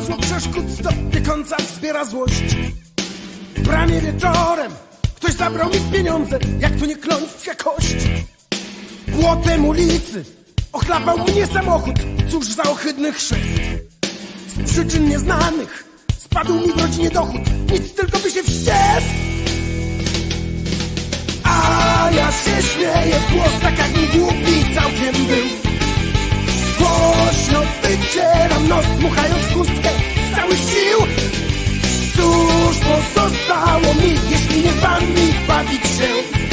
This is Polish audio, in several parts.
Masło przeszkód sto piekąca wzbiera złość. W bramie wieczorem ktoś zabrał mi pieniądze, jak to nie klątwia kość. Płotem ulicy ochlapał mnie samochód, cóż za ohydny chrzest. Z przyczyn nieznanych spadł mi w rodzinie dochód, nic tylko by się wściec. A ja się śmieję w głos, tak jak mi głupi całkiem był. Głośno wycieram nos, dmuchając chustkę z całych sił. Cóż pozostało mi, jeśli nie wami bawić się?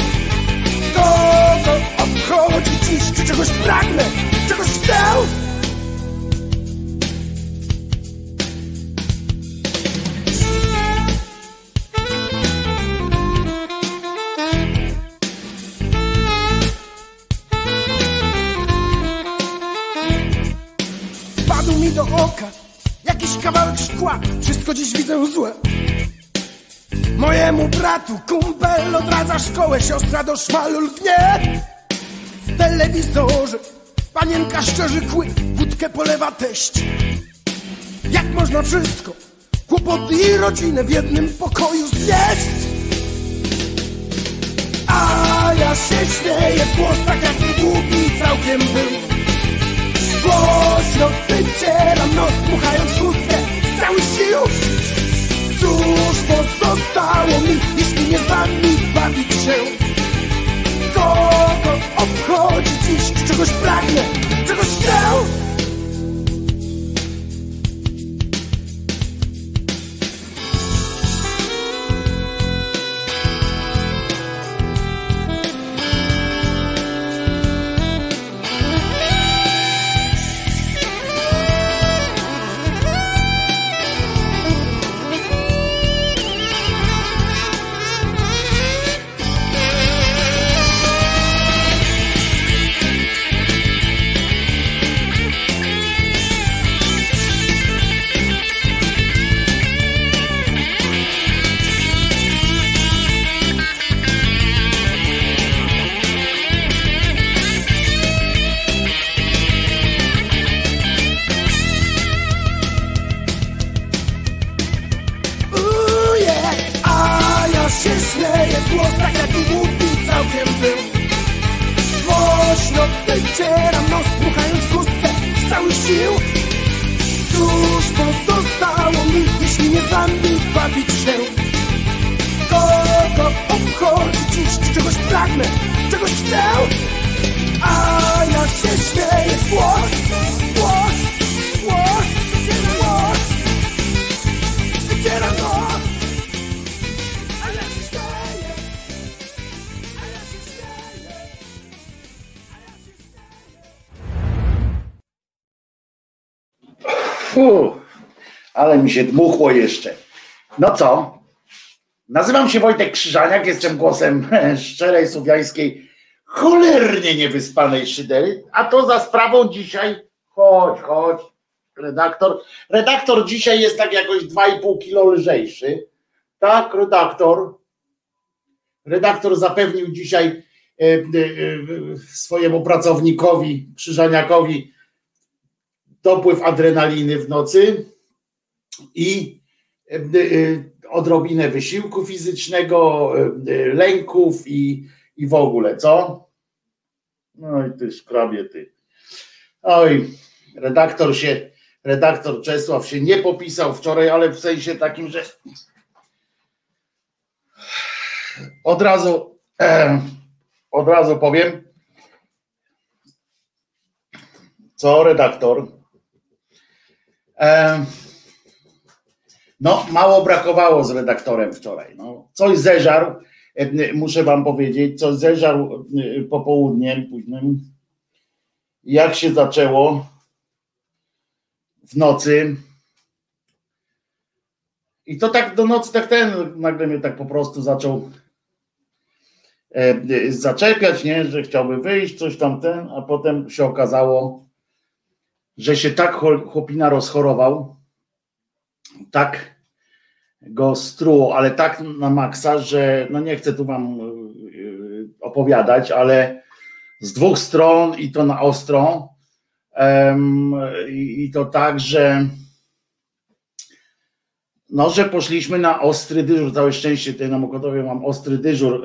Kogo obchodzi dziś, czy czegoś pragnę, czegoś chcę? Padł mi do oka jakiś kawałek szkła, wszystko dziś widzę złe. Mojemu bratu kumpel odradza szkołę, siostra do szmalu lgnie. W telewizorze panienka szczerzy kły, wódkę polewa teść. Jak można wszystko, kłopoty i rodzinę w jednym pokoju znieść? A ja się śmieję w głos, tak jak mi głupi całkiem był. Głośno wycieram nos, dmuchając chustkę z całych sił. Cóż pozostało mi, jeśli nie z wami bawić się? Kogo obchodzi dziś, czy czegoś pragnę, czegoś chcę? Ale mi się dmuchło jeszcze. No co? Nazywam się Wojtek Krzyżaniak, jestem głosem szczerej, słowiańskiej, cholernie niewyspanej szydery, a to za sprawą dzisiaj, chodź, redaktor dzisiaj jest tak jakoś 2,5 kilo lżejszy, tak, redaktor zapewnił dzisiaj swojemu pracownikowi, Krzyżaniakowi, dopływ adrenaliny w nocy i odrobinę wysiłku fizycznego, lęków i w ogóle, co? No i ty szkrabie, ty. Oj, redaktor Czesław się nie popisał wczoraj, ale w sensie takim, że od razu powiem, co redaktor? No, mało brakowało z redaktorem wczoraj. No, coś zeżarł, muszę wam powiedzieć, coś zeżarł popołudniem późnym. Jak się zaczęło w nocy. I to tak do nocy, tak nagle mnie tak po prostu zaczął zaczepiać, nie, że chciałby wyjść, coś tam a potem się okazało, że się tak chłopina rozchorował, tak go struło, ale tak na maksa, że no nie chcę tu wam opowiadać, ale z dwóch stron i to na ostro i to tak, że No, że poszliśmy na ostry dyżur, całe szczęście tutaj na Mokotowie mam ostry dyżur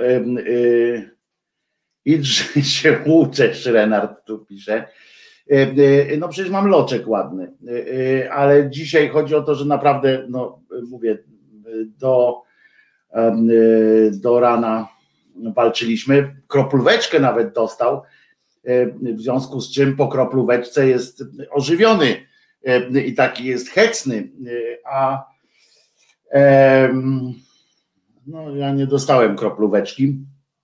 i że się łuczesz, Renard tu pisze. No przecież mam loczek ładny, ale dzisiaj chodzi o to, że naprawdę, no mówię, do rana walczyliśmy, kroplóweczkę nawet dostał, w związku z czym po kroplóweczce jest ożywiony i taki jest hecny, a no ja nie dostałem kroplóweczki.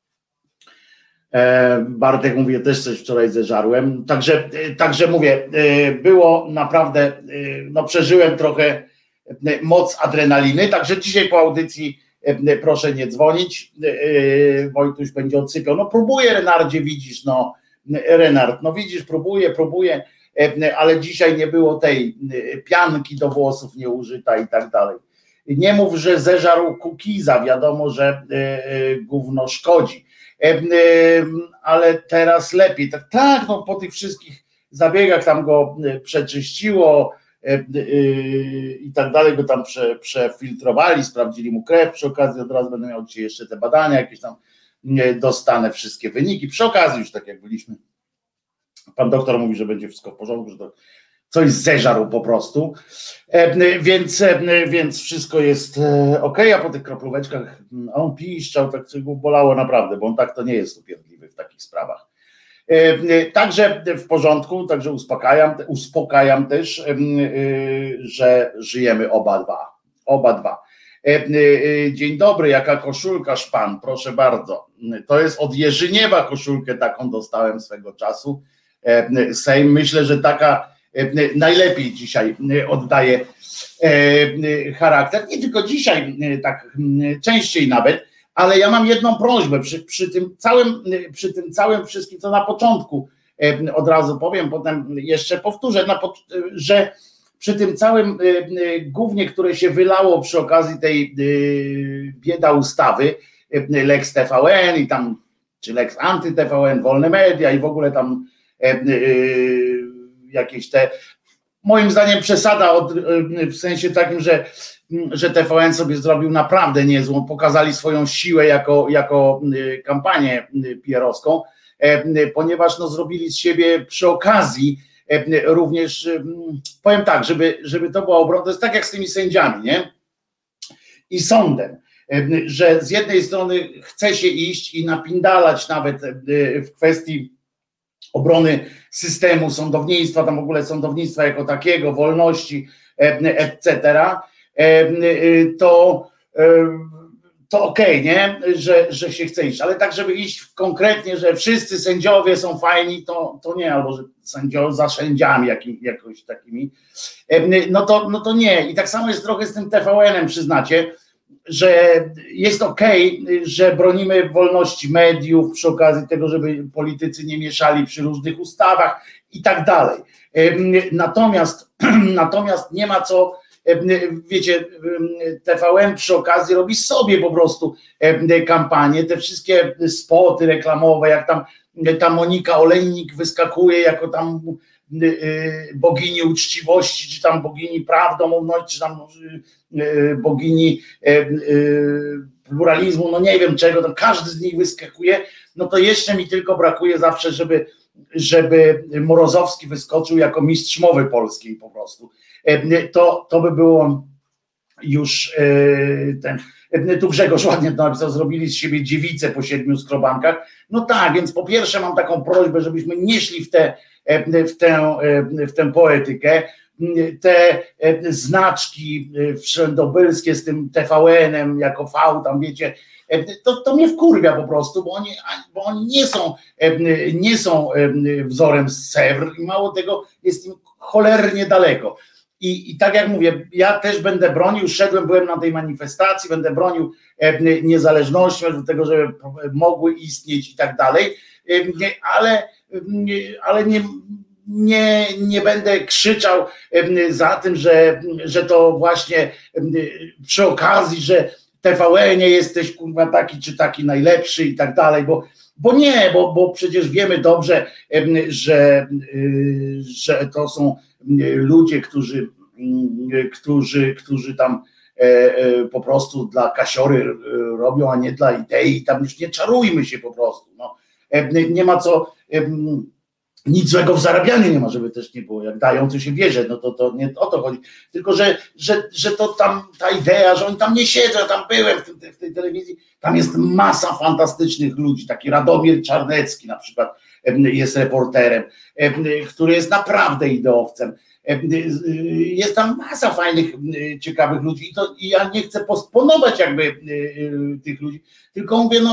Bartek mówi, ja też coś wczoraj zeżarłem, także mówię, było naprawdę, no przeżyłem trochę moc adrenaliny, także dzisiaj po audycji proszę nie dzwonić, Wojtuś będzie odsypiał, no próbuję, Renardzie, widzisz, no Renard, no widzisz, próbuję, ale dzisiaj nie było tej pianki do włosów nieużyta i tak dalej. Nie mów, że zeżarł kukiza, wiadomo, że gówno szkodzi. Ale teraz lepiej. Tak, no po tych wszystkich zabiegach tam go przeczyściło i tak dalej, go tam przefiltrowali, sprawdzili mu krew, przy okazji od razu będę miał dzisiaj jeszcze te badania, jakieś tam dostanę wszystkie wyniki, przy okazji już tak jak byliśmy, pan doktor mówi, że będzie wszystko w porządku, że to coś zeżarł po prostu, więc wszystko jest ok, a po tych kroplóweczkach on piszczał, tak go bolało naprawdę, bo on tak to nie jest upierdliwy w takich sprawach. Także w porządku, także uspokajam też, że żyjemy oba dwa. Dzień dobry, jaka koszulka szpan, proszę bardzo. To jest od Jerzyniewa koszulkę, taką dostałem swego czasu. Sejm, myślę, że taka najlepiej dzisiaj oddaje charakter, nie tylko dzisiaj, tak częściej nawet, ale ja mam jedną prośbę przy tym całym wszystkim, co na początku od razu powiem, potem jeszcze powtórzę, że przy tym całym gównie, które się wylało przy okazji tej bieda ustawy, Lex TVN i tam, czy Lex Anty-TVN, wolne media i w ogóle tam jakieś te, moim zdaniem przesada w sensie takim, że TVN sobie zrobił naprawdę niezłą, pokazali swoją siłę jako kampanię PR-owską, ponieważ no, zrobili z siebie przy okazji również, powiem tak, żeby to była obrona, to jest tak jak z tymi sędziami, nie? I sądem, że z jednej strony chce się iść i napindalać nawet w kwestii obrony systemu sądownictwa, tam w ogóle sądownictwa jako takiego, wolności, etc., to okej, nie? Że się chce iść, ale tak, żeby iść konkretnie, że wszyscy sędziowie są fajni, to nie, albo że sędziowie za sędziami jakoś takimi, no to nie. I tak samo jest trochę z tym TVN-em, przyznacie, że jest okej, że bronimy wolności mediów przy okazji tego, żeby politycy nie mieszali przy różnych ustawach i tak dalej. Natomiast nie ma co, wiecie, TVN przy okazji robi sobie po prostu kampanię, te wszystkie spoty reklamowe, jak tam ta Monika Olejnik wyskakuje jako tam bogini uczciwości, czy tam bogini prawdomówności, czy tam bogini pluralizmu, no nie wiem czego, to każdy z nich wyskakuje, no to jeszcze mi tylko brakuje zawsze, żeby Morozowski wyskoczył jako mistrz mowy polskiej po prostu. To by było już tu Grzegorz ładnie to napisał, zrobili z siebie dziewicę po 7 skrobankach. No tak, więc po pierwsze mam taką prośbę, żebyśmy nie szli w tę poetykę, te znaczki wszędobylskie z tym TVN-em jako V, tam wiecie, to mnie wkurwia po prostu, bo oni nie są wzorem z Sewr i mało tego, jest im cholernie daleko. I tak jak mówię, ja też będę bronił, byłem na tej manifestacji, będę bronił niezależności, do tego, żeby mogły istnieć i tak dalej, ale nie będę krzyczał za tym, że to właśnie przy okazji, że TVN-ie jesteś kurwa taki czy taki najlepszy i tak dalej, bo przecież wiemy dobrze, że to są ludzie, którzy tam po prostu dla kasiory robią, a nie dla idei, tam już nie czarujmy się po prostu, no. Nie ma co, nic złego w zarabianiu nie ma, żeby też nie było, jak dają, to się bierze, no to nie o to chodzi, tylko że to tam ta idea, że oni tam nie siedzą, ja tam byłem w tej telewizji, tam jest masa fantastycznych ludzi, taki Radomir Czarnecki na przykład jest reporterem, który jest naprawdę ideowcem. Jest tam masa fajnych, ciekawych ludzi i ja nie chcę postponować jakby tych ludzi, tylko mówię,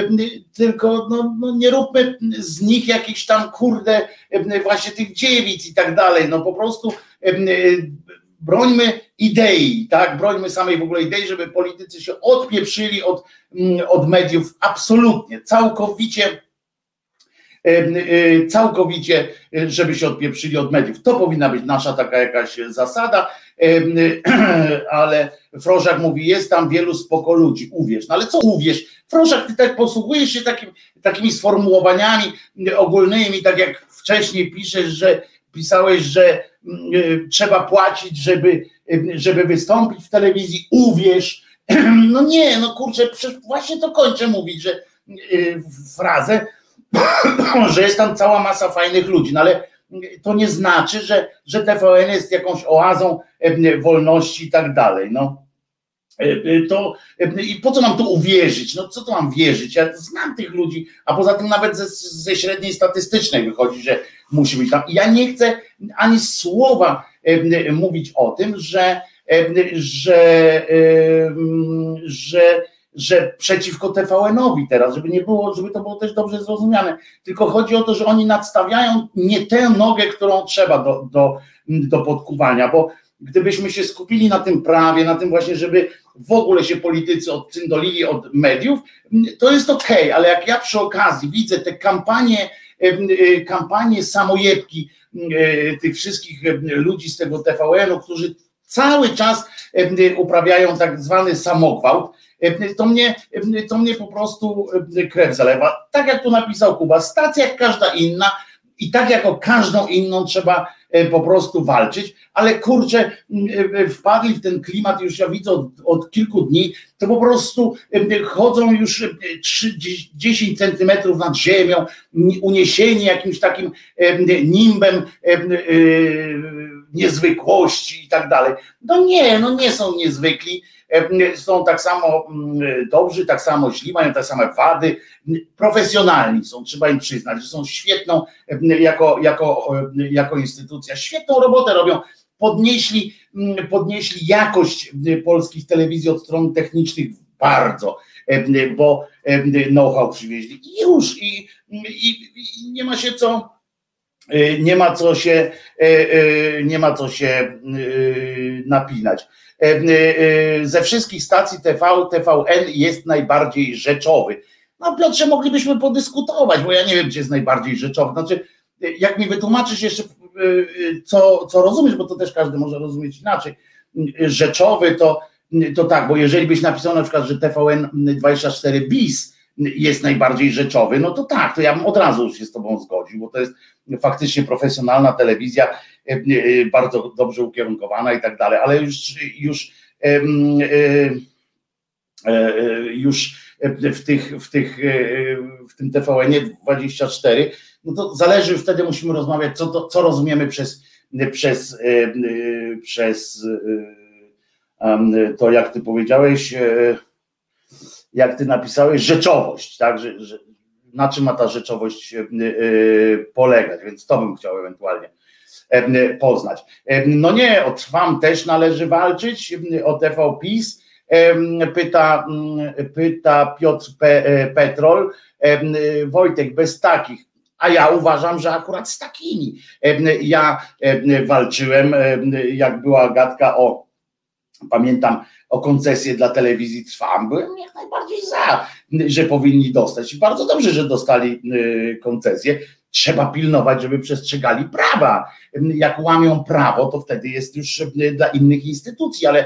nie róbmy z nich jakichś tam kurde właśnie tych dziewic i tak dalej, no po prostu brońmy idei, tak, brońmy samej w ogóle idei, żeby politycy się odpieprzyli od mediów absolutnie, całkowicie, żeby się odpieprzyli od mediów. To powinna być nasza taka jakaś zasada, ale Frożak mówi, jest tam wielu spoko ludzi, uwierz. No ale co uwierz? Frożak, ty tak posługujesz się takimi sformułowaniami ogólnymi, tak jak wcześniej pisałeś, że trzeba płacić, żeby wystąpić w telewizji, uwierz. No nie, no kurczę, właśnie to kończę mówić, że frazę, że jest tam cała masa fajnych ludzi, no ale to nie znaczy, że TVN jest jakąś oazą wolności i tak dalej, no. I po co mam tu uwierzyć? No co tu mam wierzyć? Ja znam tych ludzi, a poza tym nawet ze średniej statystycznej wychodzi, że musi być tam. I ja nie chcę ani słowa mówić o tym, że przeciwko TVN-owi teraz, żeby nie było, żeby to było też dobrze zrozumiane, tylko chodzi o to, że oni nadstawiają nie tę nogę, którą trzeba do podkuwania, bo gdybyśmy się skupili na tym prawie, na tym właśnie, żeby w ogóle się politycy odcyndolili od mediów, to jest okej, ale jak ja przy okazji widzę te kampanie samojebki tych wszystkich ludzi z tego TVN-u, którzy cały czas uprawiają tak zwany samogwałt, to mnie po prostu krew zalewa. Tak jak tu napisał Kuba, stacja jak każda inna i tak jak o każdą inną trzeba po prostu walczyć, ale kurczę, wpadli w ten klimat, już ja widzę od kilku dni, to po prostu chodzą już 10 centymetrów nad ziemią, uniesieni jakimś takim nimbem niezwykłości i tak dalej. No nie są niezwykli, są tak samo dobrzy, tak samo źli, mają te same wady, profesjonalni są, trzeba im przyznać, że są świetną jako instytucja, świetną robotę robią, podnieśli jakość polskich telewizji od stron technicznych bardzo, bo know-how przywieźli i już i nie ma co się napinać. Ze wszystkich stacji TVN jest najbardziej rzeczowy. No Piotrze, moglibyśmy podyskutować, bo ja nie wiem, gdzie jest najbardziej rzeczowy. Znaczy, jak mi wytłumaczysz jeszcze, co rozumiesz, bo to też każdy może rozumieć inaczej. Rzeczowy to tak, bo jeżeli byś napisał na przykład, że TVN24 bis jest najbardziej rzeczowy, no to tak, to ja bym od razu już się z tobą zgodził, bo to jest faktycznie profesjonalna telewizja, bardzo dobrze ukierunkowana i tak dalej, ale już w tym TVN-ie 24, no to zależy, wtedy musimy rozmawiać, co rozumiemy przez to, jak ty powiedziałeś, jak ty napisałeś, rzeczowość, tak, że na czym ma ta rzeczowość polegać, więc to bym chciał ewentualnie poznać. No nie, o Trwam też należy walczyć, o TV PiS, pyta Piotr Petrol, Wojtek, bez takich, a ja uważam, że akurat z takimi. Ja walczyłem, jak była gadka pamiętam, o koncesję dla telewizji Trwam, byłem jak najbardziej za, że powinni dostać. I bardzo dobrze, że dostali koncesję. Trzeba pilnować, żeby przestrzegali prawa. Jak łamią prawo, to wtedy jest już dla innych instytucji, ale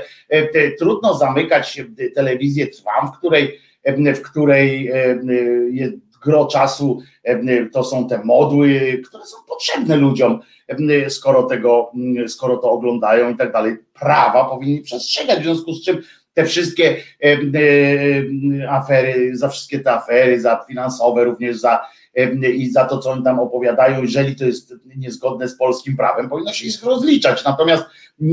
trudno zamykać telewizję Trwam, w której jest gro czasu to są te modły, które są potrzebne ludziom, skoro to oglądają i tak dalej. Prawa powinni przestrzegać, w związku z czym te wszystkie afery, za wszystkie te afery, za finansowe również, i za to, co oni tam opowiadają, jeżeli to jest niezgodne z polskim prawem, powinno się ich rozliczać. Natomiast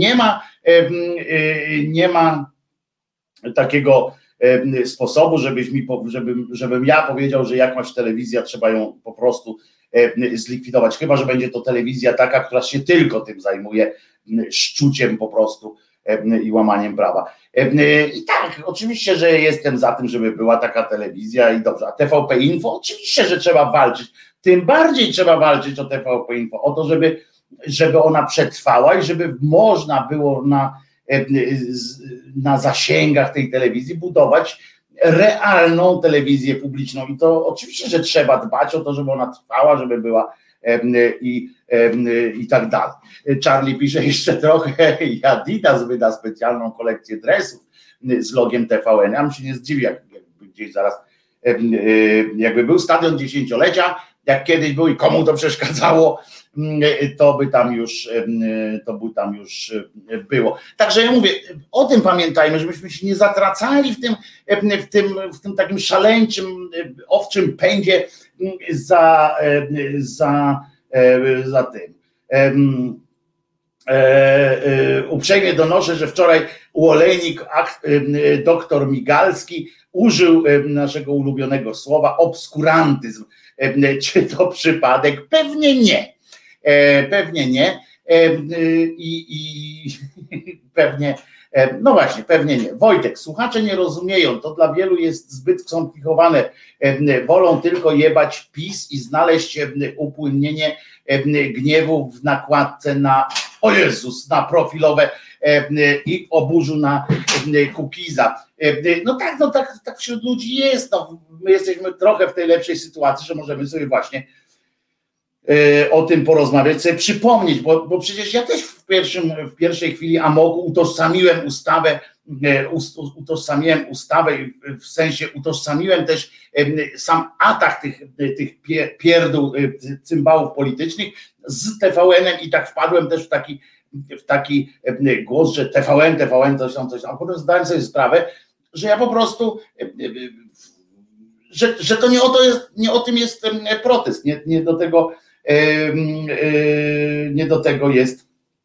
nie ma takiego sposobu, żebym ja powiedział, że jakąś telewizję trzeba ją po prostu zlikwidować, chyba że będzie to telewizja taka, która się tylko tym zajmuje, szczuciem po prostu i łamaniem prawa. I tak, oczywiście, że jestem za tym, żeby była taka telewizja i dobrze, a TVP Info, oczywiście, że trzeba walczyć, tym bardziej trzeba walczyć o TVP Info, o to, żeby ona przetrwała i żeby można było na zasięgach tej telewizji budować realną telewizję publiczną i to oczywiście, że trzeba dbać o to, żeby ona trwała, żeby była i tak dalej. Charlie pisze jeszcze trochę i Adidas wyda specjalną kolekcję dresów z logiem TVN. Ja bym się nie zdziwił, jakby gdzieś zaraz jakby był stadion dziesięciolecia, jak kiedyś był i komu to przeszkadzało, to by tam już było. Także ja mówię, o tym pamiętajmy, żebyśmy się nie zatracali w tym takim szaleńczym, owczym pędzie za tym. Uprzejmie donoszę, że wczoraj u Olejnik doktor Migalski użył naszego ulubionego słowa obskurantyzm. Czy to przypadek? Pewnie nie. Pewnie nie. I pewnie, no właśnie, pewnie nie. Wojtek, słuchacze nie rozumieją, to dla wielu jest zbyt skomplikowane. Wolą tylko jebać PiS i znaleźć upłynnienie gniewu w nakładce na, o Jezus, na profilowe i oburzu na Kukiza. No tak wśród ludzi jest. No, my jesteśmy trochę w tej lepszej sytuacji, że możemy sobie właśnie o tym porozmawiać, sobie przypomnieć, bo przecież ja też w pierwszej chwili amoku utożsamiłem ustawę i w sensie utożsamiłem też sam atak tych pierdół, cymbałów politycznych z TVN-em i tak wpadłem też w taki głos, że TVN, coś, a potem zdałem sobie sprawę, że ja po prostu, że to nie o tym jest protest, nie do tego jest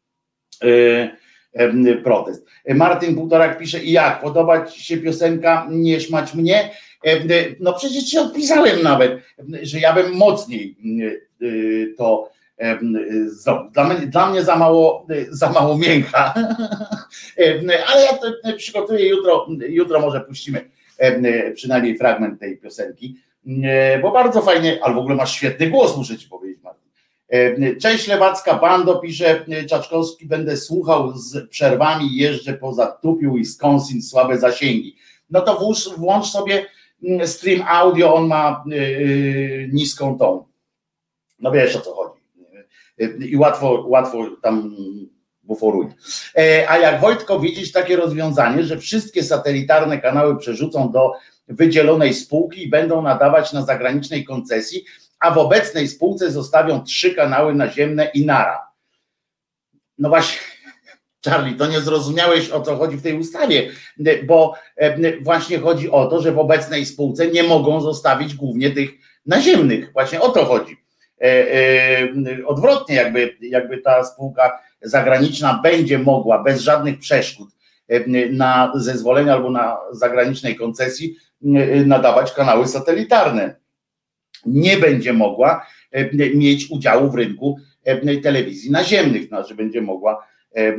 protest. Martin Półtorak pisze, i jak, podoba ci się piosenka Nie szmać mnie? No przecież ci odpisałem nawet, że ja bym mocniej to zrobił. Dla mnie za mało mięcha, ale ja to przygotuję jutro może puścimy przynajmniej fragment tej piosenki, bo bardzo fajnie, ale w ogóle masz świetny głos, muszę ci powiedzieć, Martin. Cześć Lewacka Bando, pisze Czaczkowski, będę słuchał z przerwami, jeżdżę poza Tupiu, Wisconsin, słabe zasięgi. No to włącz sobie stream audio, on ma niską tą. No wiesz, o co chodzi. I łatwo tam buforuje. A jak Wojtko widzisz takie rozwiązanie, że wszystkie satelitarne kanały przerzucą do wydzielonej spółki i będą nadawać na zagranicznej koncesji, a w obecnej spółce zostawią 3 kanały naziemne i nara. No właśnie, Charlie, to nie zrozumiałeś, o co chodzi w tej ustawie, bo właśnie chodzi o to, że w obecnej spółce nie mogą zostawić głównie tych naziemnych. Właśnie o to chodzi. Odwrotnie, jakby ta spółka zagraniczna będzie mogła bez żadnych przeszkód na zezwolenia albo na zagranicznej koncesji nadawać kanały satelitarne. Nie będzie mogła mieć udziału w rynku telewizji naziemnych, znaczy będzie mogła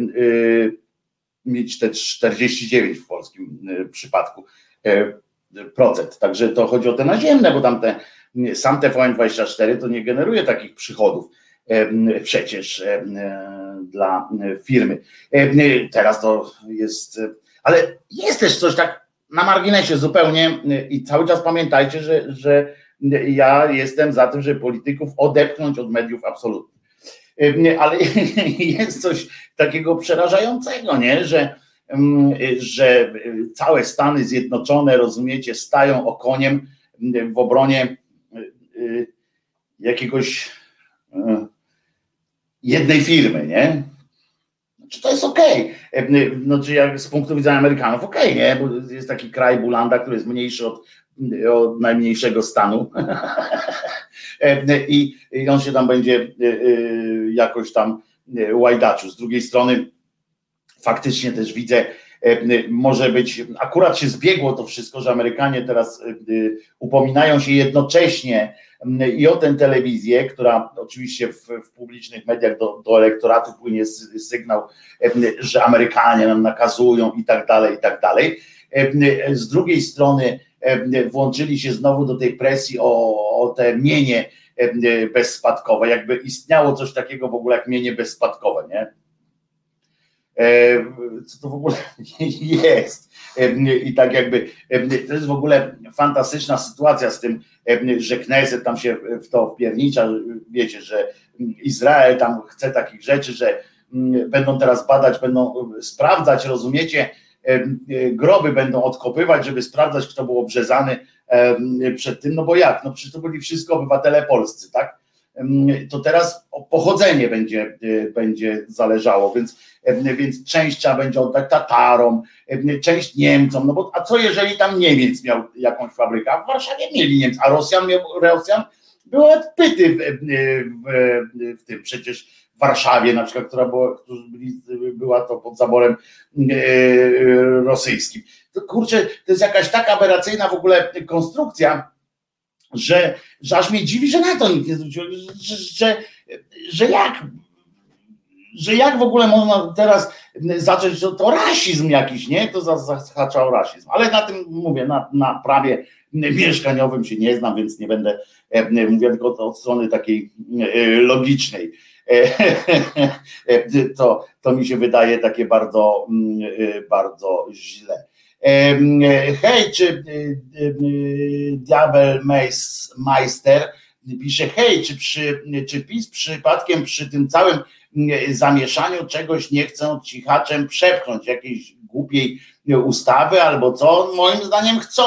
mieć te 49 w polskim przypadku procent. Także to chodzi o te naziemne, bo tam sam TVN24 to nie generuje takich przychodów przecież dla firmy. Teraz to jest, ale jest też coś tak na marginesie zupełnie i cały czas pamiętajcie, że ja jestem za tym, żeby polityków odepchnąć od mediów absolutnie. Ale jest coś takiego przerażającego, nie? Że całe Stany Zjednoczone, rozumiecie, stają okoniem w obronie jakiegoś jednej firmy, nie? Czy to jest okej? Znaczy jak z punktu widzenia Amerykanów okej, nie? Bo jest taki kraj Bulanda, który jest mniejszy od najmniejszego stanu i on się tam będzie jakoś tam łajdaczył. Z drugiej strony faktycznie też widzę, może być, akurat się zbiegło to wszystko, że Amerykanie teraz upominają się jednocześnie i o tę telewizję, która oczywiście w publicznych mediach do elektoratu płynie sygnał, że Amerykanie nam nakazują i tak dalej, i tak dalej. Z drugiej strony włączyli się znowu do tej presji o te mienie bezspadkowe, jakby istniało coś takiego w ogóle jak mienie bezspadkowe, nie? Co to w ogóle jest i tak jakby to jest w ogóle fantastyczna sytuacja z tym, że Kneset tam się w to wpiernicza, wiecie, że Izrael tam chce takich rzeczy, że będą teraz badać, będą sprawdzać, rozumiecie, groby będą odkopywać, żeby sprawdzać, kto był obrzezany przed tym, no bo jak, no przecież to byli wszystko obywatele polscy, tak? To teraz pochodzenie będzie zależało, więc część trzeba będzie oddać Tatarom, część Niemcom, no bo a co jeżeli tam Niemiec miał jakąś fabrykę, a w Warszawie mieli Niemcy, a Rosjan były odpyty w tym przecież w Warszawie na przykład, była to pod zaborem rosyjskim. To kurczę, to jest jakaś tak aberracyjna w ogóle konstrukcja, że aż mnie dziwi, że na to nikt nie zwrócił, że jak w ogóle można teraz zacząć, to rasizm jakiś, nie? To zahacza o rasizm, ale na tym mówię, na prawie mieszkaniowym się nie znam, więc nie będę mówię tylko od strony takiej logicznej. To mi się wydaje takie bardzo, bardzo źle. Hej, czy Diabel Meister pisze, hej, czy PiS przypadkiem przy tym całym zamieszaniu czegoś nie chcą cichaczem przepchnąć, jakiejś głupiej ustawy albo co? Moim zdaniem chcą.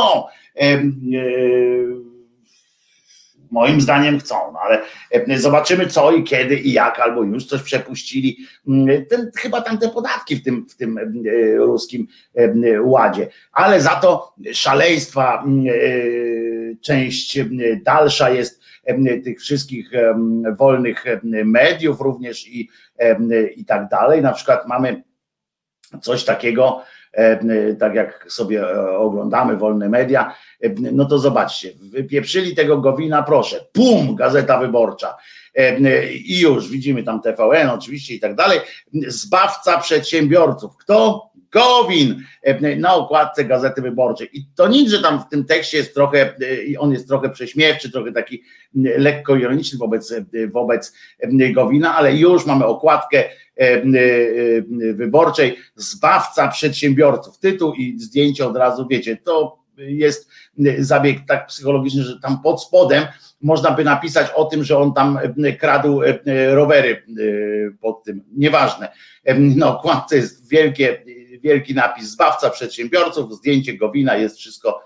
Moim zdaniem chcą, no ale zobaczymy co i kiedy i jak, albo już coś przepuścili. Chyba tam te podatki w tym ruskim ładzie, ale za to szaleństwa część dalsza jest tych wszystkich wolnych mediów również i tak dalej. Na przykład mamy coś takiego, tak jak sobie oglądamy wolne media, no to zobaczcie, wypieprzyli tego Gowina, proszę, pum, Gazeta Wyborcza i już widzimy tam TVN oczywiście i tak dalej, zbawca przedsiębiorców, kto? Gowin na okładce Gazety Wyborczej i to nic, że tam w tym tekście jest trochę, on jest trochę prześmiewczy, trochę taki lekko ironiczny wobec Gowina, ale już mamy okładkę Wyborczej, zbawca przedsiębiorców, tytuł i zdjęcie od razu, wiecie, to jest zabieg tak psychologiczny, że tam pod spodem można by napisać o tym, że on tam kradł rowery pod tym, nieważne. Na okładce jest wielki napis zbawca przedsiębiorców, zdjęcie Gowina, jest wszystko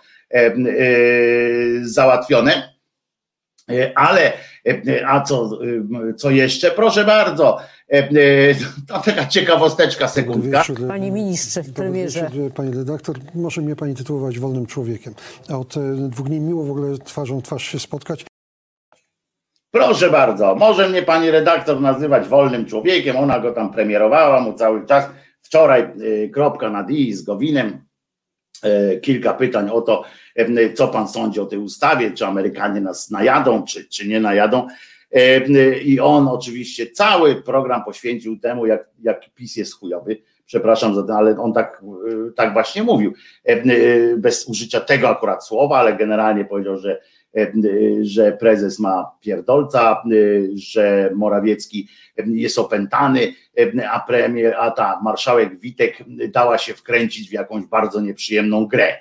załatwione. Ale, a co jeszcze? Proszę bardzo, to taka ciekawosteczka, sekundka. Panie ministrze, w premierze. Pani redaktor, może mnie pani tytułować wolnym człowiekiem. A od 2 dni miło w ogóle twarzą w twarz się spotkać. Proszę bardzo, może mnie pani redaktor nazywać wolnym człowiekiem, ona go tam premierowała mu cały czas. Wczoraj kropka nad i z Gowinem. Kilka pytań o to, co pan sądzi o tej ustawie, czy Amerykanie nas najadą, czy nie najadą. I on oczywiście cały program poświęcił temu, jak PiS jest chujowy. Przepraszam za to, ale on tak właśnie mówił. Bez użycia tego akurat słowa, ale generalnie powiedział, że prezes ma pierdolca, że Morawiecki jest opętany, a ta marszałek Witek dała się wkręcić w jakąś bardzo nieprzyjemną grę.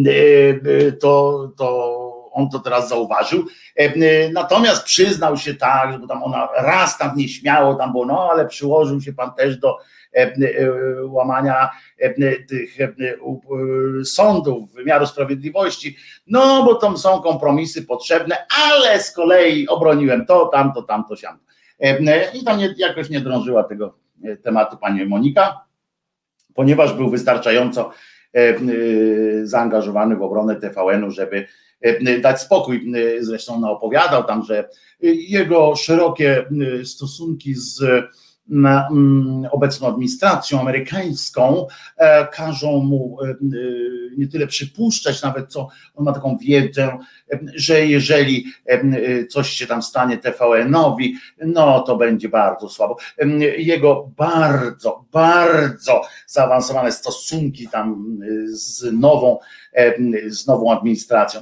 To on to teraz zauważył. Natomiast przyznał się tak, że tam ona raz tam nieśmiało tam było, no ale przyłożył się pan też łamania tych sądów, wymiaru sprawiedliwości, no bo tam są kompromisy potrzebne, ale z kolei obroniłem to, tamto, siamto. I tam jakoś nie drążyła tego tematu pani Monika, ponieważ był wystarczająco zaangażowany w obronę TVN-u, żeby dać spokój. Zresztą on opowiadał tam, że jego szerokie stosunki z obecną administracją amerykańską każą mu nie tyle przypuszczać nawet, co on ma taką wiedzę, że jeżeli coś się tam stanie TVN-owi, no to będzie bardzo słabo. Jego bardzo zaawansowane stosunki tam z nową administracją.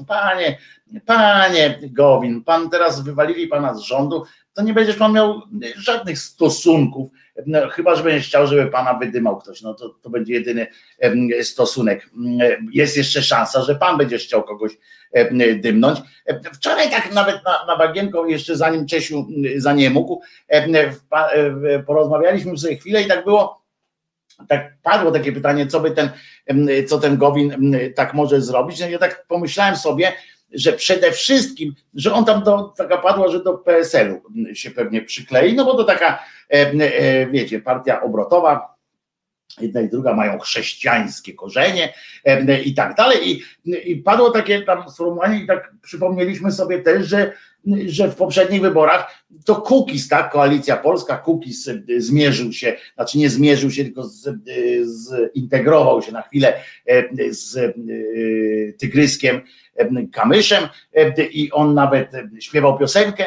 Panie Gowin, pan teraz wywalili pana z rządu, to nie będziesz pan miał żadnych stosunków, no, chyba że będziesz chciał, żeby pana wydymał ktoś, no to będzie jedyny stosunek. Jest jeszcze szansa, że pan będziesz chciał kogoś dymnąć. Wczoraj tak nawet na bagienko, jeszcze zanim Czesiu za nie mógł, porozmawialiśmy sobie chwilę i tak było, tak padło takie pytanie, co ten Gowin tak może zrobić. No ja tak pomyślałem sobie, że przede wszystkim, że on tam taka padła, że do PSL-u się pewnie przyklei, no bo to taka, wiecie, partia obrotowa, jedna i druga mają chrześcijańskie korzenie i tak dalej. I padło takie tam sformułowanie i tak przypomnieliśmy sobie też, że w poprzednich wyborach to Kukiz, tak, Koalicja Polska, Kukiz zmierzył się, znaczy nie zmierzył się, tylko zintegrował się na chwilę z Tygryskiem Kamyszem i on nawet śpiewał piosenkę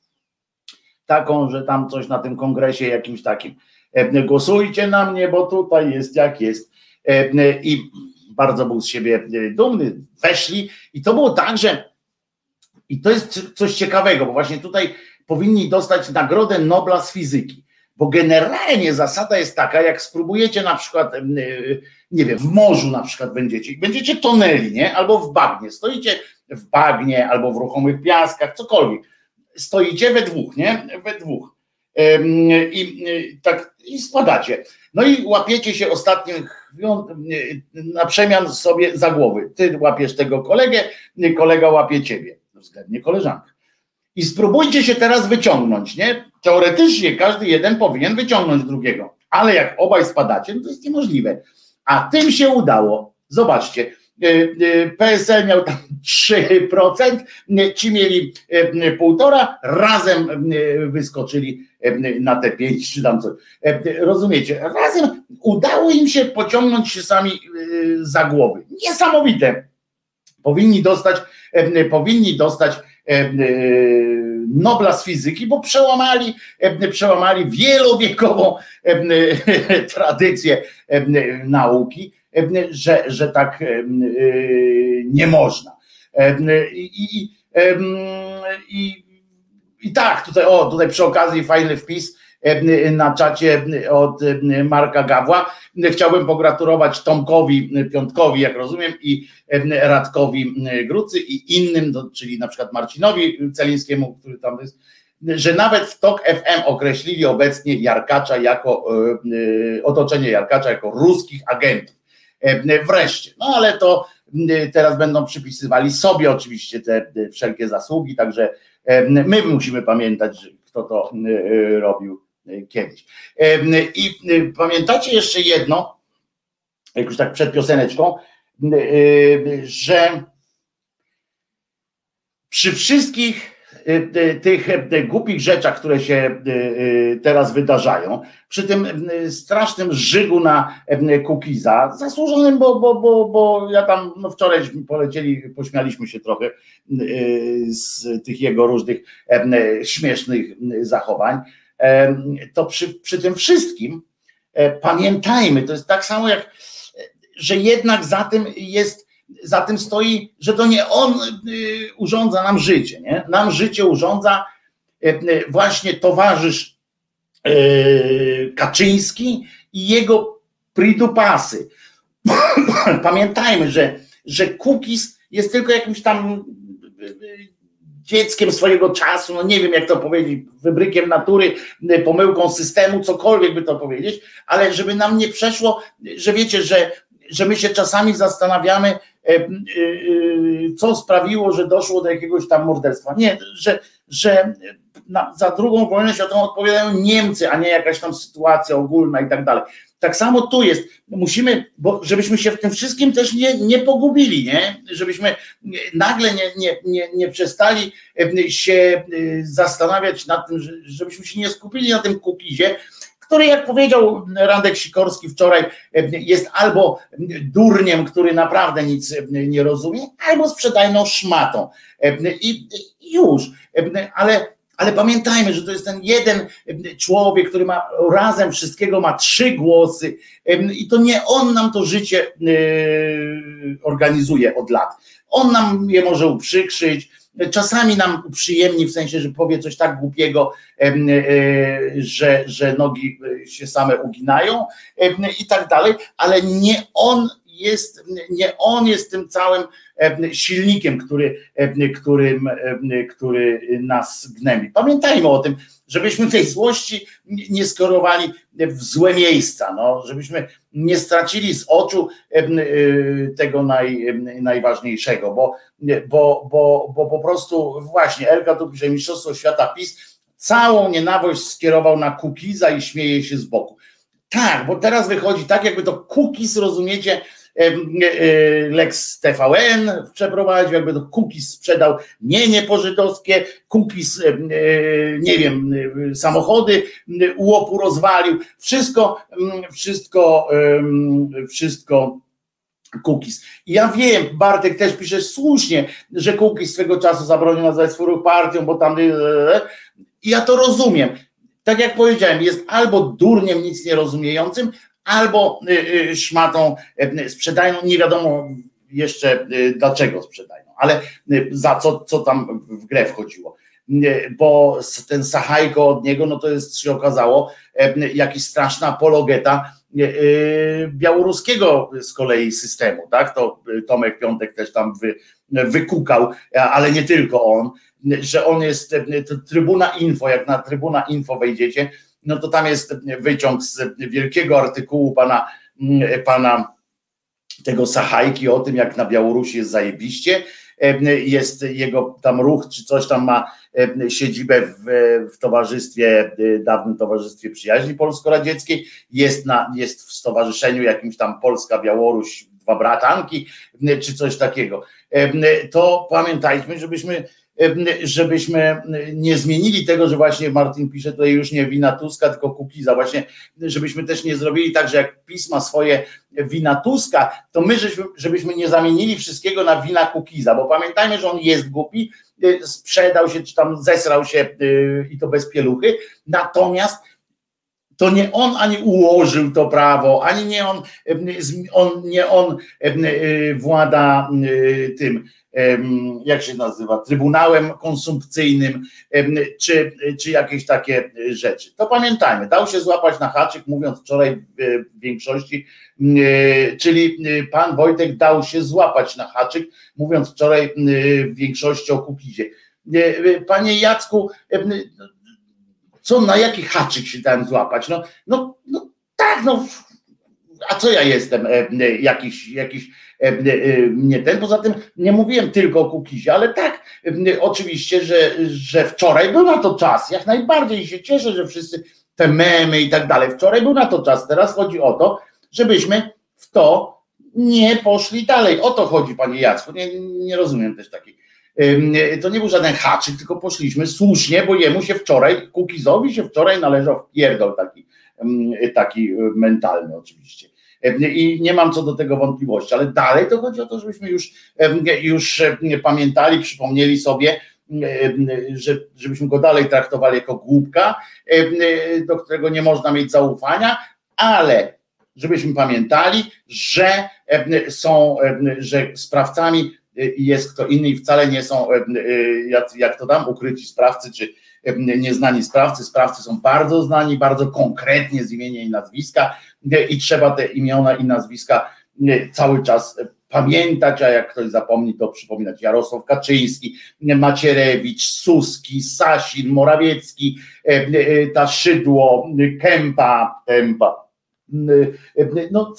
taką, że tam coś na tym kongresie jakimś takim, głosujcie na mnie, bo tutaj jest jak jest, i bardzo był z siebie dumny, weszli i to było tak, że i to jest coś ciekawego, bo właśnie tutaj powinni dostać Nagrodę Nobla z fizyki, bo generalnie zasada jest taka, jak spróbujecie na przykład, nie wiem, w morzu na przykład będziecie tonęli, nie? Albo w bagnie, stoicie w bagnie, albo w ruchomych piaskach, cokolwiek, stoicie we dwóch, nie? We dwóch. I spadacie. No i łapiecie się ostatnich na przemian sobie za głowy. Ty łapiesz tego kolegę, kolega łapie ciebie, względnie koleżankę. I spróbujcie się teraz wyciągnąć, nie? Teoretycznie każdy jeden powinien wyciągnąć drugiego, ale jak obaj spadacie, no to jest niemożliwe. A tym się udało. Zobaczcie, PSL miał tam 3%, ci mieli 1,5%, razem wyskoczyli na te 5 czy tam coś. Rozumiecie? Razem udało im się pociągnąć się sami za głowy. Niesamowite. Powinni dostać Nobla z fizyki, bo przełamali wielowiekową tradycję nauki, że tak nie można. I tak, tutaj przy okazji fajny wpis na czacie od Marka Gawła. Chciałbym pogratulować Tomkowi Piątkowi, jak rozumiem, i Radkowi Grucy i innym, czyli na przykład Marcinowi Celińskiemu, który tam jest, że nawet w TOK FM określili obecnie Jarkacza jako otoczenie Jarkacza jako ruskich agentów. Wreszcie. No ale to teraz będą przypisywali sobie oczywiście te wszelkie zasługi, także my musimy pamiętać, kto to robił kiedyś. I pamiętacie jeszcze jedno, jak już tak przed pioseneczką, że przy wszystkich tych głupich rzeczach, które się teraz wydarzają, przy tym strasznym żygu na Kukiza, zasłużonym, bo ja tam wczoraj pośmialiśmy się trochę z tych jego różnych śmiesznych zachowań, to przy tym wszystkim pamiętajmy, to jest tak samo jak, że jednak za tym stoi, że to nie on urządza nam życie, nie? Nam życie urządza właśnie towarzysz Kaczyński i jego pridupasy. Pamiętajmy, że Kukiz jest tylko jakimś tam dzieckiem swojego czasu, no nie wiem jak to powiedzieć, wybrykiem natury, pomyłką systemu, cokolwiek by to powiedzieć, ale żeby nam nie przeszło, że wiecie, że my się czasami zastanawiamy, co sprawiło, że doszło do jakiegoś tam morderstwa. Nie, że za drugą wojnę światową odpowiadają Niemcy, a nie jakaś tam sytuacja ogólna i tak dalej. Tak samo tu jest. Musimy, bo żebyśmy się w tym wszystkim też nie pogubili, nie? Żebyśmy nagle nie przestali się zastanawiać nad tym, żebyśmy się nie skupili na tym Kukizie, który, jak powiedział Radek Sikorski wczoraj, jest albo durniem, który naprawdę nic nie rozumie, albo sprzedajną szmatą. I już. Ale pamiętajmy, że to jest ten jeden człowiek, który ma razem wszystkiego, ma 3 głosy i to nie on nam to życie organizuje od lat. On nam je może uprzykrzyć, czasami nam uprzyjemni, w sensie, że powie coś tak głupiego, że nogi się same uginają i tak dalej, ale nie on jest tym całym silnikiem, który nas gnębi. Pamiętajmy o tym, żebyśmy tej złości nie skierowali w złe miejsca, no, żebyśmy nie stracili z oczu tego najważniejszego, bo po prostu właśnie Elka tu pisze, Mistrzostwo Świata PiS całą nienawiść skierował na Kukiza i śmieje się z boku. Tak, bo teraz wychodzi tak, jakby to Kukiz, rozumiecie, Lex TVN przeprowadził, jakby to Kukiz sprzedał mienie pożydowskie, Kukiz, nie wiem, samochody łopu rozwalił, wszystko Kukiz. I ja wiem, Bartek też pisze słusznie, że Kukiz swego czasu zabronił nazywać swoją partią, bo tam i ja to rozumiem. Tak jak powiedziałem, jest albo durniem nic nie rozumiejącym, albo szmatą sprzedajną, nie wiadomo jeszcze dlaczego sprzedajną, ale za co tam w grę wchodziło. Bo ten Sachajko od niego, no to jest, się okazało, jakiś straszna apologeta białoruskiego z kolei systemu, tak? To Tomek Piątek też tam wykukał, ale nie tylko on, że on jest Trybuna Info, jak na Trybuna Info wejdziecie, no to tam jest wyciąg z wielkiego artykułu pana tego Sachajki o tym, jak na Białorusi jest zajebiście, jest jego tam ruch, czy coś tam ma siedzibę w towarzystwie, dawnym Towarzystwie Przyjaźni Polsko-Radzieckiej, jest w stowarzyszeniu jakimś tam Polska-Białoruś, 2 bratanki, czy coś takiego. To pamiętajmy, żebyśmy nie zmienili tego, że właśnie Martin pisze tutaj już nie wina Tuska, tylko Kukiza, właśnie żebyśmy też nie zrobili tak, że jak PiS ma swoje wina Tuska, to my żebyśmy nie zamienili wszystkiego na wina Kukiza, bo pamiętajmy, że on jest głupi, sprzedał się, czy tam zesrał się i to bez pieluchy, natomiast to nie on ani ułożył to prawo, ani nie on włada tym, jak się nazywa, Trybunałem Konsumpcyjnym, czy jakieś takie rzeczy. To pamiętajmy, dał się złapać na haczyk, mówiąc wczoraj w większości, czyli pan Wojtek dał się złapać na haczyk, mówiąc wczoraj w większości o Kukizie. Panie Jacku, na jaki haczyk się dałem złapać? No tak, a co ja jestem jakiś nie ten, poza tym nie mówiłem tylko o Kukizie, ale tak, oczywiście, że wczoraj był na to czas, jak najbardziej się cieszę, że wszyscy te memy i tak dalej, wczoraj był na to czas, teraz chodzi o to, żebyśmy w to nie poszli dalej, o to chodzi, panie Jacku, nie rozumiem też takiej, to nie był żaden haczyk, tylko poszliśmy słusznie, bo jemu się wczoraj, Kukizowi się wczoraj należał pierdol taki mentalny oczywiście. I nie mam co do tego wątpliwości, ale dalej to chodzi o to, żebyśmy już pamiętali, przypomnieli sobie, żebyśmy go dalej traktowali jako głupka, do którego nie można mieć zaufania, ale żebyśmy pamiętali, że sprawcami jest kto inny i wcale nie są, jak to tam, ukryci sprawcy, czy nieznani sprawcy. Sprawcy są bardzo znani, bardzo konkretnie z imienia i nazwiska i trzeba te imiona i nazwiska cały czas pamiętać, a jak ktoś zapomni, to przypominać. Jarosław Kaczyński, Macierewicz, Suski, Sasin, Morawiecki, ta Szydło, Kępa, no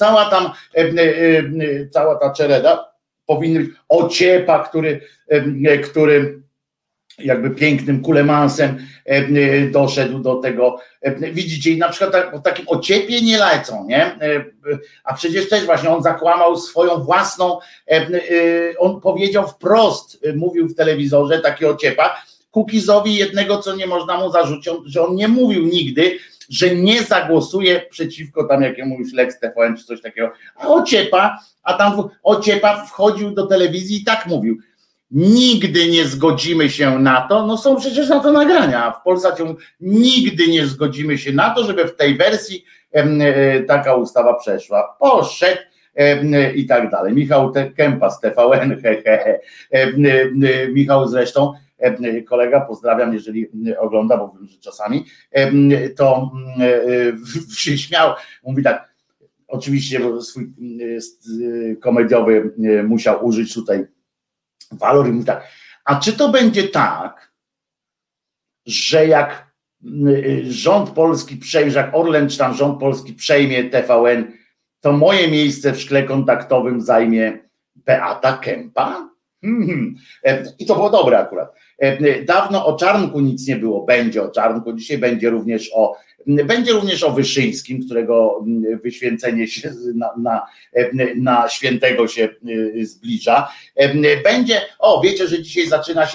cała ta czereda, powinny być Ociepa, który jakby pięknym kulemansem doszedł do tego. Widzicie, i na przykład o takim Ociepie nie lecą, nie? A przecież też właśnie on zakłamał swoją własną, on powiedział wprost, mówił w telewizorze, taki Ociepa, Kukizowi jednego, co nie można mu zarzucić, że on nie mówił nigdy, że nie zagłosuje przeciwko tam jakiemuś Lex TVN czy coś takiego. A tam Ociepa wchodził do telewizji i tak mówił: nigdy nie zgodzimy się na to, no są przecież na to nagrania, a w Polsacie nigdy nie zgodzimy się na to, żeby w tej wersji taka ustawa przeszła. Poszedł i tak dalej. Michał Kępa z TVN, Michał zresztą, kolega, pozdrawiam, jeżeli ogląda, bo wiem, że czasami, to się śmiał, mówi tak, oczywiście swój komediowy musiał użyć tutaj walor i mówi tak, a czy to będzie tak, że jak rząd polski przejmie, jak Orlen czy tam rząd polski przejmie TVN, to moje miejsce w szkle kontaktowym zajmie Beata Kępa? I to było dobre akurat. Dawno o Czarnku nic nie było, będzie o Czarnku, dzisiaj będzie również o Wyszyńskim, którego wyświęcenie się na świętego się zbliża. Będzie, wiecie, że dzisiaj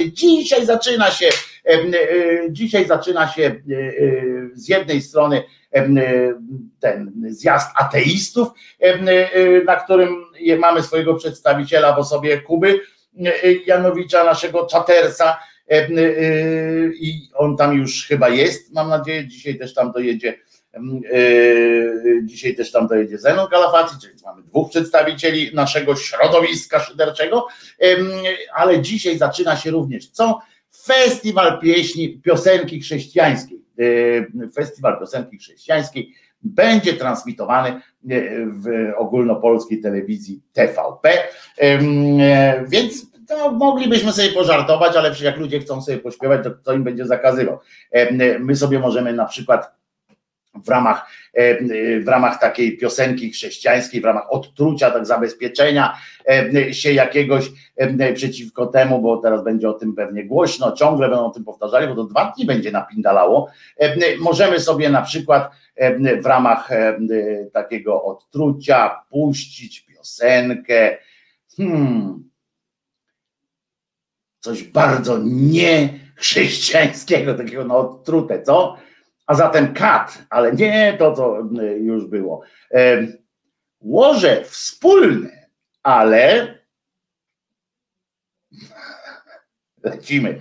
zaczyna się z jednej strony ten zjazd ateistów, na którym mamy swojego przedstawiciela w osobie Kuby Janowicza, naszego czatersa, i on tam już chyba jest, mam nadzieję, dzisiaj też tam dojedzie Zenon Kalafacji, czyli mamy dwóch przedstawicieli naszego środowiska szyderczego, ale dzisiaj zaczyna się również Festiwal piosenki chrześcijańskiej. Festiwal piosenki chrześcijańskiej będzie transmitowany w ogólnopolskiej telewizji TVP, więc to moglibyśmy sobie pożartować, ale przecież jak ludzie chcą sobie pośpiewać, to kto im będzie zakazywał. My sobie możemy na przykład w ramach takiej piosenki chrześcijańskiej, w ramach odtrucia, tak zabezpieczenia się jakiegoś przeciwko temu, bo teraz będzie o tym pewnie głośno, ciągle będą o tym powtarzali, bo to 2 dni będzie napindalało. Możemy sobie na przykład w ramach takiego odtrucia puścić piosenkę, coś bardzo niechrześcijańskiego, takiego odtrute, co? A zatem kat, ale nie to, co już było. Łoże wspólne, ale lecimy.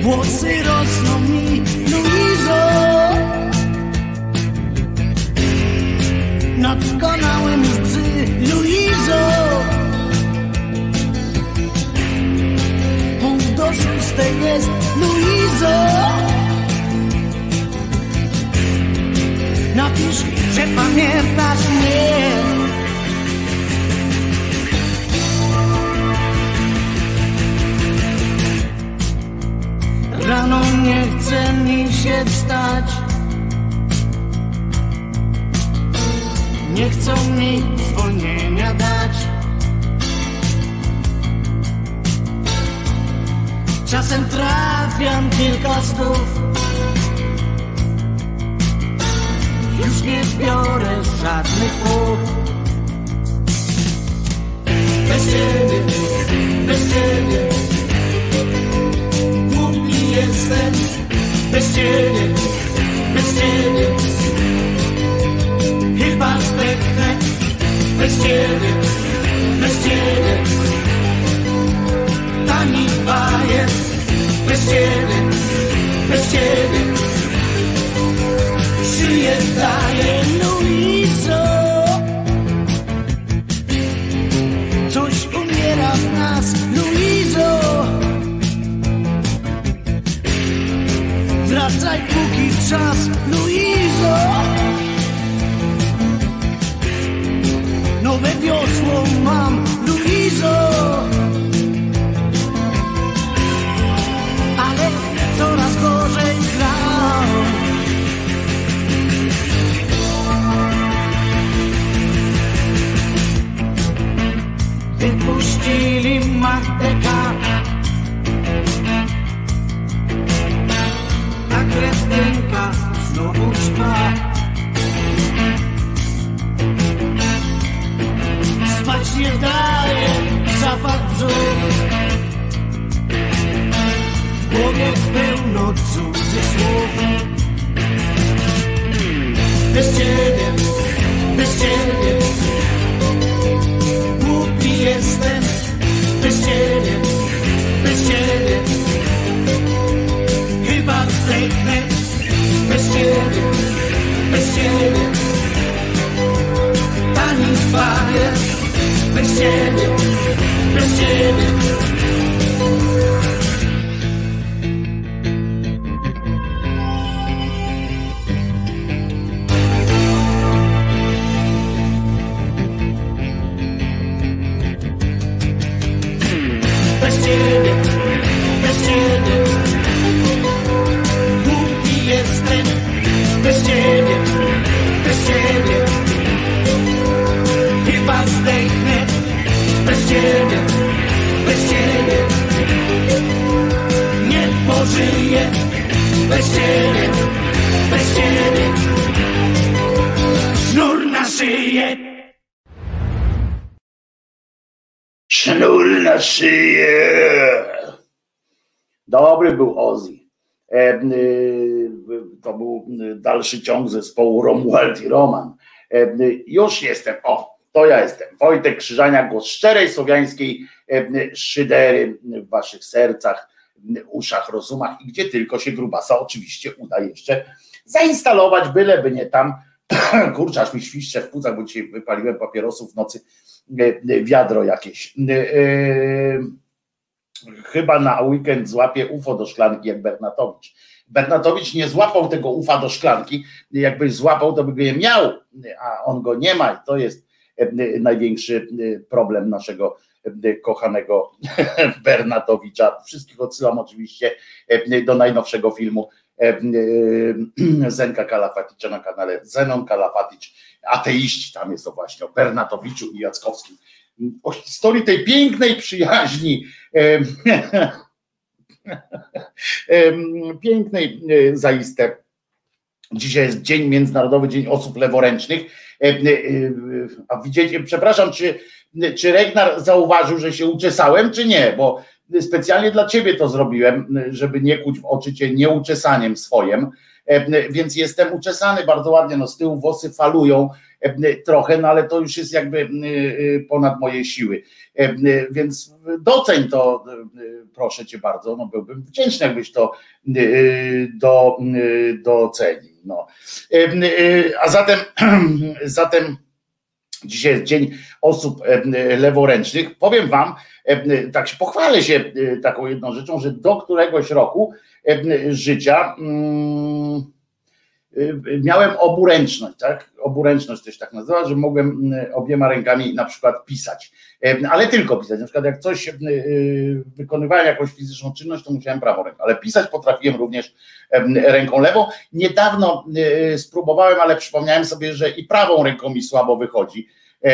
Włosy rosną mi, Luizo, nad kanałem łzy, Luizo. Pół do 6 jest, Luizo. Napisz, że pamiętasz mnie. Rano nie chce mi się wstać. Nie chcą mi zwolnienia dać. Czasem trafiam kilka stów. Już nie biorę żadnych pług. Bez ciebie, bez ciebie głupi jestem. Bez ciebie, bez ciebie chyba zdechnę. Bez ciebie, bez ciebie tani bajer. Bez ciebie, bez ciebie żyję daję, Luizo. Coś umiera w nas, Luizo. Wracaj póki czas, Luizo. Nowe wiosło mam, Luizo. Ale coraz gorzej gram. Wypuścili Magdę K. Ta kretynka znowu trwa. Spać nie daje zapach bzów. W głowie pełno cudzych słów. Bez ciebie, bez ciebie głupi jestem. Bez ciebie, bez ciebie chyba zdechnę. Bez ciebie, bez ciebie tani bajer. Bez ciebie, bez ciebie bez ciebie, bez ciebie głupi jestem. Bez ciebie, bez ciebie chyba zdechnę. Bez ciebie, bez ciebie nie pożyję. Bez ciebie, bez ciebie sznur na szyję. Sznur na szyję. Dobry był Ozzy. To był dalszy ciąg zespołu Romuald i Roman. Już jestem, to ja jestem. Wojtek Krzyżaniak, głos szczerej słowiańskiej szydery w waszych sercach, uszach, rozumach i gdzie tylko się grubasa oczywiście uda jeszcze zainstalować, byleby nie tam. Kurczę, aż mi świszcze w płucach, bo dzisiaj wypaliłem papierosów w nocy, wiadro jakieś. Chyba na weekend złapie UFO do szklanki jak Bernatowicz. Bernatowicz nie złapał tego UFA do szklanki, jakbyś złapał, to by go je miał, a on go nie ma i to jest największy problem naszego kochanego Bernatowicza. Wszystkich odsyłam oczywiście do najnowszego filmu Zenka Kalafaticza na kanale Zenon Kalafaticz, ateiści, tam jest to właśnie o Bernatowiczu i Jackowskim, o historii tej pięknej przyjaźni, pięknej zaiste. Dzisiaj jest dzień, Międzynarodowy Dzień Osób Leworęcznych, a widzicie, przepraszam, czy Regnar zauważył, że się uczesałem, czy nie, bo specjalnie dla ciebie to zrobiłem, żeby nie kłuć w oczy cię nieuczesaniem swoim, więc jestem uczesany bardzo ładnie, no z tyłu włosy falują, trochę, no ale to już jest jakby ponad moje siły. Więc doceń to, proszę cię bardzo, no byłbym wdzięczny, jakbyś to docenił. No. A zatem dzisiaj jest Dzień Osób Leworęcznych. Powiem wam, tak się pochwalę się taką jedną rzeczą, że do któregoś roku życia miałem oburęczność, tak? Oburęczność też tak nazywa, że mogłem obiema rękami na przykład pisać, ale tylko pisać. Na przykład jak coś wykonywałem jakąś fizyczną czynność, to musiałem prawą ręką, ale pisać potrafiłem również ręką lewą. Niedawno spróbowałem, ale przypomniałem sobie, że i prawą ręką mi słabo wychodzi,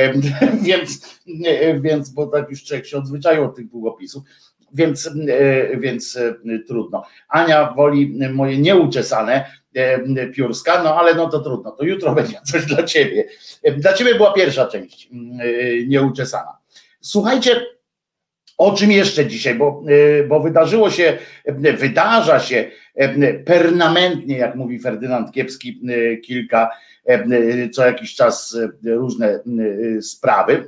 więc bo tak już człowiek się odzwyczaił od tych długopisów. Więc trudno. Ania woli moje nieuczesane piórska, no ale no to trudno, to jutro będzie coś dla ciebie. Dla ciebie była pierwsza część nieuczesana. Słuchajcie, o czym jeszcze dzisiaj, bo wydarza się permanentnie, jak mówi Ferdynand Kiepski, co jakiś czas różne sprawy,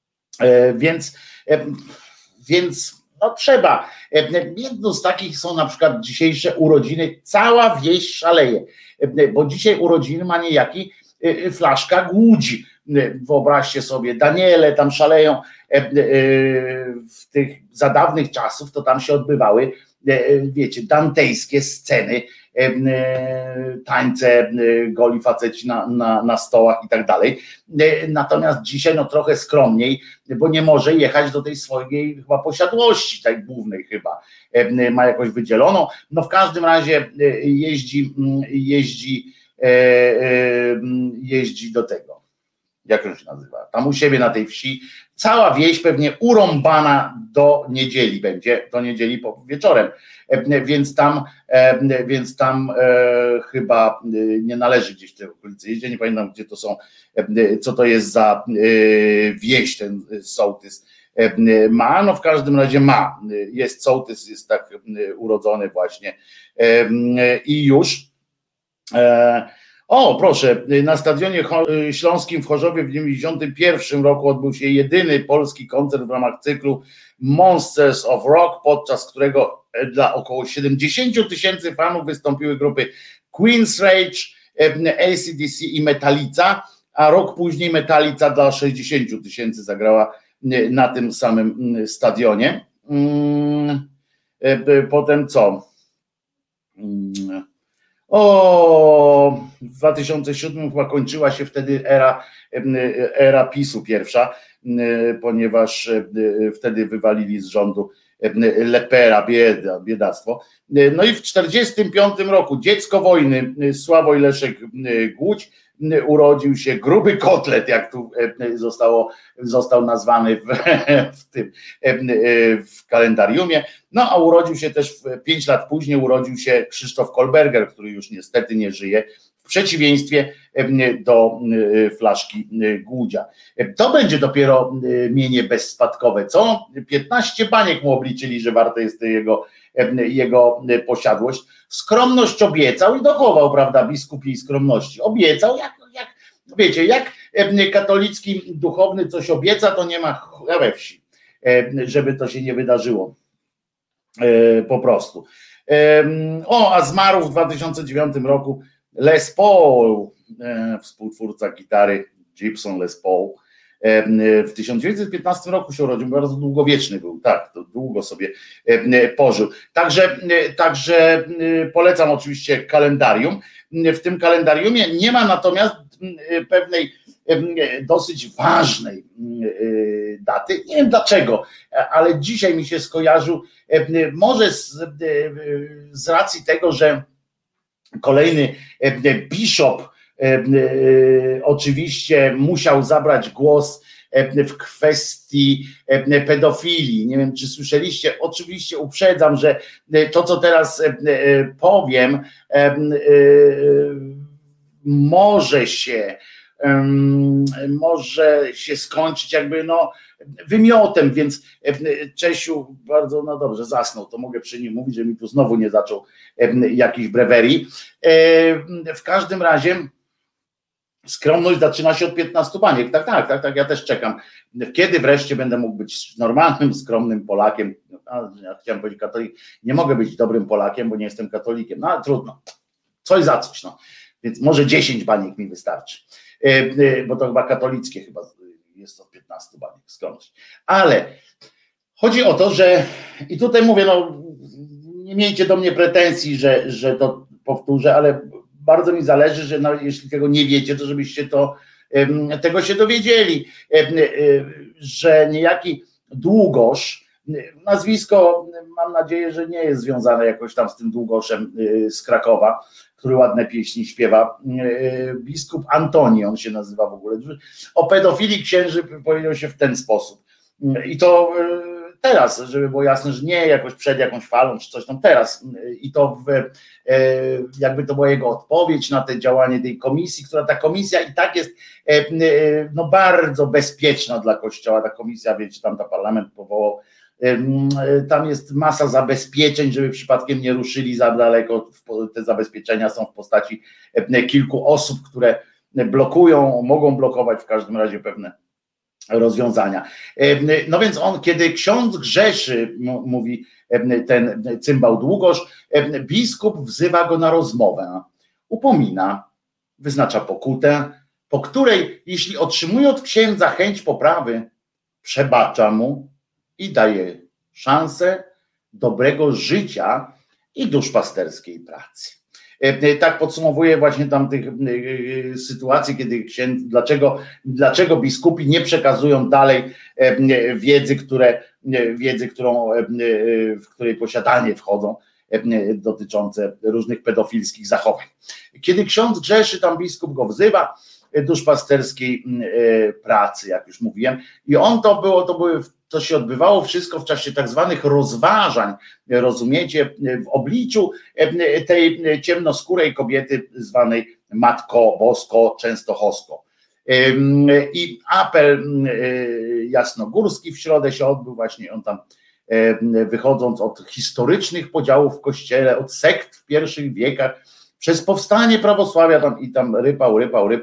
więc no trzeba. Jedną z takich są na przykład dzisiejsze urodziny. Cała wieś szaleje, bo dzisiaj urodziny ma niejaki Flaszka Głódź. Wyobraźcie sobie, Daniele tam szaleją. W tych za dawnych czasów to tam się odbywały, wiecie, dantejskie sceny, tańce, goli faceci na stołach i tak dalej. Natomiast dzisiaj no trochę skromniej, bo nie może jechać do tej swojej chyba posiadłości, tej głównej chyba, ma jakoś wydzieloną. No w każdym razie jeździ do tego. Jak on się nazywa? Tam u siebie na tej wsi cała wieś pewnie urąbana do niedzieli będzie, do niedzieli wieczorem, więc tam chyba nie należy gdzieś w tej okolicy jeździć, nie pamiętam gdzie to są, co to jest za wieś ten sołtys ma, no w każdym razie ma, jest sołtys, jest tak urodzony właśnie i już. O, proszę, na Stadionie Śląskim w Chorzowie w 1991 roku odbył się jedyny polski koncert w ramach cyklu Monsters of Rock, podczas którego dla około 70 000 fanów wystąpiły grupy Queen's Rage, AC/DC i Metallica, a rok później Metallica dla 60 000 zagrała na tym samym stadionie. Potem co? W 2007 chyba kończyła się wtedy era PiS-u pierwsza, ponieważ wtedy wywalili z rządu Lepera, biedactwo. No i w 1945 roku dziecko wojny Sławoj Leszek Głódź urodził się gruby kotlet, jak tu został nazwany w kalendariumie. No a urodził się też 5 lat później urodził się Krzysztof Kolberger, który już niestety nie żyje, w przeciwieństwie do Flaszki Głódzia. To będzie dopiero mienie bezspadkowe, co? 15 baniek mu obliczyli, że warto jest jego posiadłość. Skromność obiecał i dochował, prawda, biskupiej skromności. Obiecał, wiecie, jak katolicki duchowny coś obieca, to nie ma chuja we wsi, żeby to się nie wydarzyło. Po prostu. A zmarł w 2009 roku Les Paul, współtwórca gitary Gibson Les Paul. W 1915 roku się urodził, bardzo długowieczny był, tak, to długo sobie pożył. Także polecam oczywiście kalendarium. W tym kalendariumie nie ma natomiast pewnej dosyć ważnej daty. Nie wiem dlaczego, ale dzisiaj mi się skojarzył, może z racji tego, że kolejny bishop oczywiście musiał zabrać głos w kwestii pedofilii. Nie wiem, czy słyszeliście, oczywiście uprzedzam, że to, co teraz powiem, może się skończyć jakby wymiotem, więc Czesiu bardzo, no dobrze, zasnął, to mogę przy nim mówić, że mi tu znowu nie zaczął jakichś brewerii. W każdym razie Skromność zaczyna się od 15 baniek. Tak, ja też czekam. Kiedy wreszcie będę mógł być normalnym, skromnym Polakiem? Ja chciałem powiedzieć katolik. Nie mogę być dobrym Polakiem, bo nie jestem katolikiem. No ale trudno. Coś za coś. No. Więc może 10 baniek mi wystarczy. Bo to chyba katolickie chyba jest od 15 baniek skromność. Ale chodzi o to, że i tutaj mówię, no nie miejcie do mnie pretensji, że to powtórzę, ale bardzo mi zależy, że jeśli tego nie wiecie, to żebyście tego się dowiedzieli, że niejaki Długosz, nazwisko mam nadzieję, że nie jest związane jakoś tam z tym Długoszem z Krakowa, który ładne pieśni śpiewa, biskup Antoni, on się nazywa w ogóle, o pedofilii księży powiedział się w ten sposób i to teraz, żeby było jasne, że nie jakoś przed jakąś falą czy coś tam teraz i to jakby to była jego odpowiedź na te działanie tej komisji, która ta komisja i tak jest no bardzo bezpieczna dla Kościoła, ta komisja, wiecie, tam ta parlament powołał, tam jest masa zabezpieczeń, żeby przypadkiem nie ruszyli za daleko, te zabezpieczenia są w postaci kilku osób, które blokują, mogą blokować w każdym razie pewne rozwiązania. No więc on, kiedy ksiądz grzeszy, mówi ten cymbał Długosz, biskup wzywa go na rozmowę, upomina, wyznacza pokutę, po której, jeśli otrzymuje od księdza chęć poprawy, przebacza mu i daje szansę dobrego życia i duszpasterskiej pracy. Tak podsumowuję właśnie tam tych sytuacji, kiedy księdz, dlaczego biskupi nie przekazują dalej wiedzy, w której posiadanie wchodzą, dotyczące różnych pedofilskich zachowań. Kiedy ksiądz grzeszy, tam biskup go wzywa, duszpasterskiej pracy, jak już mówiłem, i to się odbywało wszystko w czasie tak zwanych rozważań, rozumiecie, w obliczu tej ciemnoskórej kobiety zwanej Matko Bosko Częstochowsko. I apel jasnogórski w środę się odbył, właśnie on tam wychodząc od historycznych podziałów w Kościele, od sekt w pierwszych wiekach, przez powstanie prawosławia tam rypał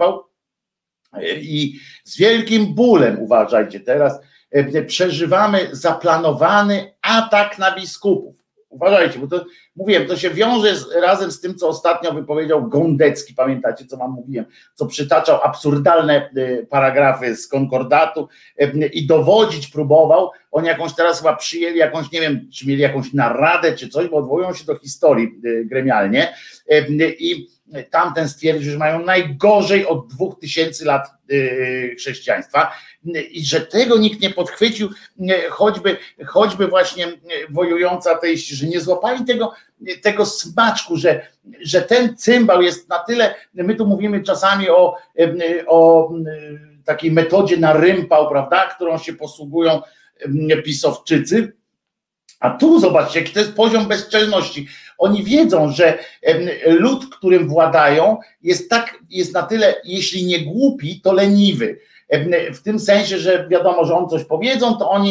i z wielkim bólem, uważajcie teraz, przeżywamy zaplanowany atak na biskupów. Uważajcie, bo to mówiłem, to się wiąże razem z tym, co ostatnio wypowiedział Gądecki, pamiętacie, co wam mówiłem, co przytaczał absurdalne paragrafy z konkordatu i dowodzić próbował. Oni jakąś teraz chyba przyjęli jakąś, nie wiem, czy mieli jakąś naradę, czy coś, bo odwołują się do historii gremialnie i tamten stwierdził, że mają najgorzej od 2000 lat chrześcijaństwa i że tego nikt nie podchwycił, choćby właśnie wojujący ateiści, że nie złapali tego smaczku, że ten cymbał jest na tyle, my tu mówimy czasami o takiej metodzie na rympał, prawda, którą się posługują pisowczycy, a tu zobaczcie, jaki to jest poziom bezczelności. Oni wiedzą, że lud, którym władają, jest na tyle, jeśli nie głupi, to leniwy. W tym sensie, że wiadomo, że on coś powiedzą,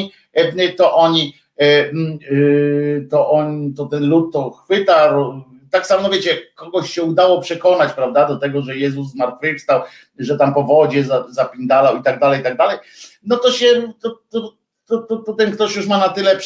to ten lud to chwyta. Tak samo, no wiecie, kogoś się udało przekonać, prawda, do tego, że Jezus zmartwychwstał, że tam po wodzie zapindalał i tak dalej, no to ten ktoś już ma na tyle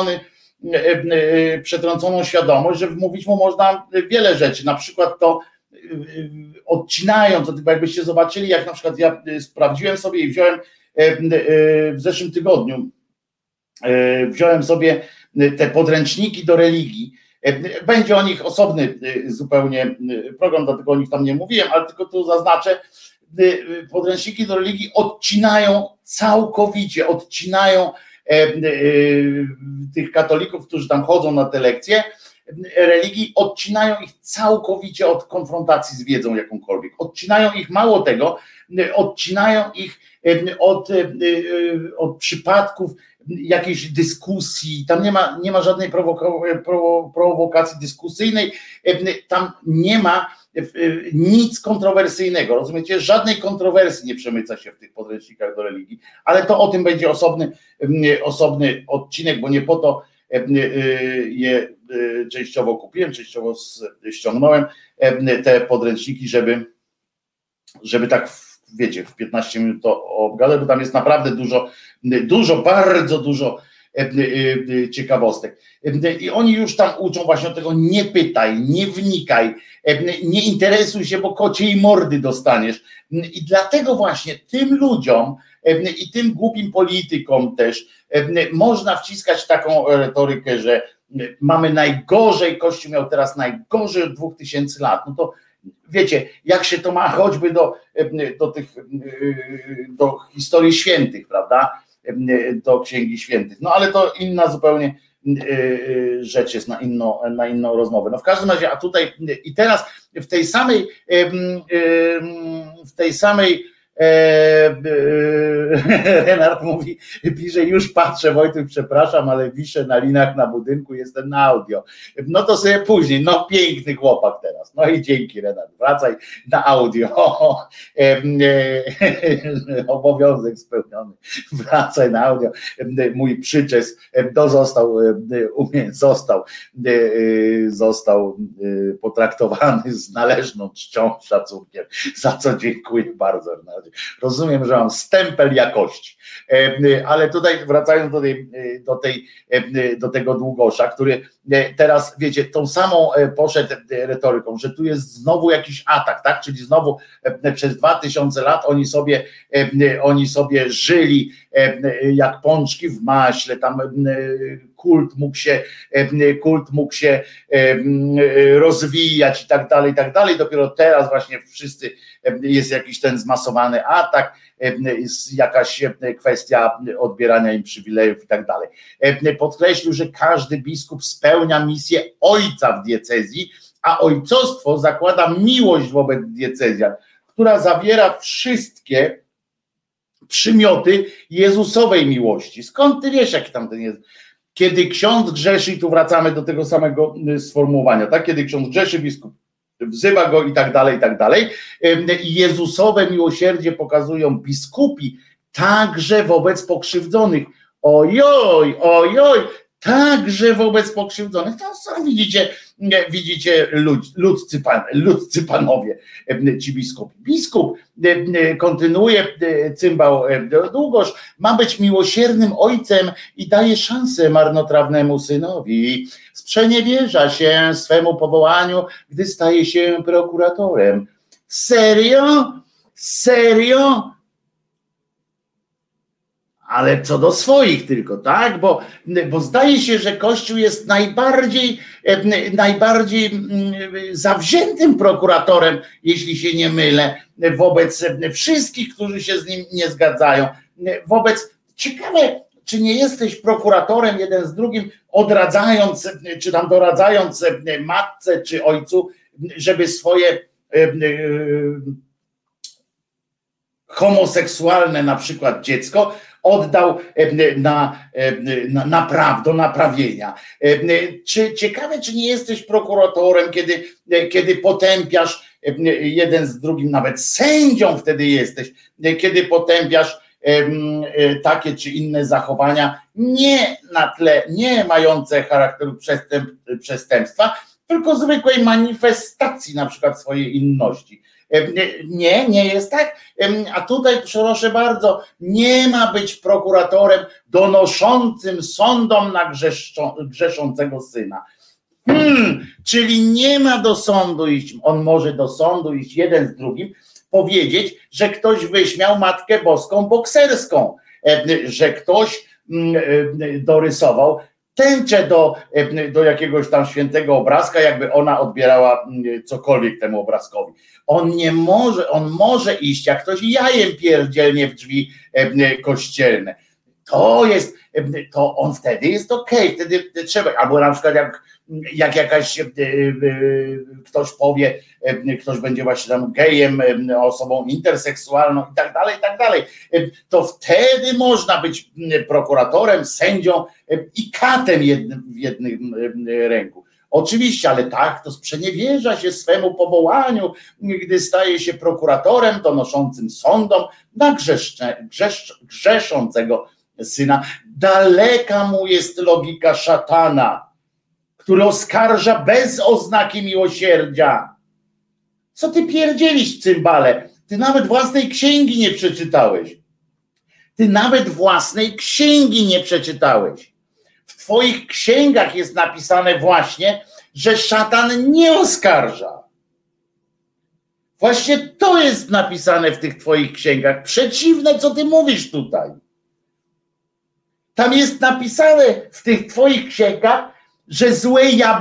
przetrąconą świadomość, że mówić mu można wiele rzeczy, na przykład to odcinając, to jakbyście zobaczyli, jak na przykład ja sprawdziłem sobie i wziąłem w zeszłym tygodniu, wziąłem sobie te podręczniki do religii, będzie o nich osobny zupełnie program, dlatego o nich tam nie mówiłem, ale tylko tu zaznaczę, podręczniki do religii całkowicie odcinają tych katolików, którzy tam chodzą na te lekcje religii, odcinają ich całkowicie od konfrontacji z wiedzą jakąkolwiek. Odcinają ich, mało tego, odcinają ich od przypadków jakiejś dyskusji, tam nie ma żadnej prowokacji dyskusyjnej, tam nie ma nic kontrowersyjnego, rozumiecie? Żadnej kontrowersji nie przemyca się w tych podręcznikach do religii, ale to o tym będzie osobny odcinek, bo nie po to je częściowo kupiłem, częściowo ściągnąłem te podręczniki, żeby żeby tak, wiecie, w 15 minut to obgadać, bo tam jest naprawdę bardzo dużo ciekawostek. I oni już tam uczą właśnie tego, nie pytaj, nie wnikaj, nie interesuj się, bo kociej mordy dostaniesz. I dlatego właśnie tym ludziom i tym głupim politykom też można wciskać taką retorykę, że mamy najgorzej, Kościół miał teraz najgorzej od 2000 lat. No to wiecie, jak się to ma choćby do historii świętych, prawda? Do Księgi Świętych. No ale to inna zupełnie rzecz jest na inną rozmowę. No w każdym razie, a tutaj i teraz w tej samej Renard mówi, pisze, już patrzę, Wojtek, przepraszam, ale wiszę na linach na budynku, jestem na audio. No to sobie później, no piękny chłopak teraz. No i dzięki, Renard, wracaj na audio. Obowiązek spełniony. Wracaj na audio. Mój przyczes został potraktowany z należną czcią, szacunkiem, za co dziękuję bardzo, Renardzie. Rozumiem, że mam stempel jakości, ale tutaj wracając do tego Długosza, który teraz, wiecie, tą samą poszedł retoryką, że tu jest znowu jakiś atak, tak? Czyli znowu przez 2000 lat oni sobie żyli jak pączki w maśle, tam kult mógł się rozwijać i tak dalej. Dopiero teraz właśnie wszyscy jest jakiś ten zmasowany atak, jest jakaś kwestia odbierania im przywilejów i tak dalej. Podkreślił, że każdy biskup spełnia misję ojca w diecezji, a ojcostwo zakłada miłość wobec diecezjan, która zawiera wszystkie przymioty Jezusowej miłości. Skąd ty wiesz, jaki tam ten jest? Kiedy ksiądz grzeszy, i tu wracamy do tego samego sformułowania, tak? Kiedy ksiądz grzeszy, biskup wzywa go i tak dalej. Jezusowe miłosierdzie pokazują biskupi także wobec pokrzywdzonych. Ojoj, także wobec pokrzywdzonych. To są, widzicie ludzcy panowie, ci biskupi. Biskup, kontynuuje cymbał Długosz, ma być miłosiernym ojcem i daje szansę marnotrawnemu synowi. Sprzeniewierza się swemu powołaniu, gdy staje się prokuratorem. Serio? Ale co do swoich tylko, tak? Bo zdaje się, że Kościół jest najbardziej zawziętym prokuratorem, jeśli się nie mylę, wobec wszystkich, którzy się z nim nie zgadzają. Ciekawe, czy nie jesteś prokuratorem jeden z drugim, odradzając, czy tam doradzając matce czy ojcu, żeby swoje homoseksualne na przykład dziecko oddał do naprawienia. Ciekawe, czy nie jesteś prokuratorem, kiedy potępiasz jeden z drugim, nawet sędzią wtedy jesteś, kiedy potępiasz takie czy inne zachowania nie mające charakteru przestępstwa, tylko zwykłej manifestacji na przykład swojej inności. Nie jest tak? A tutaj proszę bardzo, nie ma być prokuratorem donoszącym sądom na grzeszącego syna. Czyli nie ma do sądu iść, on może do sądu iść jeden z drugim, powiedzieć, że ktoś wyśmiał Matkę Boską bokserską, że ktoś dorysował tęczę do jakiegoś tam świętego obrazka, jakby ona odbierała cokolwiek temu obrazkowi. On może iść, jak ktoś jajem pierdzielnie w drzwi kościelne. To on wtedy jest okej, wtedy trzeba, albo na przykład jak ktoś powie, ktoś będzie właśnie tam gejem, osobą interseksualną i tak dalej, to wtedy można być prokuratorem, sędzią i katem w jednym ręku. Oczywiście, ale tak, to sprzeniewierza się swemu powołaniu, gdy staje się prokuratorem donoszącym sądom na grzeszącego syna. Daleka mu jest logika szatana, który oskarża bez oznaki miłosierdzia. Co ty pierdzielisz, cymbale? Ty nawet własnej księgi nie przeczytałeś. Ty nawet własnej księgi nie przeczytałeś. W twoich księgach jest napisane właśnie, że szatan nie oskarża. Właśnie to jest napisane w tych twoich księgach. Przeciwne, co ty mówisz tutaj. Tam jest napisane w tych twoich księgach, że złe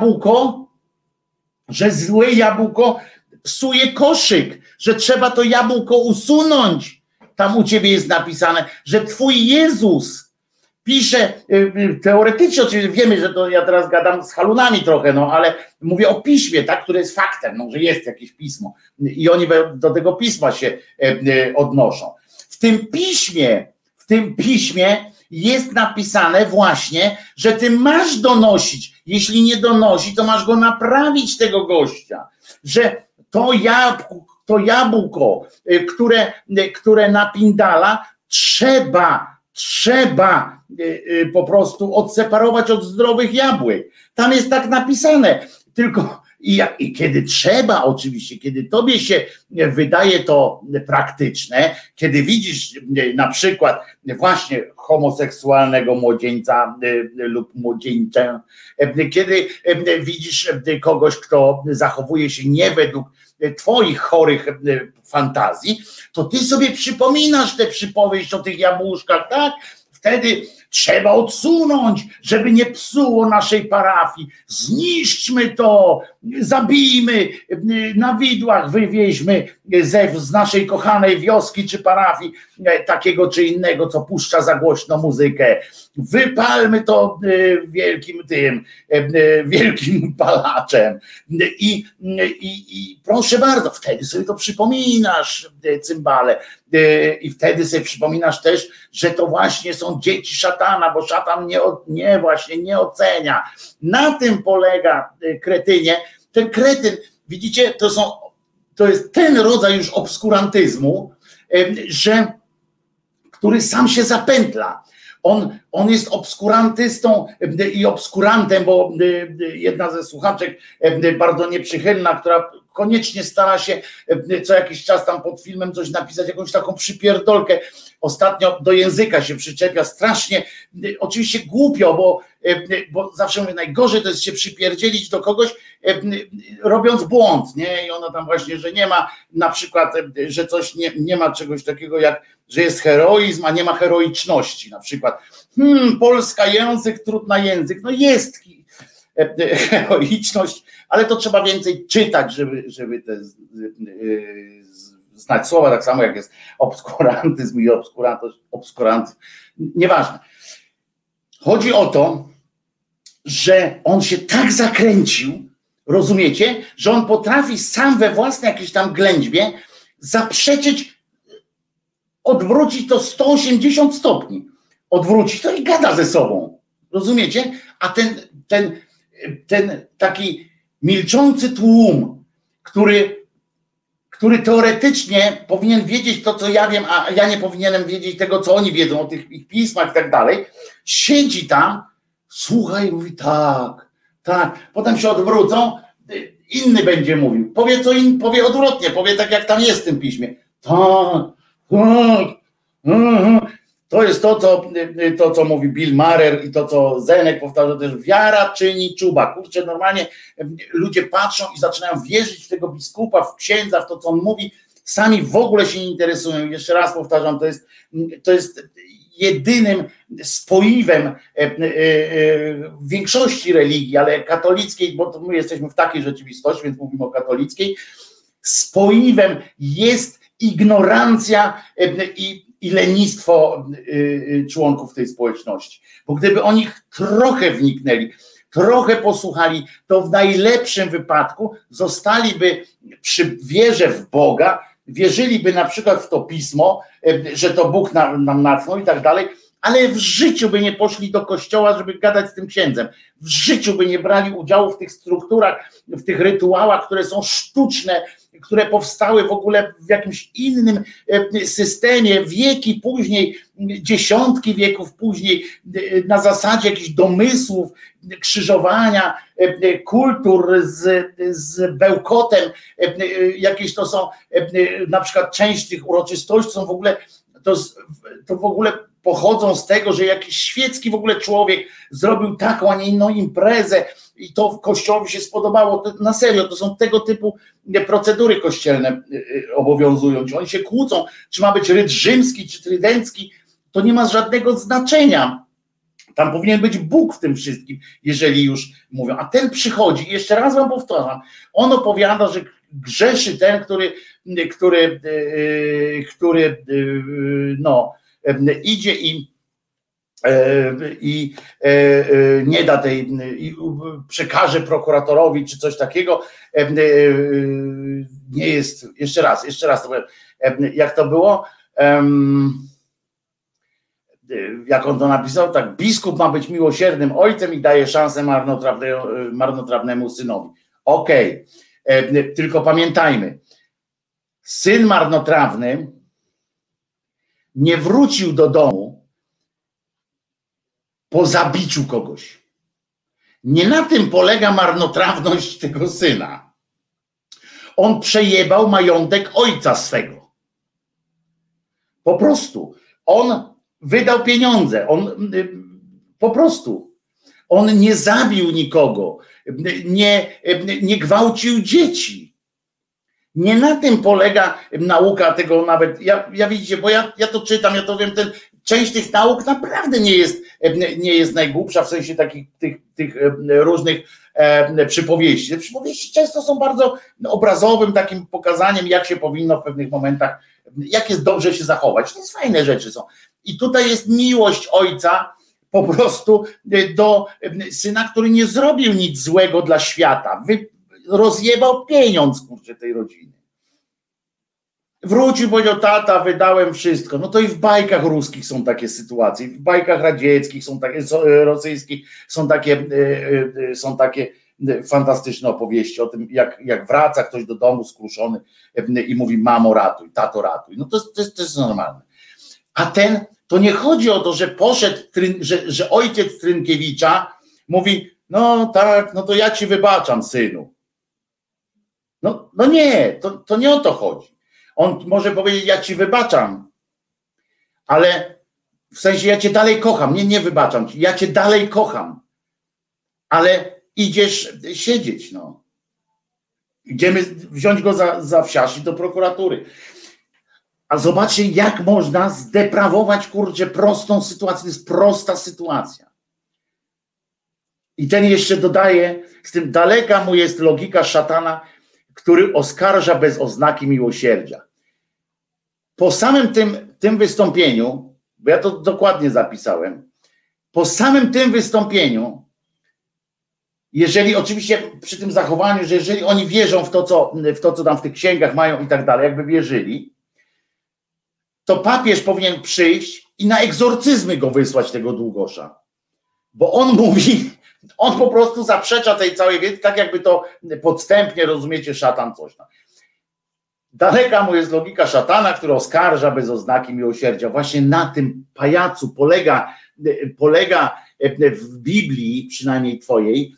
jabłko psuje koszyk, że trzeba to jabłko usunąć. Tam u ciebie jest napisane, że twój Jezus pisze, teoretycznie oczywiście wiemy, że to ja teraz gadam z halunami trochę, no ale mówię o piśmie, tak, które jest faktem, no, że jest jakieś pismo i oni do tego pisma się odnoszą. W tym piśmie jest napisane właśnie, że ty masz donosić, jeśli nie donosi, to masz go naprawić, tego gościa, że to jabłko, które napindala, trzeba po prostu odseparować od zdrowych jabłek. Tam jest tak napisane. Tylko i kiedy trzeba, oczywiście, kiedy tobie się wydaje to praktyczne, kiedy widzisz na przykład właśnie homoseksualnego młodzieńca lub młodzieńczę, kiedy widzisz kogoś, kto zachowuje się nie według twoich chorych fantazji, to ty sobie przypominasz tę przypowieść o tych jabłuszkach, tak? Wtedy trzeba odsunąć, żeby nie psuło naszej parafii. Zniszczmy to, zabijmy, na widłach wywieźmy z naszej kochanej wioski czy parafii takiego czy innego, co puszcza za głośno muzykę. Wypalmy to wielkim palaczem. I proszę bardzo, wtedy sobie to przypominasz, cymbale. I wtedy sobie przypominasz też, że to właśnie są dzieci szatana, bo szatan nie ocenia. Na tym polega, kretynie. Ten kretyn, widzicie, to jest ten rodzaj już obskurantyzmu, który sam się zapętla. On jest obskurantystą i obskurantem, bo jedna ze słuchaczek, bardzo nieprzychylna, która koniecznie stara się co jakiś czas tam pod filmem coś napisać, jakąś taką przypierdolkę. Ostatnio do języka się przyczepia strasznie, oczywiście głupio, bo zawsze mówię, najgorzej to jest się przypierdzielić do kogoś, robiąc błąd, nie? I ona tam właśnie, że nie ma na przykład, że coś nie ma czegoś takiego jak, że jest heroizm, a nie ma heroiczności na przykład. Polska język, trud na język, no jest heroiczność, ale to trzeba więcej czytać, żeby te znać słowa, tak samo jak jest obskurantyzm i obskurantyzm, nieważne. Chodzi o to, że on się tak zakręcił, rozumiecie, że on potrafi sam we własnej jakiejś tam ględźbie zaprzeczyć, odwrócić to 180 stopni, odwrócić to i gada ze sobą, rozumiecie? A ten taki milczący tłum, który teoretycznie powinien wiedzieć to, co ja wiem, a ja nie powinienem wiedzieć tego, co oni wiedzą o tych ich pismach i tak dalej, siedzi tam, słucha i mówi tak, potem się odwrócą, inny będzie mówił, powie co inny, powie odwrotnie, powie tak, jak tam jest w tym piśmie. To jest to, co mówi Bill Maher i to, co Zenek powtarza też, wiara czyni czuba. Kurczę, normalnie ludzie patrzą i zaczynają wierzyć w tego biskupa, w księdza, w to, co on mówi, sami w ogóle się nie interesują. Jeszcze raz powtarzam, to jest jedynym spoiwem w większości religii, ale katolickiej, bo my jesteśmy w takiej rzeczywistości, więc mówimy o katolickiej, spoiwem jest ignorancja i lenistwo członków tej społeczności. Bo gdyby oni trochę wniknęli, trochę posłuchali, to w najlepszym wypadku zostaliby przy wierze w Boga, wierzyliby na przykład w to pismo, że to Bóg nam natchnął i tak dalej, ale w życiu by nie poszli do kościoła, żeby gadać z tym księdzem. W życiu by nie brali udziału w tych strukturach, w tych rytuałach, które są sztuczne, które powstały w ogóle w jakimś innym systemie, wieki później, dziesiątki wieków później, na zasadzie jakichś domysłów, krzyżowania kultur z bełkotem, jakieś to są, na przykład część tych uroczystości są w ogóle, to w ogóle pochodzą z tego, że jakiś świecki w ogóle człowiek zrobił taką, a nie inną imprezę i to Kościołowi się spodobało. Na serio, to są tego typu procedury kościelne obowiązują. Oni się kłócą, czy ma być ryd rzymski, czy trydencki, to nie ma żadnego znaczenia. Tam powinien być Bóg w tym wszystkim, jeżeli już mówią. A ten przychodzi, i jeszcze raz wam powtarzam, on opowiada, że grzeszy ten, który no, idzie i nie da tej, i przekaże prokuratorowi czy coś takiego, nie jest, jeszcze raz to powiem, jak to było, jak on to napisał, tak, biskup ma być miłosiernym ojcem i daje szansę marnotrawnemu synowi. Okej, tylko pamiętajmy, syn marnotrawny nie wrócił do domu po zabiciu kogoś. Nie na tym polega marnotrawność tego syna. On przejebał majątek ojca swego. Po prostu. On wydał pieniądze. On nie zabił nikogo. Nie gwałcił dzieci. Nie na tym polega nauka tego nawet, ja widzicie, bo ja to czytam, ja to wiem, część tych nauk naprawdę nie jest najgłupsza, w sensie takich tych różnych przypowieści. Te przypowieści często są bardzo obrazowym takim pokazaniem, jak się powinno w pewnych momentach, jak jest dobrze się zachować. To jest fajne rzeczy są. I tutaj jest miłość ojca po prostu do syna, który nie zrobił nic złego dla świata. Rozjebał pieniądz, kurczę, tej rodziny. Wrócił, powiedział, tata, wydałem wszystko. No to i w bajkach ruskich są takie sytuacje, w bajkach radzieckich są takie, rosyjskich są takie fantastyczne opowieści o tym, jak wraca ktoś do domu skruszony i mówi, mamo ratuj, tato ratuj. No to jest normalne. A to nie chodzi o to, że poszedł, że ojciec Trynkiewicza mówi, no tak, no to ja ci wybaczam, synu. No nie, to nie o to chodzi. On może powiedzieć, ja ci wybaczam, ale w sensie ja cię dalej kocham, nie wybaczam ci, ja cię dalej kocham, ale idziesz siedzieć, no. Idziemy wziąć go za wsiarz i do prokuratury. A zobaczcie, jak można zdeprawować, kurczę, prostą sytuację. To jest prosta sytuacja. I ten jeszcze dodaje, z tym daleka mu jest logika szatana, który oskarża bez oznaki miłosierdzia. Po samym tym wystąpieniu, bo ja to dokładnie zapisałem, po samym tym wystąpieniu, jeżeli oczywiście przy tym zachowaniu, że jeżeli oni wierzą w to, co tam w tych księgach mają i tak dalej, jakby wierzyli, to papież powinien przyjść i na egzorcyzmy go wysłać, tego Długosza. Bo on mówi, on po prostu zaprzecza tej całej wiedzy, tak jakby to podstępnie, rozumiecie, szatan coś tam. Daleka mu jest logika szatana, który oskarża bez oznaki miłosierdzia. Właśnie na tym pajacu polega w Biblii, przynajmniej twojej,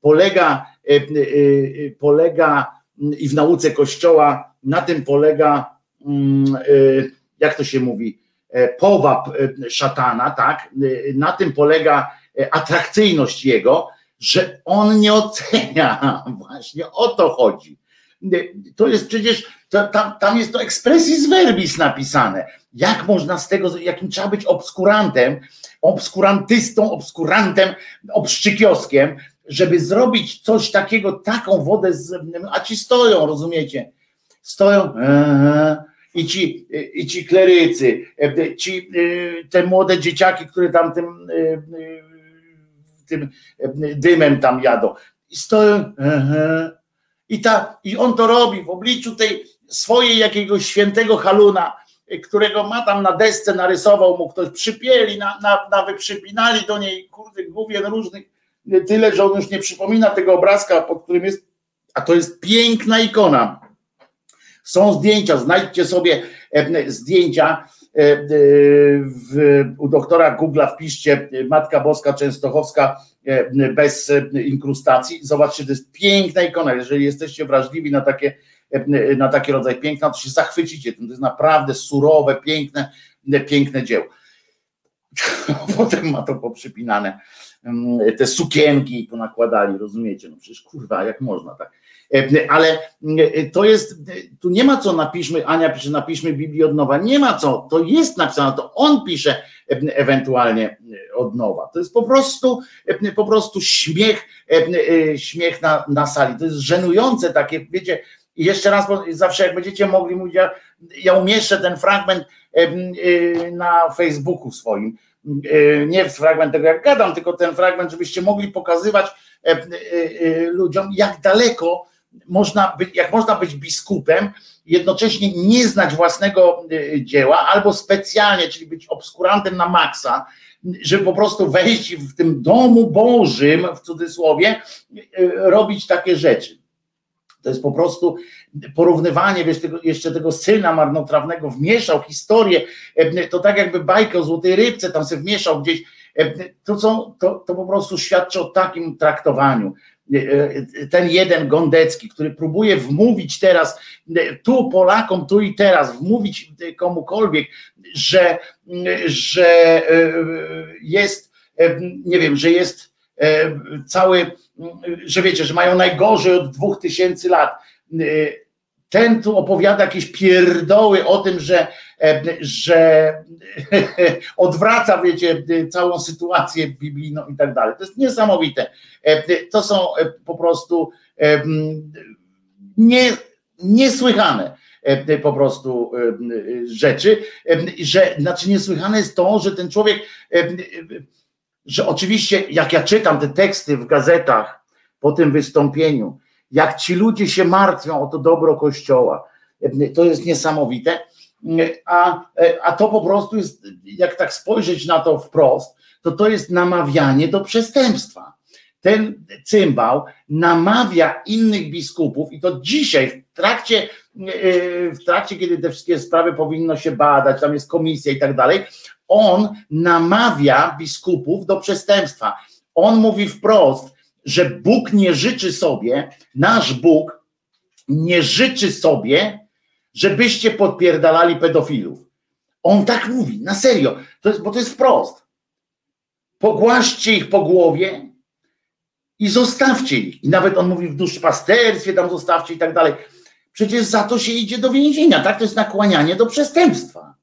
polega i w nauce Kościoła, na tym polega, jak to się mówi, powab szatana, tak? Na tym polega atrakcyjność jego, że on nie ocenia. Właśnie o to chodzi. To jest przecież, tam jest to expressis verbis napisane. Jak można z tego, jakim trzeba być obskurantem, obskurantystą, obskurantem, obszczykioskiem, żeby zrobić coś takiego, taką wodę, a ci stoją, rozumiecie? Stoją i ci klerycy, te młode dzieciaki, które tam tym dymem tam jadą. I stoją i on to robi w obliczu tej swojej jakiegoś świętego haluna, którego ma tam na desce, narysował mu ktoś, przypięli, wyprzypinali do niej, kurde, główien różnych, tyle, że on już nie przypomina tego obrazka, pod którym jest, a to jest piękna ikona. Są zdjęcia, znajdźcie sobie zdjęcia u doktora Google'a, wpiszcie Matka Boska Częstochowska bez inkrustacji. Zobaczcie, to jest piękna ikona. Jeżeli jesteście wrażliwi na taki rodzaj piękna, to się zachwycicie. To jest naprawdę surowe, piękne dzieło. Potem ma to poprzypinane, te sukienki ponakładali, rozumiecie? No przecież kurwa, jak można tak. Ale to jest, tu nie ma co napiszmy, Ania pisze, napiszmy Biblię od nowa. Nie ma co, to jest napisane, to on pisze ewentualnie od nowa. To jest po prostu śmiech na sali. To jest żenujące takie, wiecie. I jeszcze raz, zawsze jak będziecie mogli mówić, ja umieszczę ten fragment na Facebooku swoim. Nie fragment tego, jak gadam, tylko ten fragment, żebyście mogli pokazywać ludziom, jak daleko można być biskupem, jednocześnie nie znać własnego dzieła, albo specjalnie, czyli być obskurantem na maksa, żeby po prostu wejść w tym domu Bożym, w cudzysłowie, robić takie rzeczy. To jest po prostu porównywanie, wiesz, jeszcze tego syna marnotrawnego wmieszał historię, to tak jakby bajkę o złotej rybce tam sobie wmieszał gdzieś, to po prostu świadczy o takim traktowaniu. Ten jeden Gondecki, który próbuje wmówić teraz tu Polakom, tu i teraz, wmówić komukolwiek, że jest, nie wiem, że jest cały, że wiecie, że mają najgorzej od 2000 lat. Ten tu opowiada jakieś pierdoły o tym, że odwraca, wiecie, całą sytuację biblijną i tak dalej. To jest niesamowite. To są po prostu niesłychane po prostu rzeczy, znaczy niesłychane jest to, że ten człowiek, że oczywiście jak ja czytam te teksty w gazetach po tym wystąpieniu, jak ci ludzie się martwią o to dobro Kościoła, to jest niesamowite, a to po prostu jest, jak tak spojrzeć na to wprost, to jest namawianie do przestępstwa. Ten cymbał namawia innych biskupów i to dzisiaj w trakcie, kiedy te wszystkie sprawy powinno się badać, tam jest komisja i tak dalej, on namawia biskupów do przestępstwa. On mówi wprost, że Bóg nie życzy sobie, nasz Bóg nie życzy sobie, żebyście podpierdalali pedofilów. On tak mówi, na serio, bo to jest wprost. Pogłaszcie ich po głowie i zostawcie ich. I nawet on mówi w duszpasterstwie, tam zostawcie i tak dalej. Przecież za to się idzie do więzienia, tak? To jest nakłanianie do przestępstwa.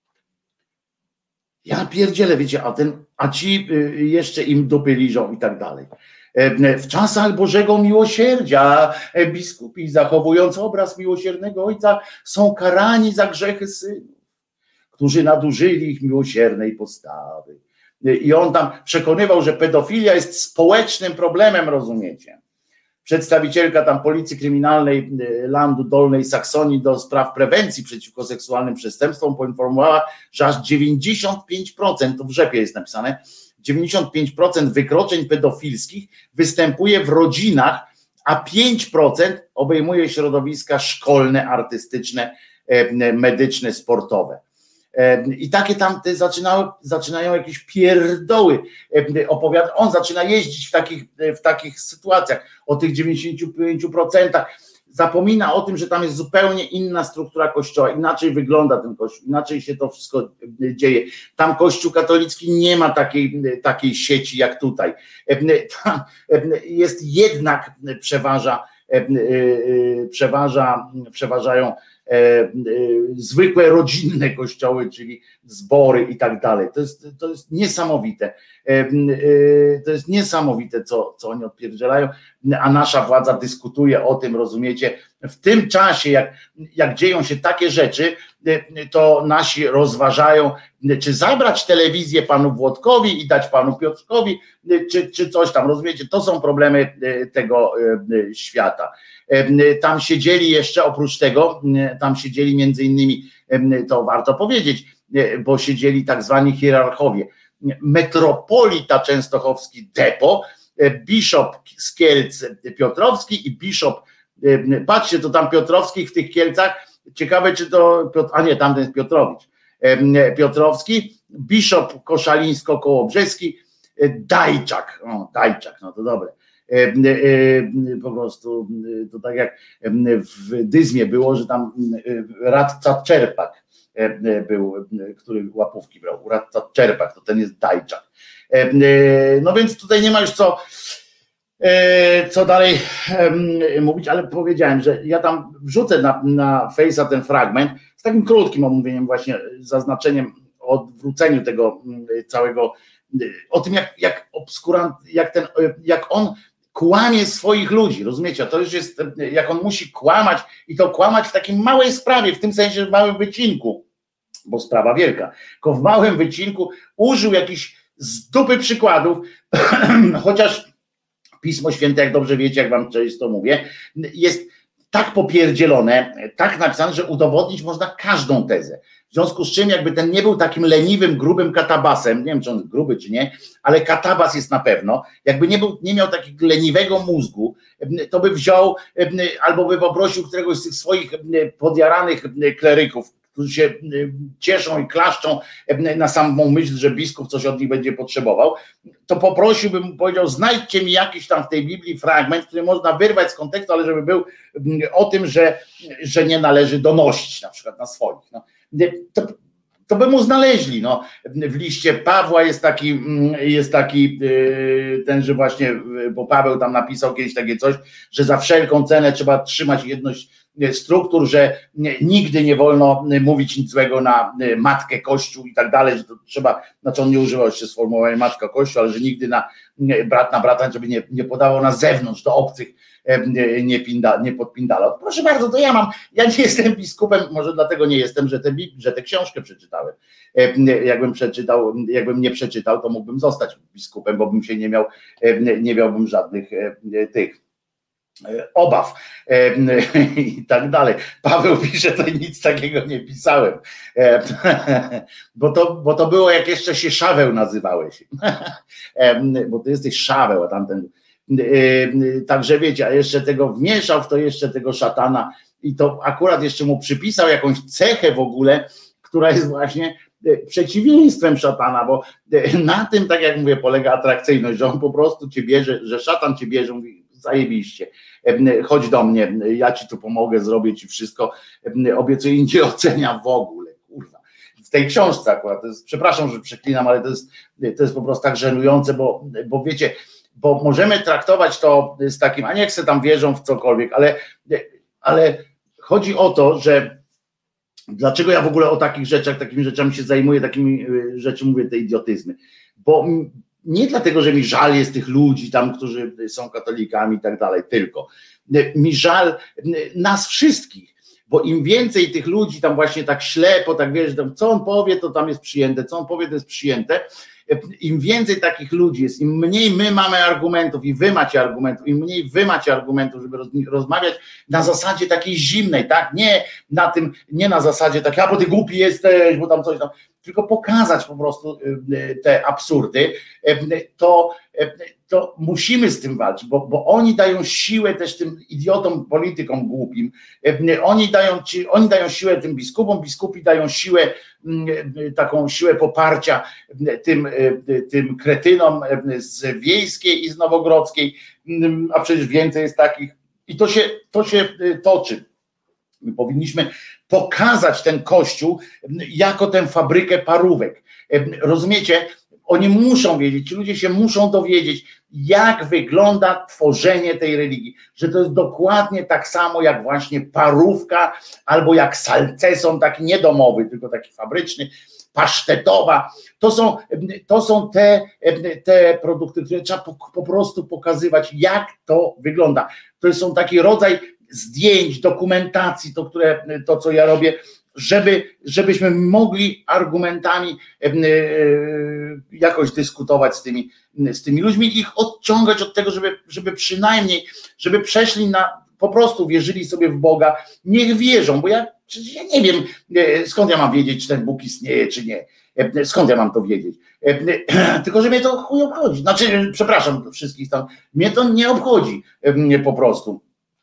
Ja pierdzielę, wiecie, a ci jeszcze im dupy liżą i tak dalej. W czasach Bożego Miłosierdzia biskupi, zachowując obraz miłosiernego Ojca, są karani za grzechy synów, którzy nadużyli ich miłosiernej postawy. I on tam przekonywał, że pedofilia jest społecznym problemem, rozumiecie? Przedstawicielka tam Policji Kryminalnej Landu Dolnej Saksonii do spraw prewencji przeciwko seksualnym przestępstwom poinformowała, że aż 95%, to w rzepie jest napisane, 95% wykroczeń pedofilskich występuje w rodzinach, a 5% obejmuje środowiska szkolne, artystyczne, medyczne, sportowe. I takie tam zaczynają jakieś pierdoły opowiadać. On zaczyna jeździć w takich sytuacjach o tych 95%. Zapomina o tym, że tam jest zupełnie inna struktura Kościoła, inaczej wygląda ten Kościół, inaczej się to wszystko dzieje. Tam Kościół katolicki nie ma takiej sieci jak tutaj. Tam jest jednak przeważają zwykłe rodzinne kościoły, czyli zbory i tak dalej. To jest niesamowite. To jest niesamowite, co oni odpierdzielają, a nasza władza dyskutuje o tym, rozumiecie? W tym czasie, jak dzieją się takie rzeczy, to nasi rozważają, czy zabrać telewizję panu Włodkowi i dać panu Piotrkowi, czy coś tam, rozumiecie? To są problemy tego świata. Tam siedzieli jeszcze, oprócz tego, tam siedzieli między innymi, to warto powiedzieć, bo siedzieli tak zwani hierarchowie. Metropolita częstochowski Depo, biszop z Kielc Piotrowski i biszop, patrzcie, to tam Piotrowskich w tych Kielcach ciekawe czy to, a nie, tamten jest Piotrowicz, Piotrowski, Bishop Koszalińsko-Kołobrzeski, Dajczak, no to dobre. Po prostu to tak jak w Dyzmie było, że tam radca Czerpak był, który łapówki brał, radca Czerpak, to ten jest Dajczak. No więc tutaj nie ma już co dalej mówić, ale powiedziałem, że ja tam wrzucę na Face'a ten fragment z takim krótkim omówieniem, właśnie zaznaczeniem o odwróceniu tego całego, o tym jak obskurant, jak on kłamie swoich ludzi, rozumiecie? To już jest, jak on musi kłamać i to kłamać w takim małej sprawie, w tym sensie w małym wycinku, bo sprawa wielka, tylko w małym wycinku użył jakichś z dupy przykładów, chociaż Pismo Święte, jak dobrze wiecie, jak wam często mówię, jest tak popierdzielone, tak napisane, że udowodnić można każdą tezę. W związku z czym jakby ten nie był takim leniwym, grubym katabasem, nie wiem czy on jest gruby czy nie, ale katabas jest na pewno, jakby nie miał takiego leniwego mózgu, to by wziął albo by poprosił któregoś z tych swoich podjaranych kleryków, którzy się cieszą i klaszczą na samą myśl, że biskup coś od nich będzie potrzebował, to poprosiłbym, powiedział, znajdźcie mi jakiś tam w tej Biblii fragment, który można wyrwać z kontekstu, ale żeby był o tym, że nie należy donosić na przykład na swoich. No. To by mu znaleźli. No. W liście Pawła jest taki ten, że właśnie, bo Paweł tam napisał kiedyś takie coś, że za wszelką cenę trzeba trzymać jedność struktur, że nigdy nie wolno mówić nic złego na matkę Kościół i tak dalej, że to trzeba, znaczy on nie używał jeszcze sformułowania matka Kościół, ale że nigdy brat na brata, żeby nie podawał na zewnątrz, do obcych nie podpindalał. Proszę bardzo, to ja nie jestem biskupem, może dlatego nie jestem, że tę książkę przeczytałem. Jakbym nie przeczytał, to mógłbym zostać biskupem, bo bym się nie miałbym żadnych tych obaw i tak dalej. Paweł pisze, to nic takiego nie pisałem, bo to było jak jeszcze się Szaweł nazywałeś, bo ty jesteś Szaweł, a tamten, także wiecie, a jeszcze tego wmieszał w to jeszcze tego szatana i to akurat jeszcze mu przypisał jakąś cechę w ogóle, która jest właśnie przeciwieństwem szatana, bo na tym, tak jak mówię, polega atrakcyjność, że on po prostu cię bierze, że szatan cię bierze, mówi zajebiście, chodź do mnie, ja ci tu pomogę, zrobię ci wszystko, obiecuję i nie ocenia w ogóle, kurwa. W tej książce akurat, przepraszam, że przeklinam, ale to jest po prostu tak żenujące, bo wiecie, bo możemy traktować to z takim, a niech se tam wierzą w cokolwiek, ale chodzi o to, że dlaczego ja w ogóle o takich rzeczach, takimi rzeczami się zajmuję, takimi rzeczy mówię, te idiotyzmy, bo nie dlatego, że mi żal jest tych ludzi tam, którzy są katolikami i tak dalej, tylko mi żal nas wszystkich, bo im więcej tych ludzi tam właśnie tak ślepo, tak wiesz, tam, co on powie, to tam jest przyjęte, co on powie, to jest przyjęte, im więcej takich ludzi jest, im mniej my mamy argumentów i wy macie argumentów, im mniej wy macie argumentów, żeby rozmawiać na zasadzie takiej zimnej, tak, nie na zasadzie takiej, a bo ty głupi jesteś, bo tam coś tam, tylko pokazać po prostu te absurdy, to musimy z tym walczyć, bo oni dają siłę też tym idiotom, politykom głupim, oni dają siłę tym biskupom, biskupi dają siłę, taką siłę poparcia tym kretynom z Wiejskiej i z Nowogrodzkiej, a przecież więcej jest takich i to się toczy. My powinniśmy pokazać ten Kościół jako tę fabrykę parówek. Rozumiecie? Oni muszą wiedzieć, ci ludzie się muszą dowiedzieć, jak wygląda tworzenie tej religii, że to jest dokładnie tak samo jak właśnie parówka, albo jak salceson, taki niedomowy, tylko taki fabryczny, pasztetowa. To są te produkty, które trzeba po prostu pokazywać, jak to wygląda. To są taki rodzaj zdjęć, dokumentacji, to co ja robię, żebyśmy mogli argumentami jakoś dyskutować z tymi ludźmi i ich odciągać od tego, żeby przynajmniej, żeby przeszli po prostu wierzyli sobie w Boga, niech wierzą, bo ja nie wiem, skąd ja mam wiedzieć, czy ten Bóg istnieje, czy nie, skąd ja mam to wiedzieć, tylko że mnie to chuj obchodzi, znaczy, przepraszam wszystkich tam, mnie to nie obchodzi po prostu.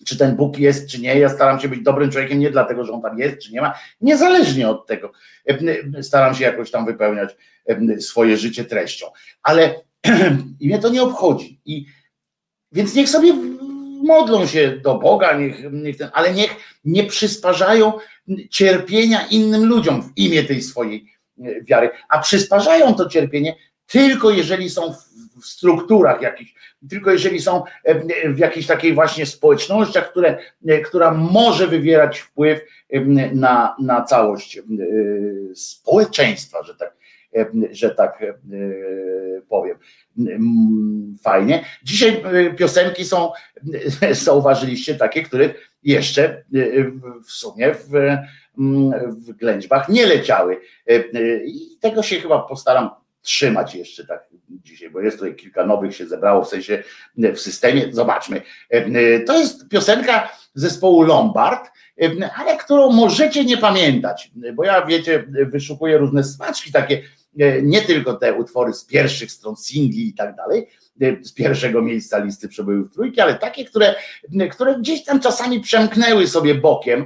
czy ten Bóg jest, czy nie. Ja staram się być dobrym człowiekiem nie dlatego, że on tam jest, czy nie ma, niezależnie od tego. Staram się jakoś tam wypełniać swoje życie treścią, ale i mnie to nie obchodzi. Więc niech sobie modlą się do Boga, ale niech nie przysparzają cierpienia innym ludziom w imię tej swojej wiary, a przysparzają to cierpienie tylko jeżeli są w strukturach jakichś, tylko jeżeli są w jakichś takiej właśnie społecznościach, która może wywierać wpływ na całość społeczeństwa, że tak powiem. Fajnie. Dzisiaj piosenki są, zauważyliście, takie, które jeszcze w sumie w ględźbach nie leciały. I tego się chyba postaram trzymać jeszcze tak dzisiaj, bo jest tutaj kilka nowych się zebrało, w sensie w systemie. Zobaczmy. To jest piosenka zespołu Lombard, ale którą możecie nie pamiętać, bo ja, wiecie, wyszukuję różne smaczki takie, nie tylko te utwory z pierwszych stron singli i tak dalej, z pierwszego miejsca listy przebojów trójki, ale takie, które gdzieś tam czasami przemknęły sobie bokiem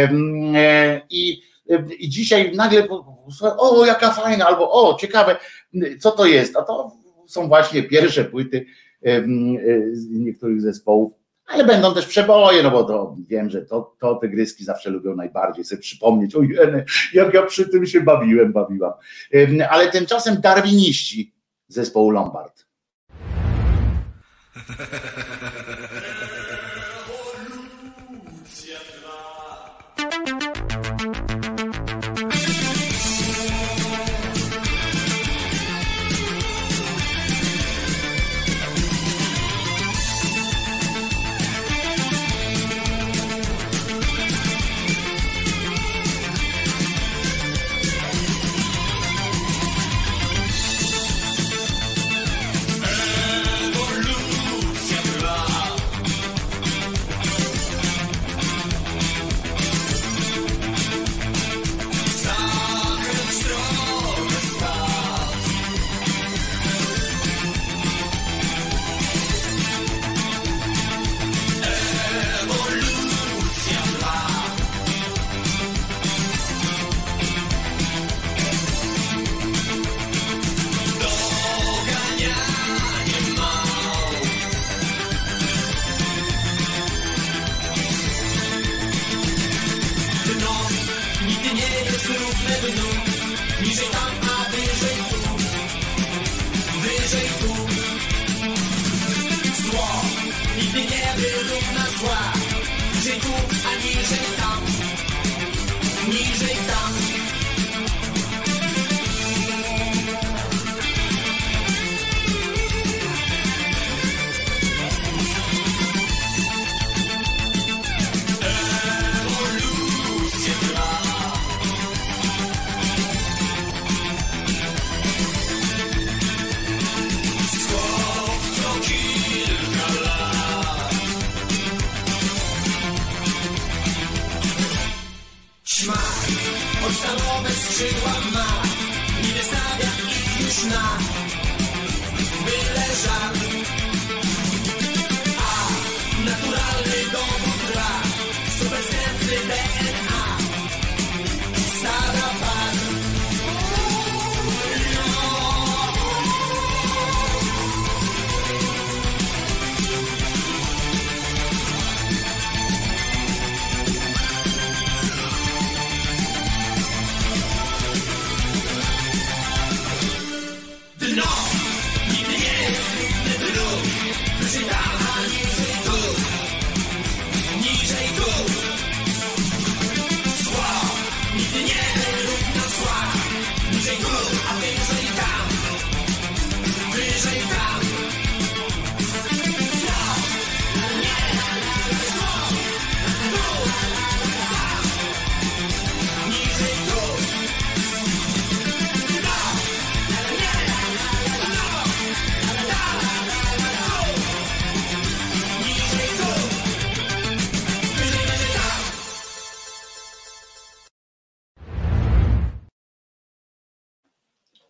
i dzisiaj nagle o, jaka fajna, albo o, ciekawe, co to jest, a to są właśnie pierwsze płyty z niektórych zespołów, ale będą też przeboje, no bo to wiem, że to tygryski zawsze lubią najbardziej sobie przypomnieć, ojej, jak ja przy tym się bawiłam. Ale tymczasem darwiniści zespołu Lombard.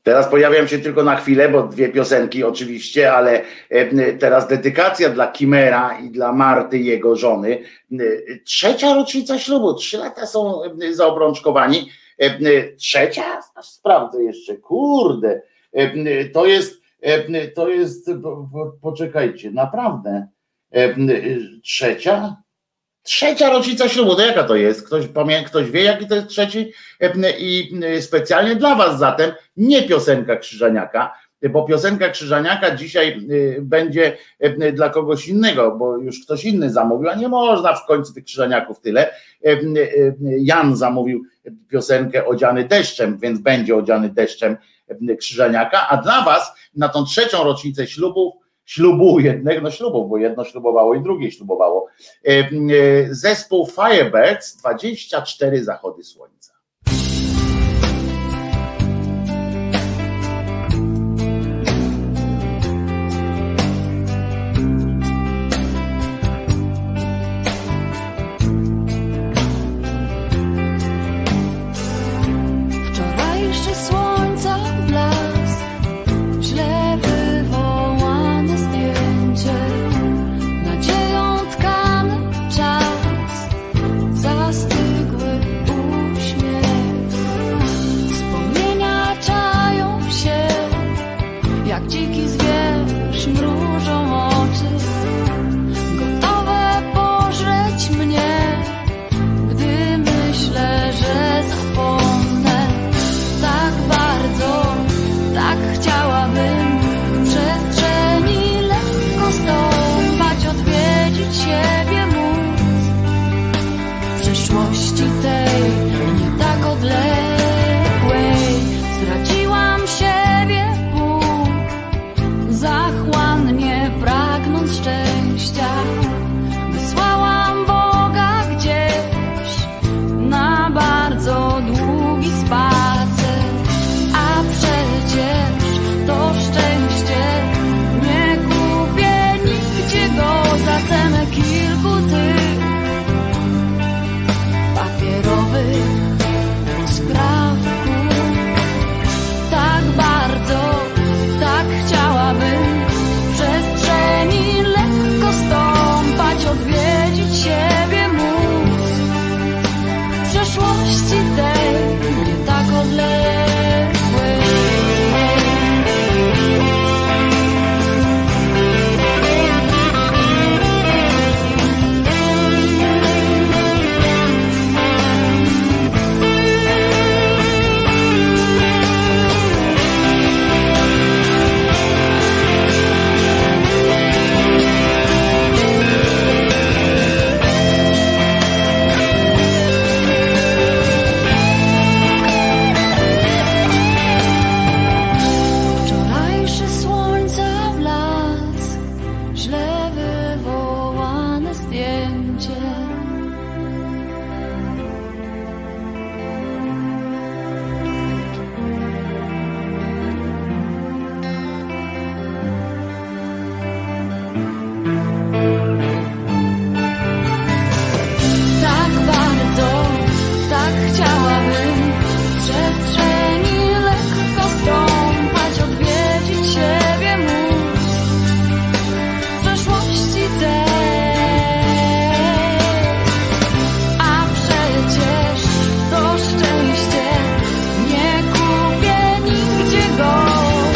Teraz pojawiam się tylko na chwilę, bo 2 piosenki oczywiście, ale teraz dedykacja dla Kimera i dla Marty, jego żony. 3. rocznica ślubu, 3 lata są zaobrączkowani. 3? Sprawdzę jeszcze, kurde. To jest, poczekajcie, naprawdę. 3. rocznica ślubu, to jaka to jest? Ktoś wie, jaki to jest 3? I specjalnie dla was zatem nie piosenka Krzyżaniaka, bo piosenka Krzyżaniaka dzisiaj będzie dla kogoś innego, bo już ktoś inny zamówił, a nie można w końcu tych Krzyżaniaków tyle. Jan zamówił piosenkę Odziany deszczem, więc będzie Odziany deszczem Krzyżaniaka, a dla was na tą 3. rocznicę ślubu jednego, ślubów, bo jedno ślubowało i drugie ślubowało. Zespół Firebirds, 24 zachody słońca. Wczorajszy słońca blask, źle wywołane zdjęcie, nadzieją tkany czas, zastygły uśmiech. Wspomnienia czają się, jak dziki zwierz, mrużą oczy, gotowe pożreć mnie, gdy myślę, że zapomnę. Tak bardzo, tak chciałabym w przestrzeni lekko stąpać, odwiedzić siebie móc. W przeszłości tej, nie tak odległej, zdradziłam siebie pół, zachłannie pragnąc szczęścia. Wysłałam Boga gdzieś na bardzo długi spacer, a przecież to szczęście nie kupię nigdzie go za cenę kilku tych papierowych skrawków. Tak bardzo, tak chciałabym w przestrzeni lekko stąpać, odwiedzić siebie móc. W przeszłości tej, nie tak odległej. Wczorajszy słońca blask, źle wywołane zdjęcie. Tak bardzo, tak chciałabym w przestrzeni lekko stąpać, odwiedzić siebie móc. W przeszłości tej, a przecież to szczęście nie kupię nigdzie go.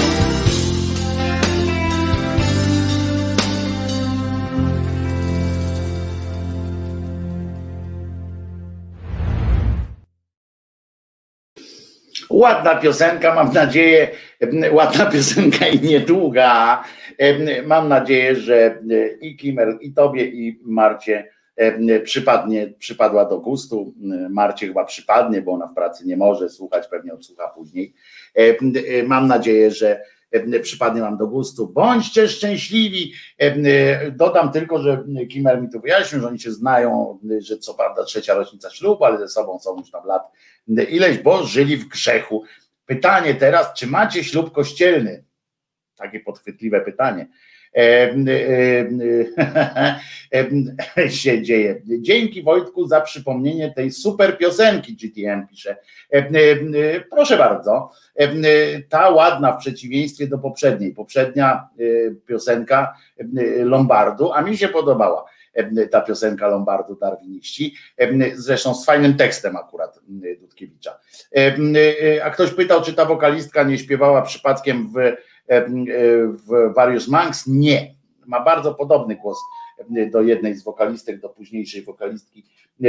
Ładna piosenka, mam nadzieję, ładna piosenka i niedługa. Mam nadzieję, że i Kimer, i tobie, i Marcie przypadła do gustu. Marcie chyba przypadnie, bo ona w pracy nie może słuchać, pewnie odsłucha później. Mam nadzieję, że przypadnie wam do gustu. Bądźcie szczęśliwi. Dodam tylko, że Kimer mi tu wyjaśnił, że oni się znają, że co prawda 3. rocznica ślubu, ale ze sobą są już tam lat ileś, bo żyli w grzechu. Pytanie teraz, czy macie ślub kościelny? Takie podchwytliwe pytanie. się dzieje. Dzięki Wojtku za przypomnienie tej super piosenki, GTM pisze. Proszę bardzo, ta ładna w przeciwieństwie do poprzedniej. Poprzednia piosenka Lombardu, a mi się podobała ta piosenka Lombardu Darwiniści, zresztą z fajnym tekstem akurat Dudkiewicza. A ktoś pytał, czy ta wokalistka nie śpiewała przypadkiem w Various Monks? Nie, ma bardzo podobny głos do jednej z wokalistek, do późniejszej wokalistki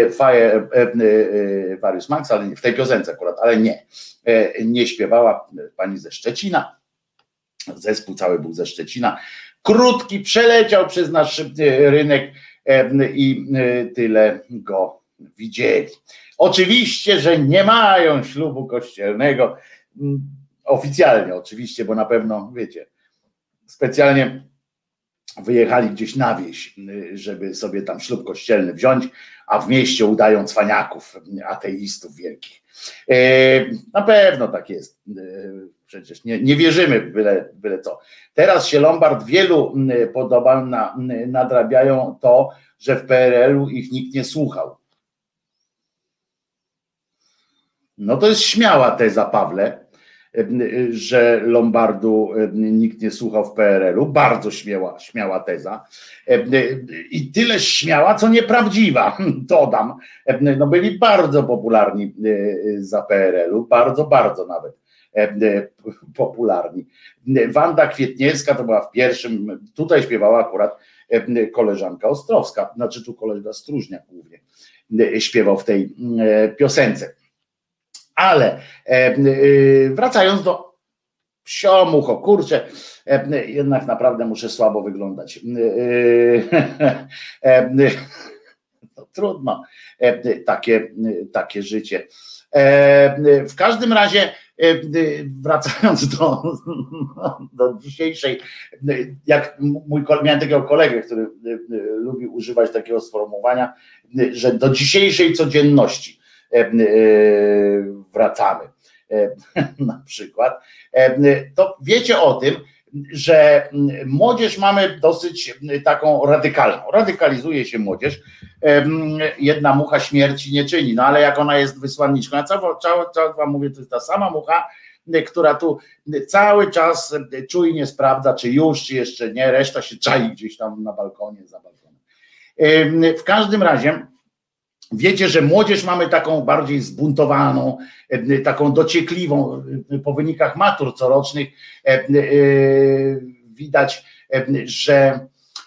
Various Monks, ale w tej piosence akurat, ale nie śpiewała pani ze Szczecina. Zespół cały był ze Szczecina. Krótki, przeleciał przez nasz rynek i tyle go widzieli. Oczywiście, że nie mają ślubu kościelnego, oficjalnie oczywiście, bo na pewno, wiecie, specjalnie wyjechali gdzieś na wieś, żeby sobie tam ślub kościelny wziąć, a w mieście udają cwaniaków, ateistów wielkich. Na pewno tak jest. Przecież nie wierzymy byle co. Teraz się Lombard wielu podobal, nadrabiają to, że w PRL-u ich nikt nie słuchał. No to jest śmiała teza, Pawle, że Lombardu nikt nie słuchał w PRL-u. Bardzo śmiała teza. I tyle śmiała, co nieprawdziwa, dodam. No byli bardzo popularni za PRL-u, bardzo nawet popularni. Wanda Kwietniewska to była w pierwszym, tutaj śpiewała akurat koleżanka Ostrowska, znaczy tu kolega Struźniak głównie śpiewał w tej piosence. Ale wracając do psiomucho, kurczę, jednak naprawdę muszę słabo wyglądać. No, trudno, takie życie. W każdym razie, wracając do dzisiejszej, jak miałem takiego kolegę, który lubi używać takiego sformułowania, że do dzisiejszej codzienności wracamy na przykład, to wiecie o tym, że młodzież mamy dosyć taką radykalną. Radykalizuje się młodzież. Jedna mucha śmierci nie czyni, no ale jak ona jest wysłanniczką, ja cały wam mówię, to jest ta sama mucha, która tu cały czas czujnie sprawdza, czy już, czy jeszcze nie, reszta się czai gdzieś tam na balkonie, za balkonem. W każdym razie wiecie, że młodzież mamy taką bardziej zbuntowaną, taką dociekliwą. Po wynikach matur corocznych widać, że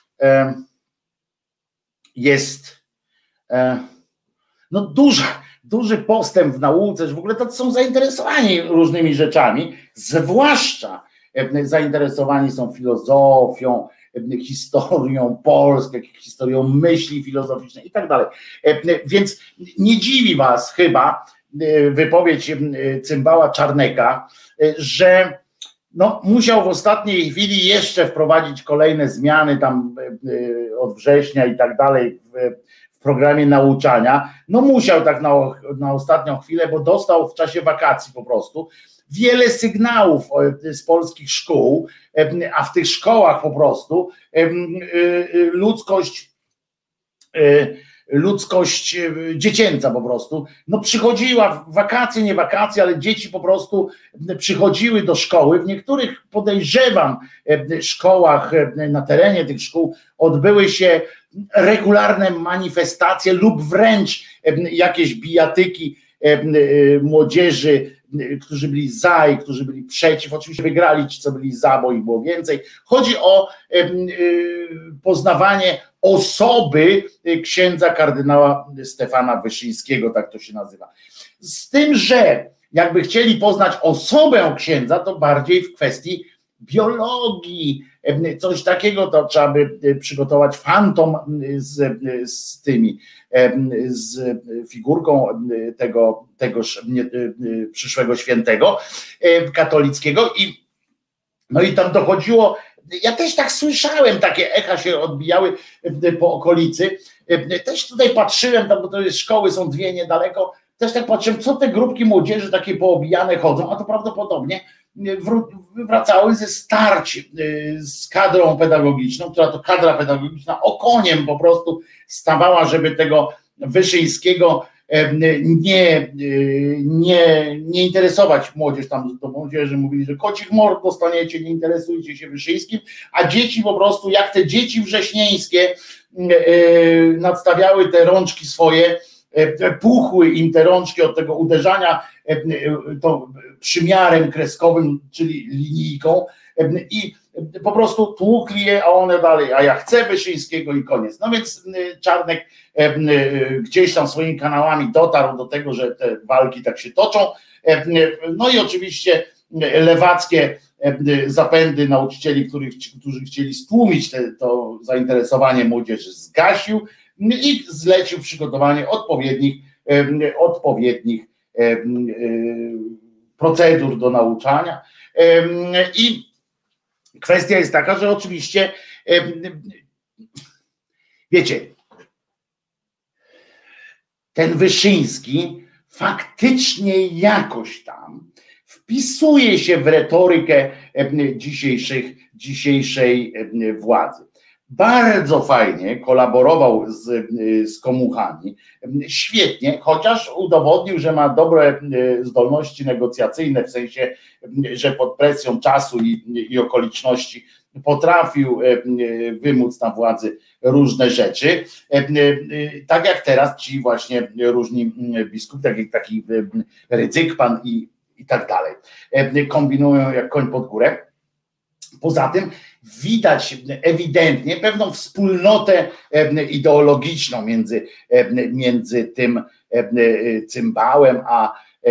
jest no duży postęp w nauce, że w ogóle tacy są zainteresowani różnymi rzeczami, zwłaszcza zainteresowani są filozofią, historią Polski, historią myśli filozoficznej i tak dalej. Więc nie dziwi was chyba wypowiedź cymbała Czarneka, że no, musiał w ostatniej chwili jeszcze wprowadzić kolejne zmiany tam od września i tak dalej w programie nauczania. No musiał tak na ostatnią chwilę, bo dostał w czasie wakacji po prostu wiele sygnałów z polskich szkół, a w tych szkołach po prostu ludzkość dziecięca po prostu, no przychodziła, wakacje, nie wakacje, ale dzieci po prostu przychodziły do szkoły. W niektórych, podejrzewam, szkołach, na terenie tych szkół odbyły się regularne manifestacje lub wręcz jakieś bijatyki młodzieży, którzy byli za i którzy byli przeciw. Oczywiście wygrali ci, co byli za, bo ich było więcej. Chodzi o poznawanie osoby księdza kardynała Stefana Wyszyńskiego, tak to się nazywa. Z tym, że jakby chcieli poznać osobę księdza, to bardziej w kwestii biologii, coś takiego, to trzeba by przygotować fantom z figurką tegoż przyszłego świętego katolickiego no i tam dochodziło, ja też tak słyszałem, takie echa się odbijały po okolicy, też tutaj patrzyłem, tam, bo to jest szkoły, są dwie niedaleko, też tak patrzyłem, co te grupki młodzieży takie poobijane chodzą, a to prawdopodobnie wracały ze starć z kadrą pedagogiczną, która to kadra pedagogiczna okoniem po prostu stawała, żeby tego Wyszyńskiego nie interesować młodzież, tam do młodzieży mówili, że kocich mord dostaniecie, nie interesujcie się Wyszyńskim, a dzieci po prostu, jak te dzieci wrześnieńskie nadstawiały te rączki swoje, puchły im te rączki od tego uderzania to przymiarem kreskowym, czyli linijką i po prostu tłukli je, a one dalej, a ja chcę Wyszyńskiego i koniec. No więc Czarnek gdzieś tam swoimi kanałami dotarł do tego, że te walki tak się toczą. No i oczywiście lewackie zapędy nauczycieli, którzy chcieli stłumić to zainteresowanie młodzieży, zgasił i zlecił przygotowanie odpowiednich procedur do nauczania. I kwestia jest taka, że oczywiście wiecie, ten Wyszyński faktycznie jakoś tam wpisuje się w retorykę dzisiejszej władzy. Bardzo fajnie kolaborował z komuchami, świetnie, chociaż udowodnił, że ma dobre zdolności negocjacyjne, w sensie, że pod presją czasu i okoliczności potrafił wymóc na władzy różne rzeczy, tak jak teraz ci właśnie różni biskupi, taki Rydzyk-pan i tak dalej, kombinują jak koń pod górę. Poza tym widać ewidentnie pewną wspólnotę ideologiczną między tym cymbałem, a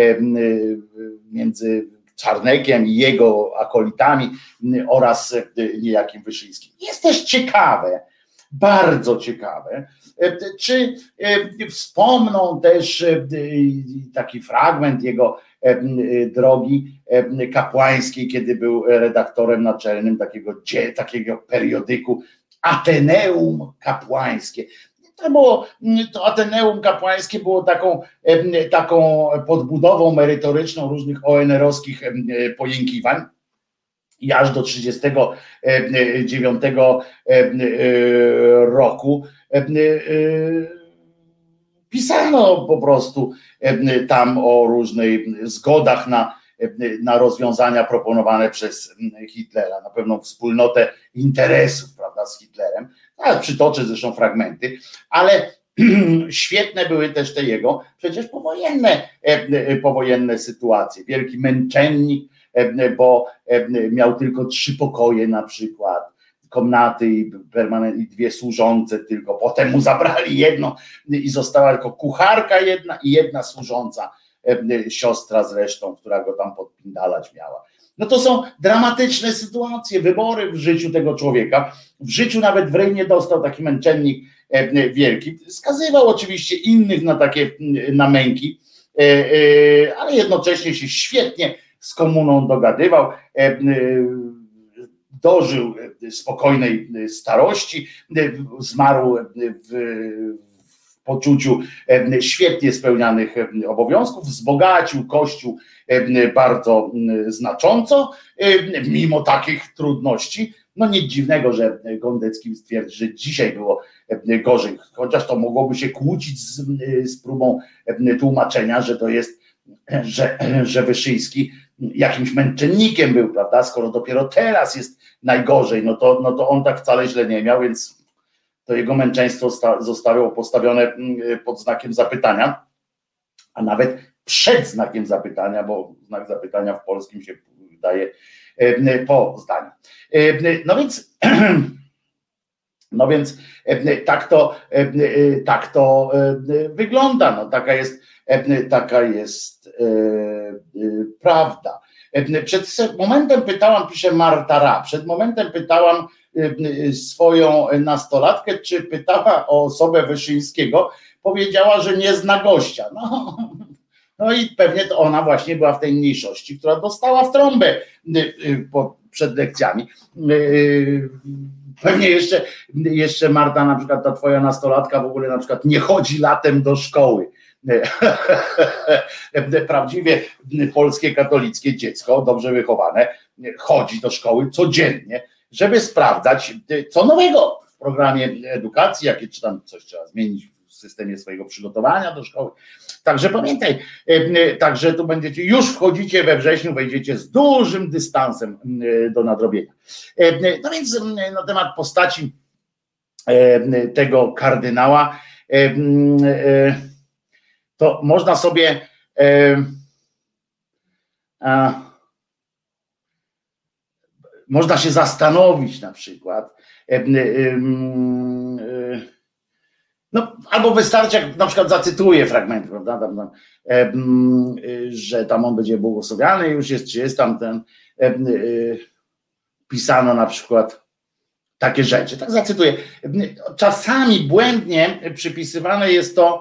między Czarnekiem i jego akolitami oraz niejakim Wyszyńskim. Jest też ciekawe, bardzo ciekawe, czy wspomną też taki fragment jego drogi kapłańskiej, kiedy był redaktorem naczelnym takiego periodyku Ateneum Kapłańskie. To Ateneum Kapłańskie było taką podbudową merytoryczną różnych ONR-owskich pojękiwań. I aż do 1939 roku pisano po prostu tam o różnych zgodach na rozwiązania proponowane przez Hitlera, na pewną wspólnotę interesów, prawda, z Hitlerem. Ja przytoczę zresztą fragmenty, ale świetne były też te jego przecież powojenne sytuacje. Wielki męczennik, bo miał tylko 3 pokoje na przykład, komnaty i 2 służące tylko, potem mu zabrali jedno i została tylko kucharka jedna i jedna służąca, siostra zresztą, która go tam podpindalać miała. No to są dramatyczne sytuacje, wybory w życiu tego człowieka. W życiu nawet w Rejnie dostał taki męczennik wielki. Skazywał oczywiście innych na takie na męki, ale jednocześnie się świetnie z komuną dogadywał. Dożył spokojnej starości, zmarł w poczuciu świetnie spełnianych obowiązków, wzbogacił Kościół bardzo znacząco, mimo takich trudności. No nic dziwnego, że Gondecki stwierdzi, że dzisiaj było gorzej, chociaż to mogłoby się kłócić z próbą tłumaczenia, że to jest, że Wyszyński jakimś męczennikiem był, prawda, skoro dopiero teraz jest najgorzej, no to on tak wcale źle nie miał, więc to jego męczeństwo zostało postawione pod znakiem zapytania, a nawet przed znakiem zapytania, bo znak zapytania w polskim się daje po zdaniu. No więc tak to wygląda, no taka jest prawda. Przed momentem pytałam, pisze Marta Ra, przed momentem pytałam swoją nastolatkę, czy pytała o osobę Wyszyńskiego, powiedziała, że nie zna gościa. No i pewnie to ona właśnie była w tej mniejszości, która dostała w trąbę przed lekcjami. Pewnie jeszcze Marta, na przykład ta twoja nastolatka w ogóle na przykład nie chodzi latem do szkoły. prawdziwie polskie katolickie dziecko, dobrze wychowane, chodzi do szkoły codziennie, żeby sprawdzać, co nowego w programie edukacji, jakie czy tam coś trzeba zmienić w systemie swojego przygotowania do szkoły. Także pamiętaj, także tu będziecie, już wchodzicie we wrześniu, wejdziecie z dużym dystansem do nadrobienia. No więc na temat postaci tego kardynała, to można sobie można się zastanowić na przykład, no, albo wystarczy, jak na przykład zacytuję fragment, prawda, że tam on będzie błogosławiony, już jest, czy jest tam ten, pisano na przykład takie rzeczy, tak zacytuję. Czasami błędnie przypisywane jest to,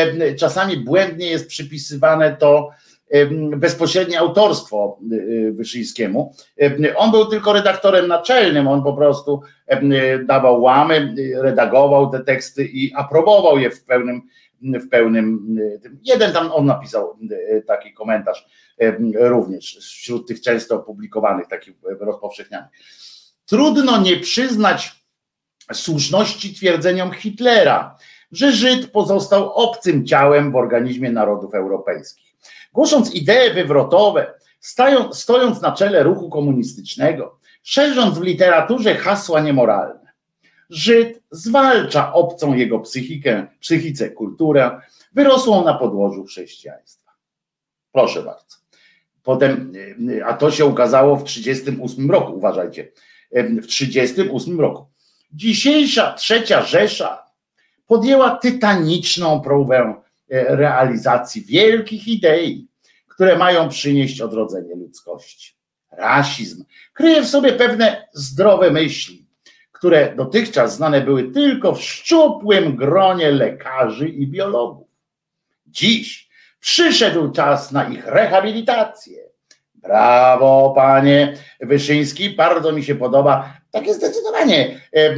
bezpośrednie autorstwo Wyszyńskiemu. On był tylko redaktorem naczelnym, on po prostu dawał łamy, redagował te teksty i aprobował je w pełnym. Jeden tam on napisał taki komentarz również wśród tych często opublikowanych, takich rozpowszechnianych. Trudno nie przyznać słuszności twierdzeniom Hitlera, że Żyd pozostał obcym ciałem w organizmie narodów europejskich. Głosząc idee wywrotowe, stojąc na czele ruchu komunistycznego, szerząc w literaturze hasła niemoralne, Żyd zwalcza obcą jego psychice, kulturę, wyrosłą na podłożu chrześcijaństwa. Proszę bardzo. Potem, a to się ukazało w 1938 roku, uważajcie, w 1938 roku. Dzisiejsza Trzecia Rzesza podjęła tytaniczną próbę realizacji wielkich idei, które mają przynieść odrodzenie ludzkości. Rasizm kryje w sobie pewne zdrowe myśli, które dotychczas znane były tylko w szczupłym gronie lekarzy i biologów. Dziś przyszedł czas na ich rehabilitację. Brawo, panie Wyszyński, bardzo mi się podoba takie zdecydowanie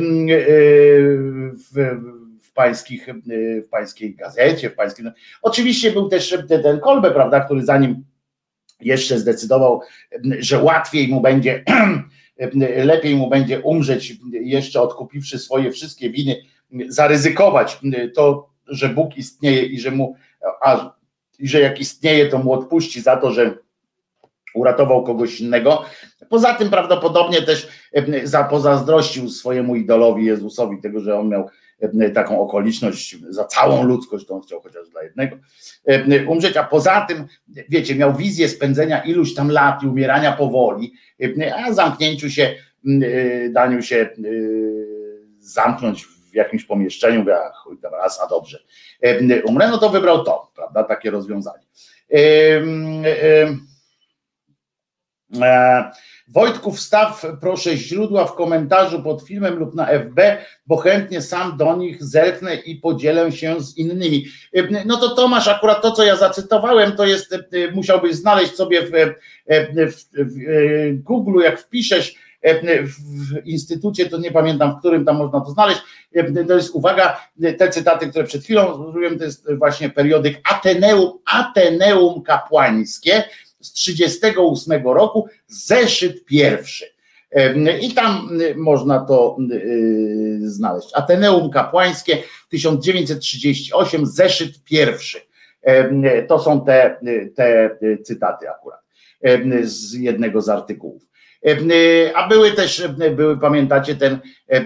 w pańskiej gazecie, Oczywiście był też ten Kolbe, prawda, który zanim jeszcze zdecydował, że lepiej mu będzie umrzeć, jeszcze odkupiwszy swoje wszystkie winy, zaryzykować to, że Bóg istnieje i że jak istnieje, to mu odpuści za to, że uratował kogoś innego. Poza tym prawdopodobnie też pozazdrościł swojemu idolowi Jezusowi tego, że on miał taką okoliczność za całą ludzkość, to on chciał chociaż dla jednego umrzeć, a poza tym, wiecie, miał wizję spędzenia iluś tam lat i umierania powoli, a zamknięciu się, daniu się zamknąć w jakimś pomieszczeniu, chuj tam raz, a dobrze, umrę, no to wybrał to, prawda, takie rozwiązanie. Wojtku, wstaw proszę źródła w komentarzu pod filmem lub na FB, bo chętnie sam do nich zerknę i podzielę się z innymi. No to Tomasz, akurat to, co ja zacytowałem, to jest, musiałbyś znaleźć sobie w Google, jak wpiszesz w instytucie, to nie pamiętam, w którym tam można to znaleźć. To jest, uwaga, te cytaty, które przed chwilą zrobiłem, to jest właśnie periodyk Ateneum Kapłańskie z 1938 roku, zeszyt pierwszy. I tam można to znaleźć. Ateneum Kapłańskie 1938, zeszyt pierwszy. To są te cytaty akurat z jednego z artykułów. A pamiętacie ten,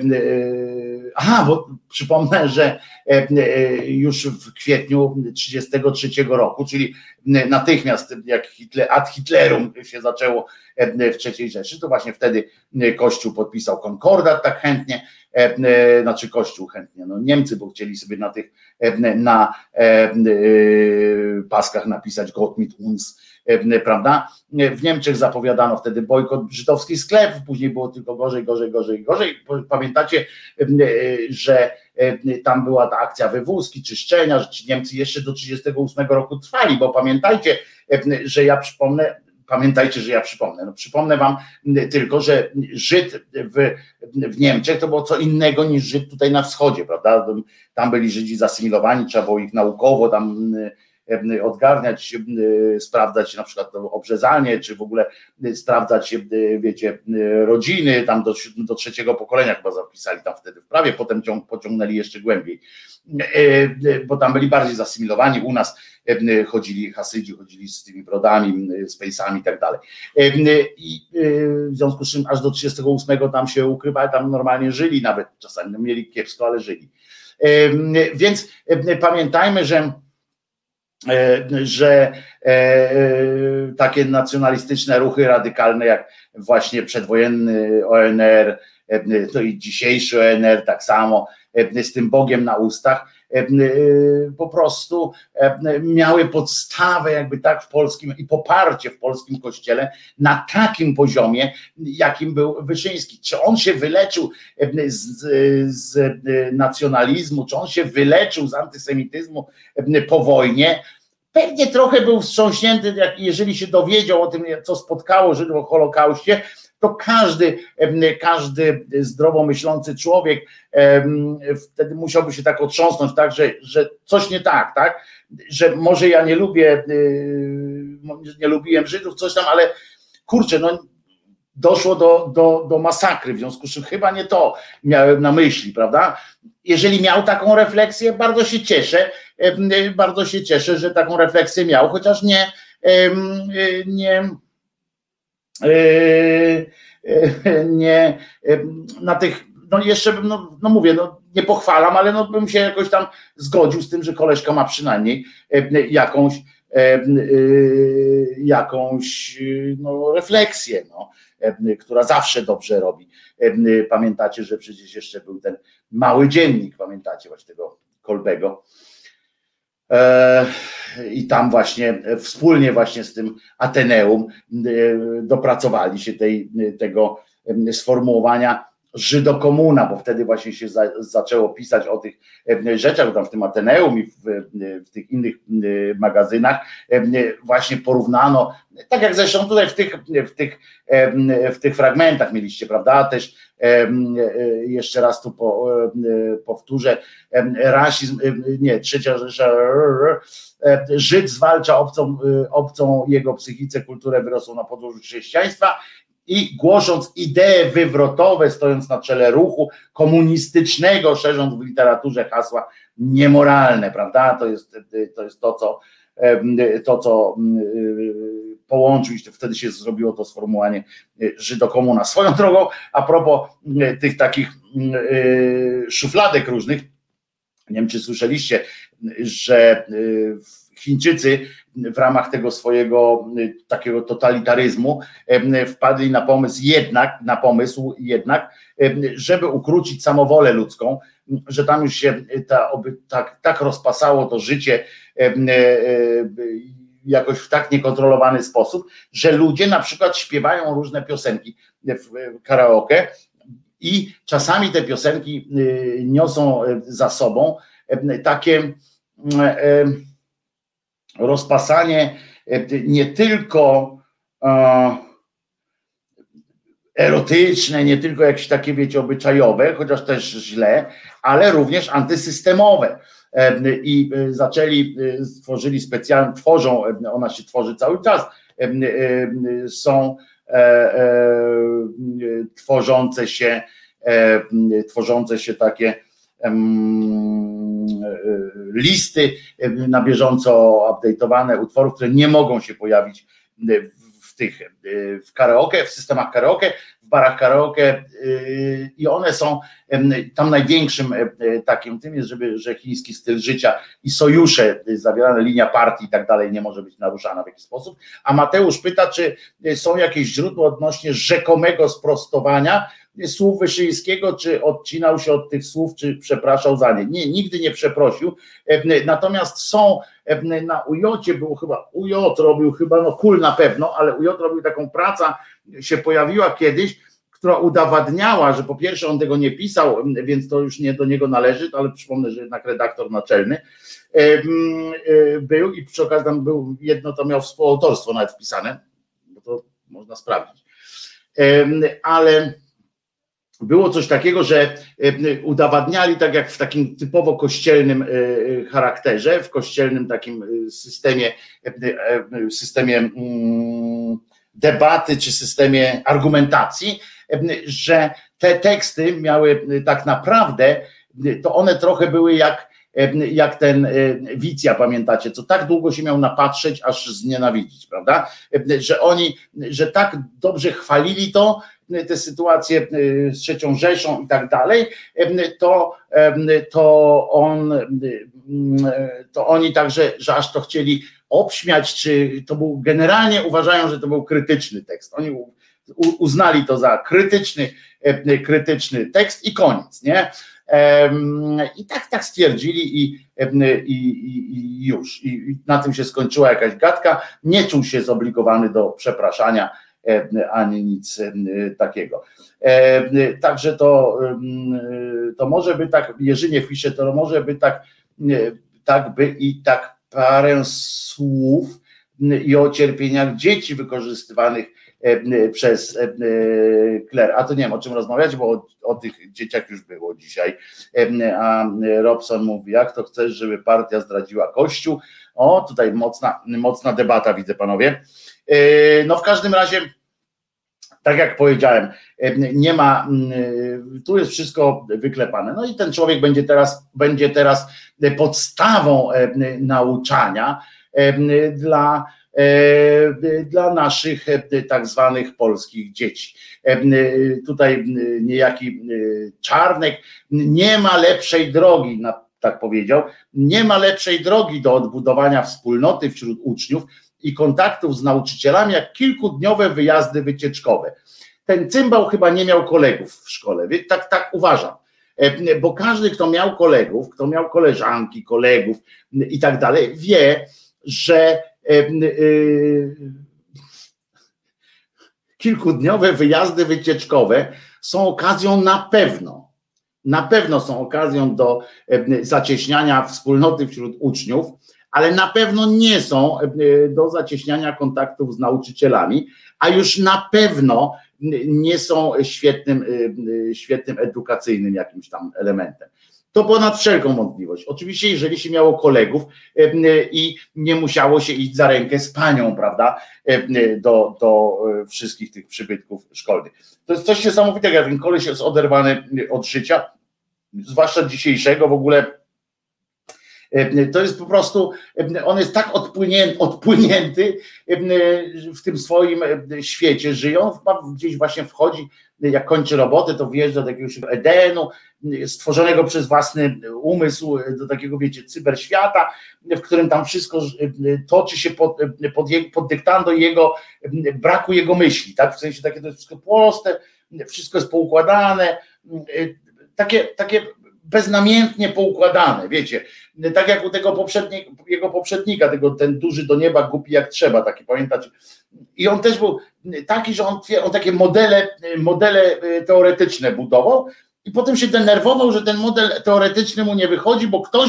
bo przypomnę, że już w kwietniu 1933 roku, czyli natychmiast jak ad Hitlerum się zaczęło w III Rzeszy, to właśnie wtedy Kościół podpisał konkordat tak chętnie, znaczy Kościół chętnie, no Niemcy, bo chcieli sobie na paskach napisać Gott mit uns, prawda? W Niemczech zapowiadano wtedy bojkot żydowskich sklepów, później było tylko gorzej. Pamiętacie, że tam była ta akcja wywózki, czyszczenia, że ci Niemcy jeszcze do 1938 roku trwali, bo pamiętajcie, że ja przypomnę, no przypomnę wam tylko, że Żyd w Niemczech to było co innego niż Żyd tutaj na wschodzie, prawda? Tam byli Żydzi zasymilowani, trzeba było ich naukowo tam odgarniać, sprawdzać na przykład obrzezanie, czy w ogóle sprawdzać, wiecie, rodziny, tam do trzeciego pokolenia chyba zapisali tam wtedy w prawie, potem pociągnęli jeszcze głębiej, bo tam byli bardziej zasymilowani. U nas chodzili Hasydzi, chodzili z tymi brodami, z pejsami i tak dalej. I w związku z czym aż do 38 tam się ukrywali, tam normalnie żyli, nawet czasami mieli kiepsko, ale żyli. Więc pamiętajmy, że takie nacjonalistyczne ruchy radykalne, jak właśnie przedwojenny ONR, to i dzisiejszy ONR tak samo, z tym Bogiem na ustach, po prostu miały podstawę jakby tak w polskim i poparcie w polskim kościele na takim poziomie, jakim był Wyszyński. Czy on się wyleczył z nacjonalizmu, czy on się wyleczył z antysemityzmu po wojnie? Pewnie trochę był wstrząśnięty, jeżeli się dowiedział o tym, co spotkało Żydów o Holokauście, to każdy zdrowo myślący człowiek wtedy musiałby się tak otrząsnąć, tak, że coś nie tak, tak, że może ja nie lubiłem Żydów, coś tam, ale kurczę, no doszło do masakry, w związku z czym chyba nie to miałem na myśli, prawda? Jeżeli miał taką refleksję, bardzo się cieszę, że taką refleksję miał, chociaż nie na tych, no jeszcze bym, no mówię, no nie pochwalam, ale no bym się jakoś tam zgodził z tym, że koleżka ma przynajmniej jakąś no, refleksję, no, która zawsze dobrze robi. Pamiętacie, że przecież jeszcze był ten mały dziennik, pamiętacie właśnie tego Kolbego. I tam właśnie wspólnie właśnie z tym Ateneum dopracowali się tego sformułowania Żydokomuna, bo wtedy właśnie się zaczęło pisać o tych rzeczach, tam w tym Ateneum i w tych innych magazynach właśnie porównano, tak jak zresztą tutaj w tych fragmentach mieliście, prawda, też jeszcze raz tu powtórzę, rasizm, nie, trzecia Rzesza, Żyd zwalcza obcą jego psychice, kulturę wyrosłą na podłożu chrześcijaństwa, i głosząc idee wywrotowe, stojąc na czele ruchu komunistycznego, szerząc w literaturze hasła niemoralne, prawda? To jest to, co połączył i wtedy się zrobiło to sformułowanie Żydokomuna. Swoją drogą, a propos tych takich szufladek różnych, nie wiem, czy słyszeliście, że Chińczycy w ramach tego swojego takiego totalitaryzmu wpadli na pomysł jednak, żeby ukrócić samowolę ludzką, że tam już się tak rozpasało to życie jakoś w tak niekontrolowany sposób, że ludzie na przykład śpiewają różne piosenki w karaoke i czasami te piosenki niosą za sobą takie rozpasanie nie tylko erotyczne, nie tylko jakieś takie, wiecie, obyczajowe, chociaż też źle, ale również antysystemowe. I stworzyli specjalnie, ona się tworzy cały czas, są tworzące się takie listy na bieżąco update'owane utworów, które nie mogą się pojawić w karaoke, w systemach karaoke, w barach karaoke i one są tam największym takim tym jest, że chiński styl życia i sojusze zawierane, linia partii i tak dalej nie może być naruszana w jakiś sposób. A Mateusz pyta, czy są jakieś źródła odnośnie rzekomego sprostowania słów Wyszyńskiego, czy odcinał się od tych słów, czy przepraszał za nie. Nie, nigdy nie przeprosił. Natomiast są na UJ był chyba, UJ robił chyba, no KUL na pewno, ale UJ robił taką pracę, się pojawiła kiedyś, która udowadniała, że po pierwsze on tego nie pisał, więc to już nie do niego należy, ale przypomnę, że jednak redaktor naczelny był i przy okazji tam był jedno, to miał współautorstwo nawet wpisane, bo to można sprawdzić. Ale było coś takiego, że udowadniali tak jak w takim typowo kościelnym charakterze, w kościelnym takim systemie debaty czy systemie argumentacji, że te teksty miały tak naprawdę, to one trochę były jak ten Wicja, pamiętacie, co tak długo się miał napatrzeć, aż znienawidzić, prawda? Że tak dobrze chwalili te sytuacje z III Rzeszą i tak dalej, to oni także, że aż to chcieli obśmiać, czy to był, generalnie uważają, że to był krytyczny tekst. Oni uznali to za krytyczny tekst i koniec, nie? I tak stwierdzili i już. I na tym się skończyła jakaś gadka. Nie czuł się zobligowany do przepraszania ani nic takiego. Także to może by tak, Jerzyniew pisze, to może by tak by i tak parę słów i o cierpieniach dzieci wykorzystywanych przez Kler. A to nie wiem, o czym rozmawiać, bo o tych dzieciach już było dzisiaj. A Robson mówi, jak to chcesz, żeby partia zdradziła Kościół? O, tutaj mocna debata, widzę, panowie. No w każdym razie, tak jak powiedziałem, nie ma, tu jest wszystko wyklepane. No i ten człowiek będzie teraz podstawą nauczania dla naszych tak zwanych polskich dzieci. Tutaj niejaki Czarnek, nie ma lepszej drogi, tak powiedział, nie ma lepszej drogi do odbudowania wspólnoty wśród uczniów i kontaktów z nauczycielami, jak kilkudniowe wyjazdy wycieczkowe. Ten cymbał chyba nie miał kolegów w szkole, tak uważam, bo każdy, kto miał kolegów, kto miał koleżanki, kolegów i tak dalej, wie, że kilkudniowe wyjazdy wycieczkowe są okazją na pewno są okazją do zacieśniania wspólnoty wśród uczniów, ale na pewno nie są do zacieśniania kontaktów z nauczycielami, a już na pewno nie są świetnym edukacyjnym jakimś tam elementem. To ponad wszelką wątpliwość. Oczywiście, jeżeli się miało kolegów i nie musiało się iść za rękę z panią, prawda, do wszystkich tych przybytków szkolnych. To jest coś niesamowitego, jak ten koleś jest oderwany od życia, zwłaszcza dzisiejszego w ogóle. To jest po prostu, on jest tak odpłynięty w tym swoim świecie, żyje. On gdzieś właśnie wchodzi, jak kończy robotę, to wjeżdża do jakiegoś Edenu, stworzonego przez własny umysł, do takiego, wiecie, cyberświata, w którym tam wszystko toczy się pod dyktando braku jego myśli, tak? W sensie takie to jest wszystko proste, wszystko jest poukładane, takie beznamiętnie poukładane, wiecie, tak jak u tego jego poprzednika, ten duży do nieba, głupi jak trzeba, taki, pamiętacie? I on też był taki, że on takie modele teoretyczne budował i potem się denerwował, że ten model teoretyczny mu nie wychodzi,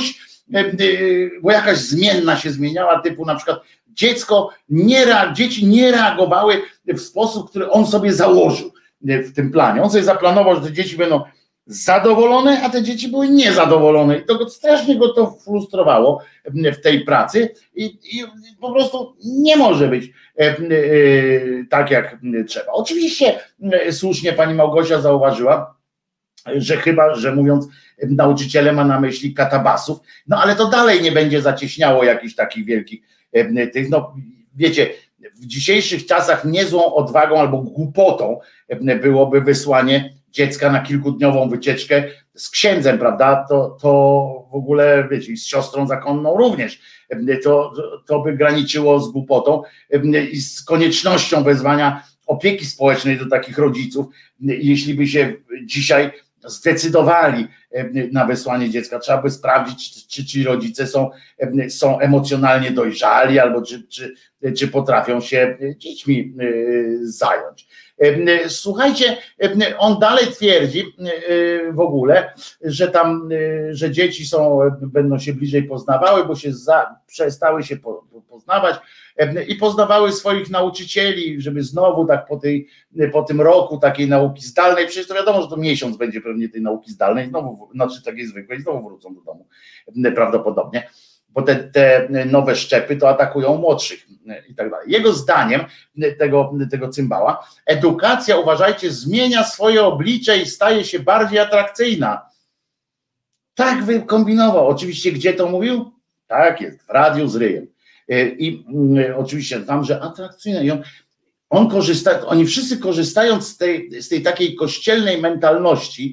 bo jakaś zmienna się zmieniała, typu na przykład dzieci nie reagowały w sposób, który on sobie założył w tym planie. On sobie zaplanował, że te dzieci będą zadowolone, a te dzieci były niezadowolone i strasznie go to frustrowało w tej pracy i po prostu nie może być tak jak trzeba. Oczywiście słusznie pani Małgosia zauważyła, że chyba, że mówiąc nauczyciele ma na myśli katabasów, no ale to dalej nie będzie zacieśniało jakichś takich wielkich tych, no wiecie, w dzisiejszych czasach niezłą odwagą albo głupotą byłoby wysłanie dziecka na kilkudniową wycieczkę z księdzem, prawda, to w ogóle, wiecie, i z siostrą zakonną również, to by graniczyło z głupotą i z koniecznością wezwania opieki społecznej do takich rodziców, jeśli by się dzisiaj zdecydowali na wysłanie dziecka. Trzeba by sprawdzić, czy ci rodzice są emocjonalnie dojrzali, albo czy potrafią się dziećmi zająć. Słuchajcie, on dalej twierdzi w ogóle, że dzieci będą się bliżej poznawały, bo przestały się poznawać i poznawały swoich nauczycieli, żeby znowu tak po tym roku takiej nauki zdalnej, przecież to wiadomo, że to miesiąc będzie pewnie tej nauki zdalnej, znowu, znaczy takiej zwykłej, znowu wrócą do domu prawdopodobnie, bo te nowe szczepy to atakują młodszych i tak dalej. Jego zdaniem, tego cymbała, edukacja, uważajcie, zmienia swoje oblicze i staje się bardziej atrakcyjna. Tak wykombinował. Oczywiście gdzie to mówił? Tak jest, w radiu z ryjem. I oczywiście tam, że atrakcyjne. I on korzysta, oni wszyscy korzystając z tej takiej kościelnej mentalności,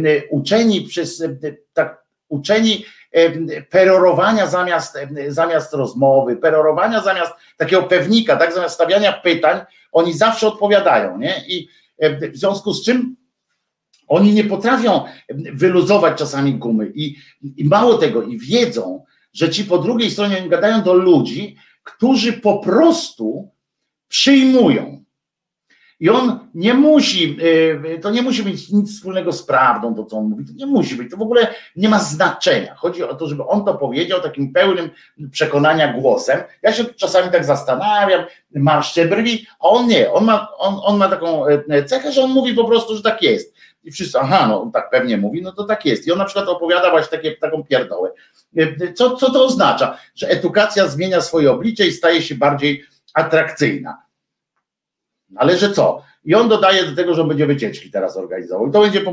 uczeni perorowania zamiast rozmowy, perorowania zamiast takiego pewnika, tak, zamiast stawiania pytań, oni zawsze odpowiadają, nie? I w związku z czym oni nie potrafią wyluzować czasami gumy i mało tego, i wiedzą, że ci po drugiej stronie gadają do ludzi, którzy po prostu przyjmują. I on nie musi, to nie musi mieć nic wspólnego z prawdą, to co on mówi, to nie musi być, to w ogóle nie ma znaczenia. Chodzi o to, żeby on to powiedział takim pełnym przekonania głosem. Ja się czasami tak zastanawiam, marszczę brwi, a on nie, on ma taką cechę, że on mówi po prostu, że tak jest. I wszyscy, aha, no on tak pewnie mówi, no to tak jest. I on na przykład opowiada właśnie taką pierdołę. Co to oznacza? Że edukacja zmienia swoje oblicze i staje się bardziej atrakcyjna. Ale że co? I on dodaje do tego, że on będzie wycieczki teraz organizował. I to będzie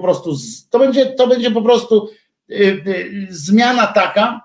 po prostu zmiana taka,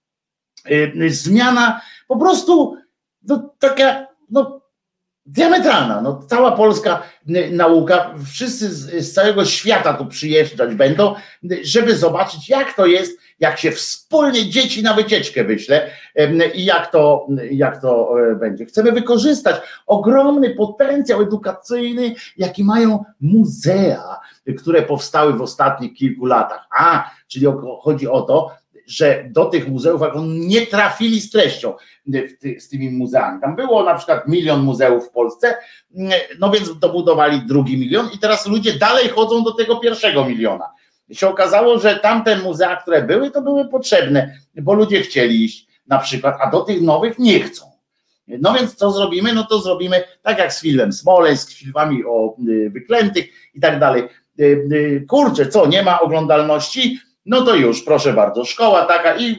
zmiana po prostu taka diametralna. No, cała polska nauka, wszyscy z całego świata tu przyjeżdżać będą, żeby zobaczyć, jak to jest, jak się wspólnie dzieci na wycieczkę wyśle i jak to będzie. Chcemy wykorzystać ogromny potencjał edukacyjny, jaki mają muzea, które powstały w ostatnich kilku latach. Czyli chodzi o to, że do tych muzeów nie trafili z treścią z tymi muzeami. Tam było na przykład 1 milion muzeów w Polsce, no więc dobudowali 2 milion i teraz ludzie dalej chodzą do tego 1 miliona. I się okazało, że tamte muzea, które były, to były potrzebne, bo ludzie chcieli iść na przykład, a do tych nowych nie chcą. No więc co zrobimy? No to zrobimy tak jak z filmem Smoleńsk, z filmami o wyklętych i tak dalej. Kurczę, co, nie ma oglądalności? No to już, proszę bardzo, szkoła taka i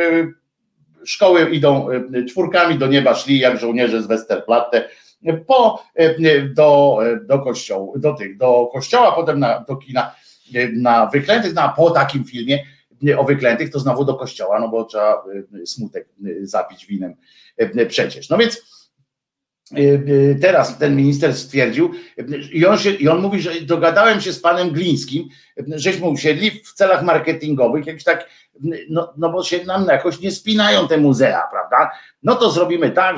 szkoły idą czwórkami do nieba, szli jak żołnierze z Westerplatte do kościoła, potem do kina na wyklętych, no a po takim filmie o wyklętych to znowu do kościoła, no bo trzeba smutek zapić winem przecież. No więc teraz ten minister stwierdził i on mówi, że dogadałem się z panem Glińskim, żeśmy usiedli w celach marketingowych, jakiś tak, no bo się nam jakoś nie spinają te muzea, prawda? No to zrobimy tak,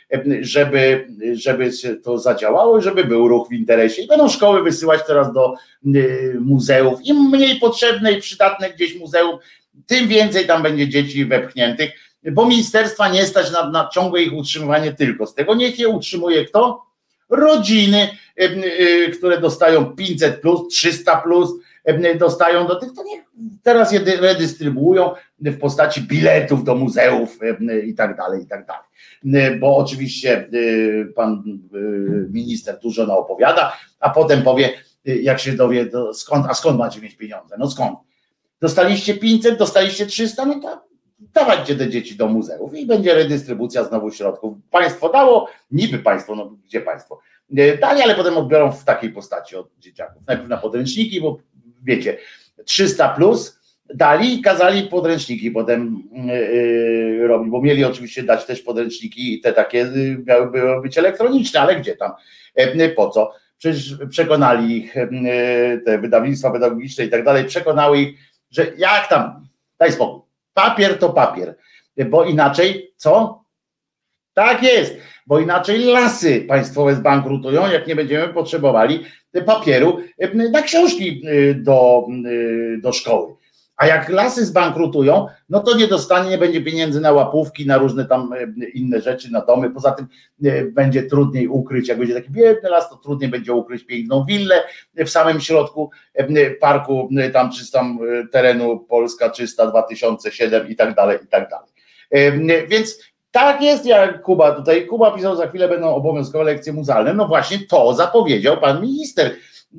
żeby to zadziałało i żeby był ruch w interesie. I będą szkoły wysyłać teraz do muzeów. Im mniej potrzebne i przydatne gdzieś muzeum, tym więcej tam będzie dzieci wepchniętych, bo ministerstwa nie stać na ciągłe ich utrzymywanie tylko z tego. Niech je utrzymuje kto? Rodziny, które dostają 500 plus, 300 plus, dostają do tych, to niech teraz je redystrybuują w postaci biletów do muzeów i tak dalej, i tak dalej. Bo oczywiście pan minister dużo naopowiada, a potem powie, jak się dowie, skąd macie mieć pieniądze? No skąd? Dostaliście 500, dostaliście 300, no to dawajcie te dzieci do muzeów i będzie redystrybucja znowu środków. Państwo dało, niby państwo, no gdzie państwo? Dali, ale potem odbiorą w takiej postaci od dzieciaków. Najpierw na podręczniki, bo wiecie, 300 plus dali i kazali podręczniki potem robić, bo mieli oczywiście dać też podręczniki i te takie miały być elektroniczne, ale gdzie tam? Po co? Przecież przekonali ich te wydawnictwa pedagogiczne i tak dalej, przekonały ich, że jak tam, daj spokój, papier to papier, bo inaczej co? Tak jest, bo inaczej lasy państwowe zbankrutują, jak nie będziemy potrzebowali papieru na książki do szkoły. A jak lasy zbankrutują, no to nie będzie pieniędzy na łapówki, na różne tam inne rzeczy, na domy. Poza tym będzie trudniej ukryć, jak będzie taki biedny las, to trudniej będzie ukryć piękną willę w samym środku parku, tam czy tam terenu Polska 300, 2007 i tak dalej, i tak dalej. Więc Tak jest, jak Kuba tutaj. Kuba pisał, za chwilę będą obowiązkowe lekcje muzealne. No właśnie to zapowiedział pan minister,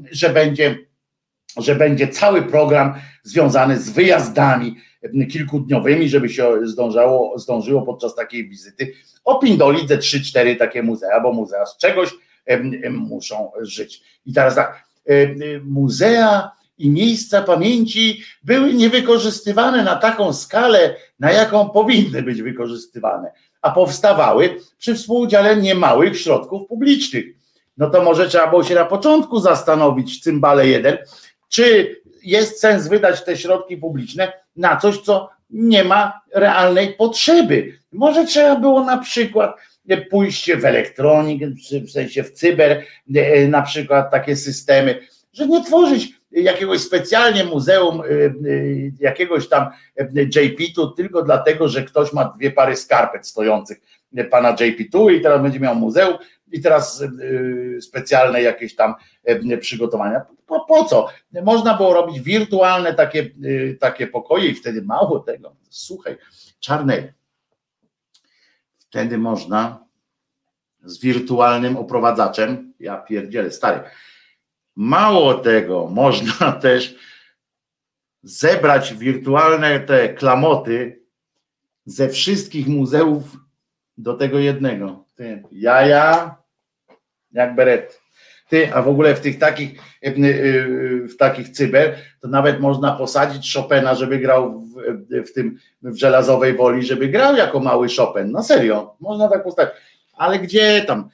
że będzie cały program związany z wyjazdami kilkudniowymi, żeby się zdążyło podczas takiej wizyty opindolić ze 3-4 takie muzea, bo muzea z czegoś muszą żyć. I teraz tak, muzea i miejsca pamięci były niewykorzystywane na taką skalę, na jaką powinny być wykorzystywane, a powstawały przy współudziale niemałych środków publicznych. No to może trzeba było się na początku zastanowić, cymbale jeden, czy jest sens wydać te środki publiczne na coś, co nie ma realnej potrzeby. Może trzeba było na przykład pójście w elektronikę, w sensie w cyber, na przykład takie systemy, że nie tworzyć jakiegoś specjalnie muzeum, jakiegoś tam JP-tu tylko dlatego, że ktoś ma 2 pary skarpet stojących pana JP-tu i teraz będzie miał muzeum i teraz specjalne jakieś tam przygotowania. Po co? Można było robić wirtualne takie pokoje i wtedy mało tego, słuchaj, Czarnek, wtedy można z wirtualnym oprowadzaczem, ja pierdzielę, stary, mało tego, można też zebrać wirtualne te klamoty ze wszystkich muzeów do tego jednego. Ty, jaja, jak beret. Ty, a w ogóle w takich cyber, to nawet można posadzić Chopina, żeby grał w Żelazowej Woli, żeby grał jako mały Chopin. No serio, można tak postawić. Ale gdzie tam?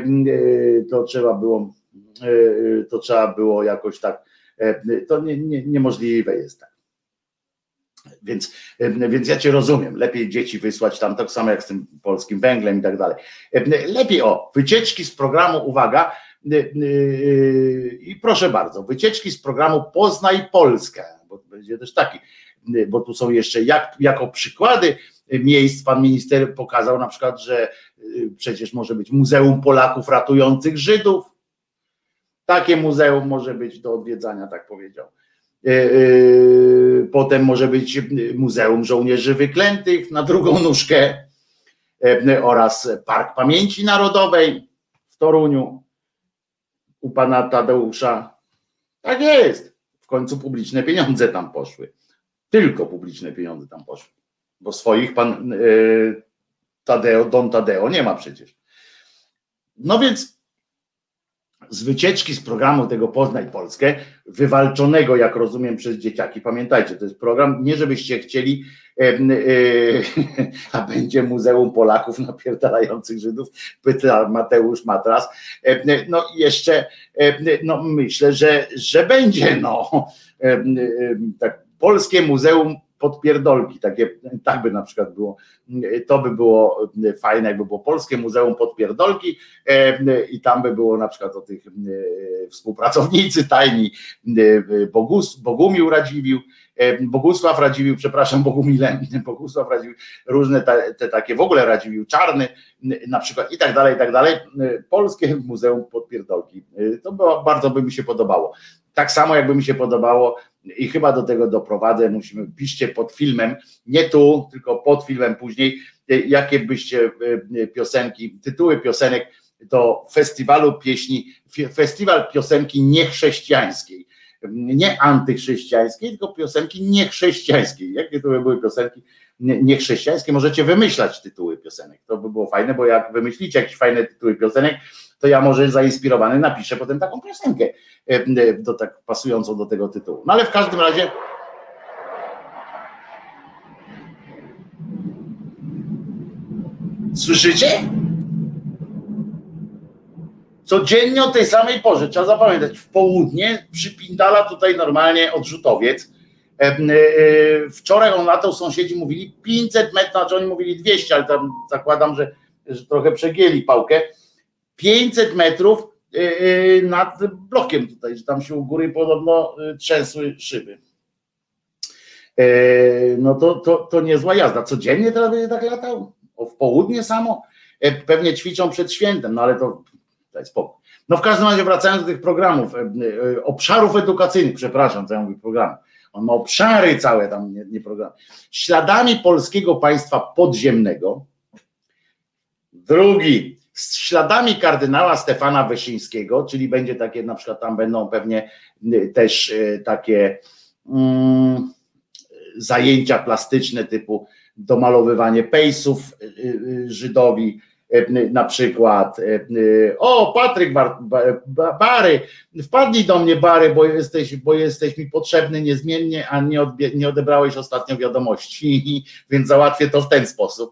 To trzeba było jakoś tak, to niemożliwe jest tak. Więc ja cię rozumiem, lepiej dzieci wysłać tam, tak samo jak z tym polskim węglem i tak dalej. Lepiej wycieczki z programu, uwaga, i proszę bardzo, wycieczki z programu Poznaj Polskę, bo będzie też taki, bo tu są jeszcze jako przykłady miejsc, pan minister pokazał na przykład, że przecież może być Muzeum Polaków Ratujących Żydów, takie muzeum może być do odwiedzania, tak powiedział. Potem może być Muzeum Żołnierzy Wyklętych na drugą nóżkę oraz Park Pamięci Narodowej w Toruniu u pana Tadeusza. Tak jest. W końcu publiczne pieniądze tam poszły. Tylko publiczne pieniądze tam poszły. Bo swoich pan Don Tadeo nie ma przecież. No więc z wycieczki z programu tego Poznaj Polskę, wywalczonego, jak rozumiem, przez dzieciaki. Pamiętajcie, to jest program, nie żebyście chcieli, a będzie Muzeum Polaków Napierdalających Żydów, pyta Mateusz Matras. No jeszcze, no myślę, że będzie, no. Tak, Polskie Muzeum Podpierdolki, tak by na przykład było, to by było fajne, jakby było Polskie Muzeum Podpierdolki i tam by było na przykład o tych współpracownicy tajni, Bogusław Radziwiłł, przepraszam, Bogusław Radziwiłł, różne te takie, w ogóle Radziwiłł Czarny na przykład i tak dalej, Polskie Muzeum Podpierdolki, to bardzo by mi się podobało. Tak samo jakby mi się podobało i chyba do tego doprowadzę, piszcie pod filmem, nie tu, tylko pod filmem później, jakie byście piosenki, tytuły piosenek do festiwal piosenki niechrześcijańskiej, nie antychrześcijańskiej, tylko piosenki niechrześcijańskiej. Jakie to by były piosenki niechrześcijańskie? Możecie wymyślać tytuły piosenek, to by było fajne, bo jak wymyślicie jakieś fajne tytuły piosenek, to ja może zainspirowany napiszę potem taką piosenkę tak pasującą do tego tytułu. No ale w każdym razie słyszycie? Codziennie o tej samej porze, trzeba zapamiętać, w południe przypindala tutaj normalnie odrzutowiec. Wczoraj on latał, sąsiedzi mówili 500 metrów, znaczy oni mówili 200, ale tam zakładam, że trochę przegięli pałkę. 500 metrów nad blokiem tutaj, że tam się u góry podobno trzęsły szyby. No to niezła jazda. Codziennie teraz będzie tak latał? W południe samo? Pewnie ćwiczą przed świętem, no ale to daj spokój. No w każdym razie wracając do tych programów, obszarów edukacyjnych, przepraszam, co ja mówię program. On ma obszary całe tam, nie programy. Śladami polskiego państwa podziemnego Drugi, z śladami kardynała Stefana Wyszyńskiego, czyli będzie takie, na przykład tam będą pewnie też takie zajęcia plastyczne typu domalowywanie pejsów Żydowi, na przykład Patryk Bary, wpadnij do mnie Bary, bo jesteś mi potrzebny niezmiennie, a nie odebrałeś ostatnio wiadomości, więc załatwię to w ten sposób.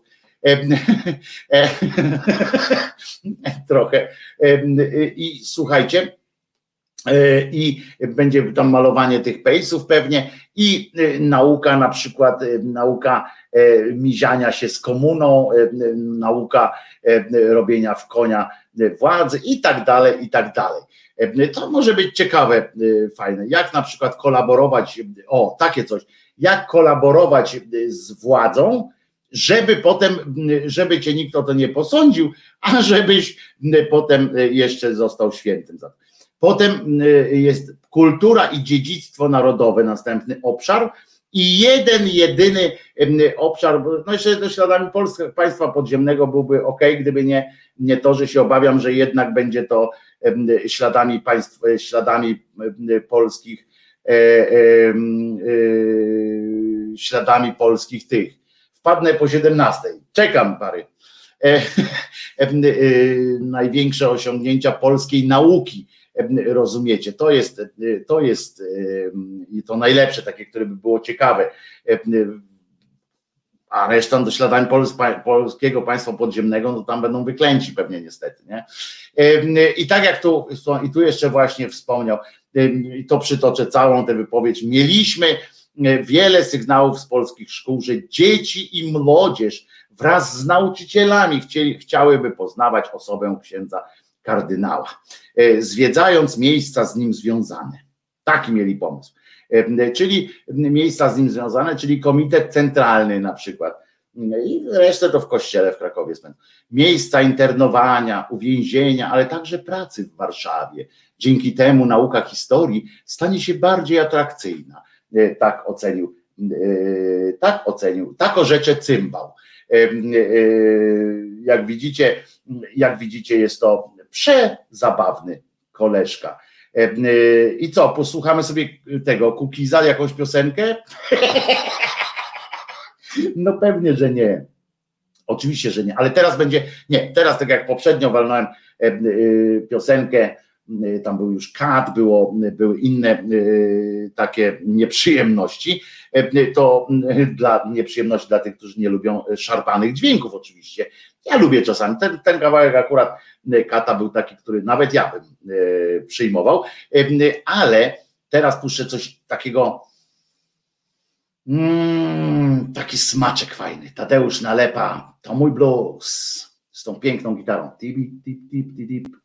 Trochę. I słuchajcie, i będzie tam malowanie tych pejsów pewnie i nauka, na przykład nauka miziania się z komuną, nauka robienia w konia władzy i tak dalej, i tak dalej. To może być ciekawe, fajne. Jak na przykład kolaborować, takie coś, jak kolaborować z władzą, żeby potem, żeby cię nikt o to nie posądził, a żebyś potem jeszcze został świętym za to. Potem jest kultura i dziedzictwo narodowe, następny obszar i jeden, jedyny obszar, no jeszcze śladami państwa podziemnego byłby ok, gdyby nie to, że się obawiam, że jednak będzie to śladami polskich tych. Wpadnę po 17. Czekam, Bary. Największe osiągnięcia polskiej nauki. Rozumiecie, to jest i to najlepsze, takie, które by było ciekawe, a reszta do śladami polskiego państwa podziemnego, no tam będą wyklęci pewnie niestety, nie? I tak jak tu jeszcze właśnie wspomniał, i to przytoczę całą tę wypowiedź, mieliśmy wiele sygnałów z polskich szkół, że dzieci i młodzież wraz z nauczycielami chciałyby poznawać osobę księdza kardynała, zwiedzając miejsca z nim związane. Taki mieli pomysł. Czyli miejsca z nim związane, czyli komitet centralny na przykład. I resztę to w kościele w Krakowie spędzą. Miejsca internowania, uwięzienia, ale także pracy w Warszawie. Dzięki temu nauka historii stanie się bardziej atrakcyjna. Tak orzecze Cymbał. Jak widzicie, jest to przezabawny koleżka. I co, posłuchamy sobie tego Kukiza, jakąś piosenkę? No pewnie, że nie. Oczywiście, że nie, ale teraz będzie, nie, teraz tak jak poprzednio walnąłem piosenkę, tam był już kat, były inne takie nieprzyjemności, to nieprzyjemności dla tych, którzy nie lubią szarpanych dźwięków oczywiście. Ja lubię czasami, ten kawałek akurat kata był taki, który nawet ja bym przyjmował, ale teraz puszczę coś takiego, taki smaczek fajny. Tadeusz Nalepa, to mój blues z tą piękną gitarą. Tip, tip, tip, tip, tip.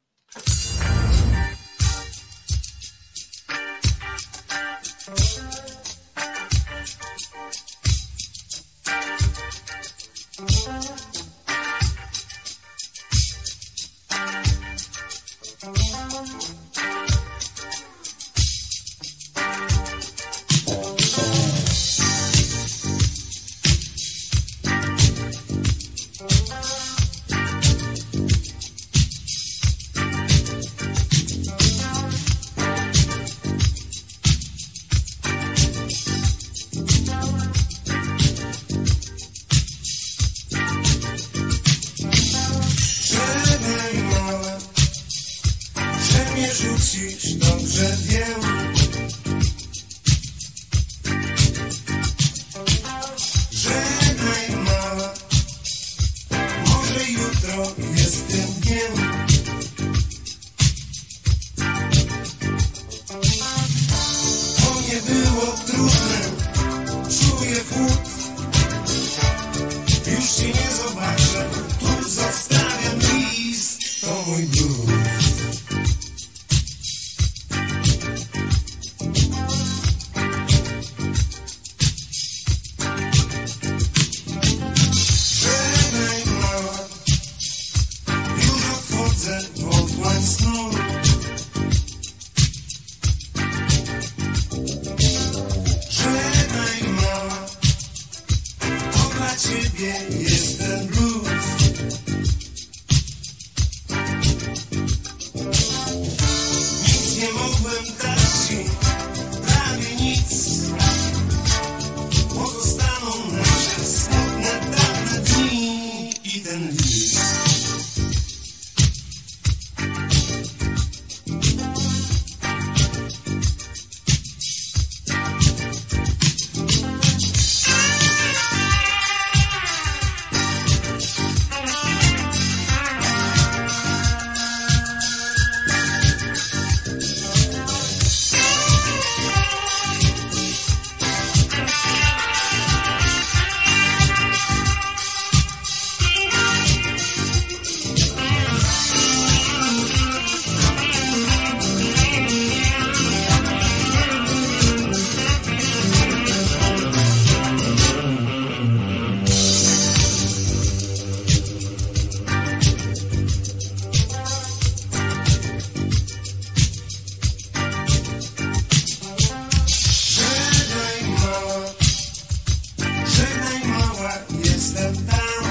jestem tam.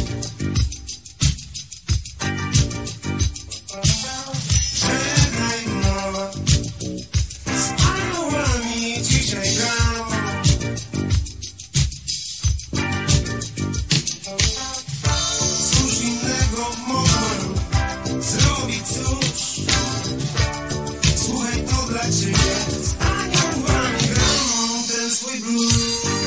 Żegnaj mała, z aniołami dzisiaj gram. Cóż innego mogłem zrobić, cóż. Słuchaj, to dla ciebie, z aniołami gram ten swój blues.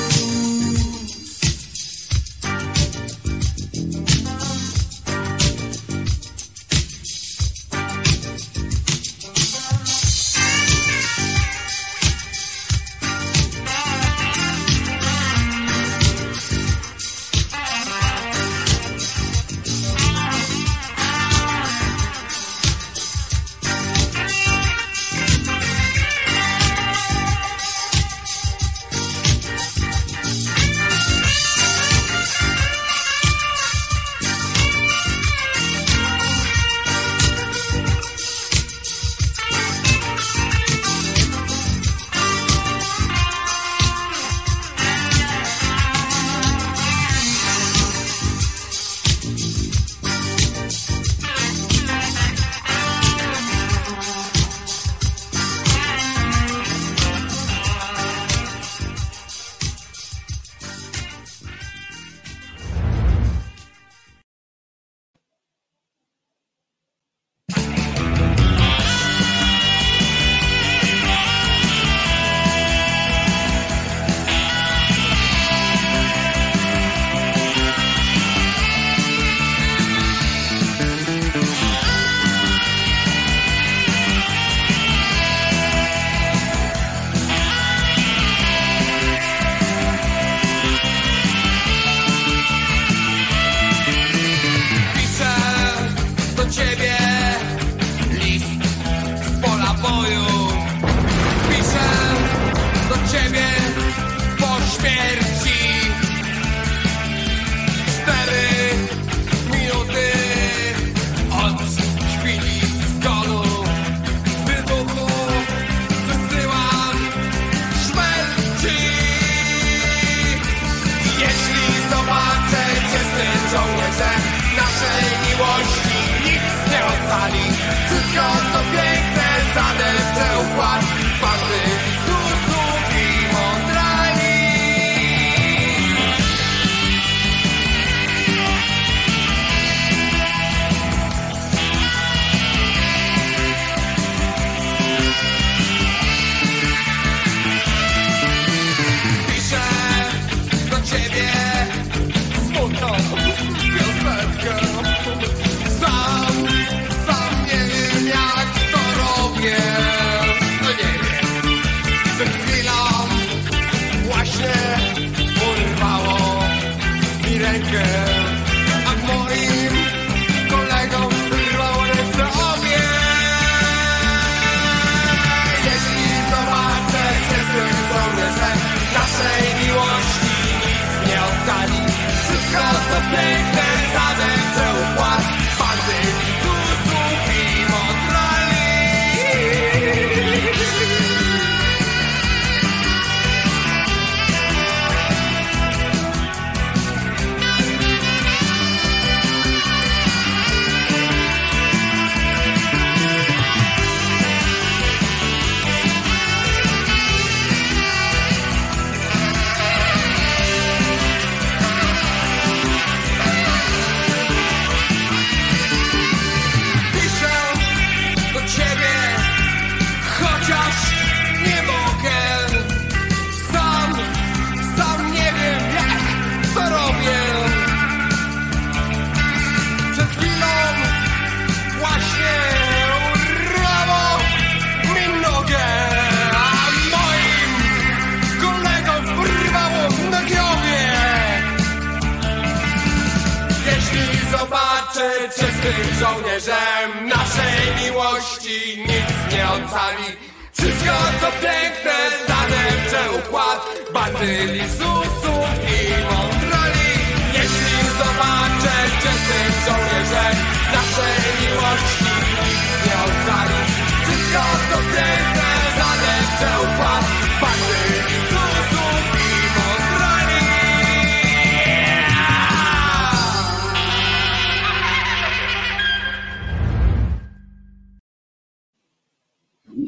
Żołnierzem naszej miłości nic nie ocali. Wszystko co piękne zadepcze układ bandyli, susów i mądrali. Jeśli zobaczę cię z tym żołnierzem naszej miłości nic nie ocali. Wszystko co piękne zadepcze układ bandyli, susów i mądrali.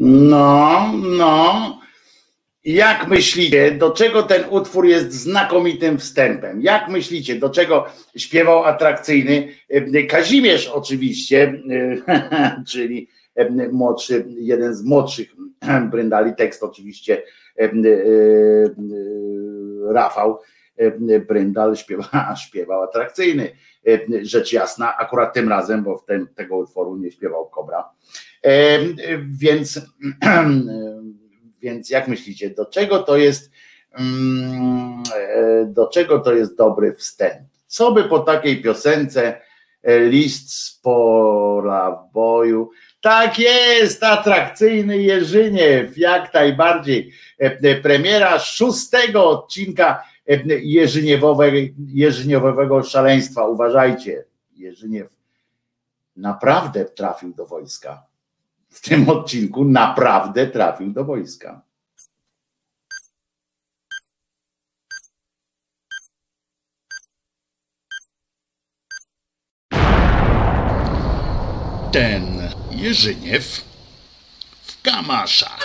No. Jak myślicie, do czego ten utwór jest znakomitym wstępem? Jak myślicie, do czego śpiewał atrakcyjny Kazimierz oczywiście, czyli jeden z młodszych Bryndali, tekst oczywiście Rafał Bryndal śpiewał atrakcyjny, rzecz jasna, akurat tym razem, bo tego utworu nie śpiewał Kobra. Więc jak myślicie, do czego to jest dobry wstęp? Co by po takiej piosence list z pola w boju? Tak jest, atrakcyjny Jerzyniew, jak najbardziej. Premiera 6. odcinka Jerzyniewowego szaleństwa. Uważajcie, Jerzyniew naprawdę trafił do wojska. W tym odcinku naprawdę trafił do wojska. Ten Jerzyniew w kamaszach.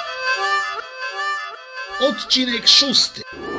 Odcinek 6.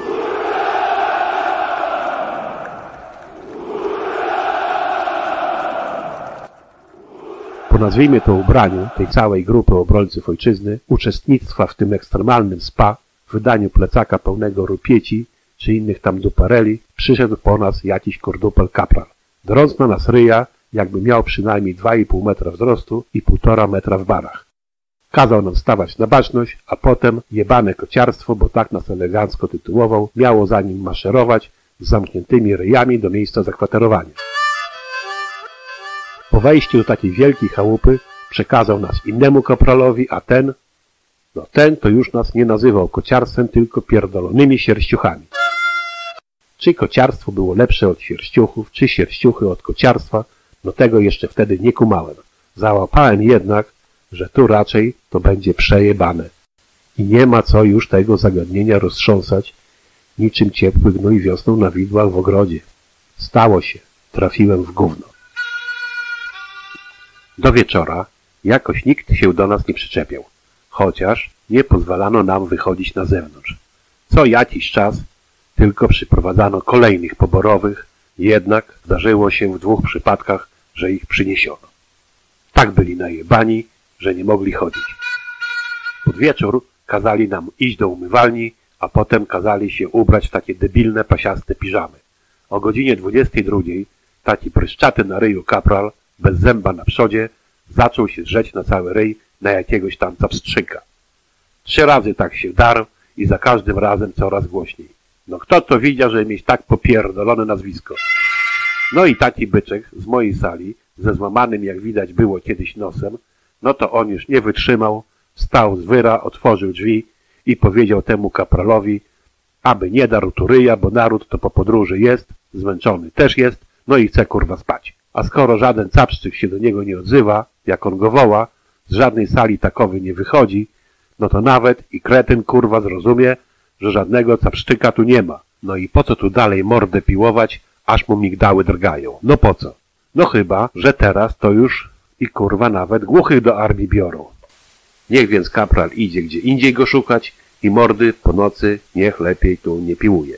Po nazwijmy to ubraniu tej całej grupy obrońców ojczyzny, uczestnictwa w tym ekstremalnym spa, wydaniu plecaka pełnego rupieci czy innych tam dupareli, przyszedł po nas jakiś kordupel kapral. Drąc na nas ryja, jakby miał przynajmniej 2,5 metra wzrostu i 1,5 metra w barach. Kazał nam stawać na baczność, a potem jebane kociarstwo, bo tak nas elegancko tytułował, miało za nim maszerować z zamkniętymi ryjami do miejsca zakwaterowania. Po wejściu do takiej wielkiej chałupy przekazał nas innemu kapralowi, a ten to już nas nie nazywał kociarstwem, tylko pierdolonymi sierściuchami. Czy kociarstwo było lepsze od sierściuchów, czy sierściuchy od kociarstwa, no tego jeszcze wtedy nie kumałem. Załapałem jednak, że tu raczej to będzie przejebane. I nie ma co już tego zagadnienia roztrząsać, niczym ciepły gnój wiosną na widłach w ogrodzie. Stało się. Trafiłem w gówno. Do wieczora jakoś nikt się do nas nie przyczepiał, chociaż nie pozwalano nam wychodzić na zewnątrz. Co jakiś czas tylko przyprowadzano kolejnych poborowych, jednak zdarzyło się w 2 przypadkach, że ich przyniesiono. Tak byli najebani, że nie mogli chodzić. Pod wieczór kazali nam iść do umywalni, a potem kazali się ubrać w takie debilne, pasiaste piżamy. O godzinie 22 taki pryszczaty na ryju kapral, bez zęba na przodzie, zaczął się drzeć na cały ryj na jakiegoś tam capstrzyka. 3 razy tak się darł i za każdym razem coraz głośniej. No kto to widział, żeby mieć tak popierdolone nazwisko? No i taki byczek z mojej sali, ze złamanym jak widać było kiedyś nosem, no to on już nie wytrzymał, wstał z wyra, otworzył drzwi i powiedział temu kapralowi, aby nie darł tu ryja, bo naród to po podróży jest, zmęczony też jest, no i chce kurwa spać. A skoro żaden capszczyk się do niego nie odzywa, jak on go woła, z żadnej sali takowy nie wychodzi, no to nawet i kretyn kurwa zrozumie, że żadnego capszczyka tu nie ma. No i po co tu dalej mordę piłować, aż mu migdały drgają? No po co? No chyba, że teraz to już i kurwa nawet głuchych do armii biorą. Niech więc kapral idzie gdzie indziej go szukać i mordy po nocy niech lepiej tu nie piłuje.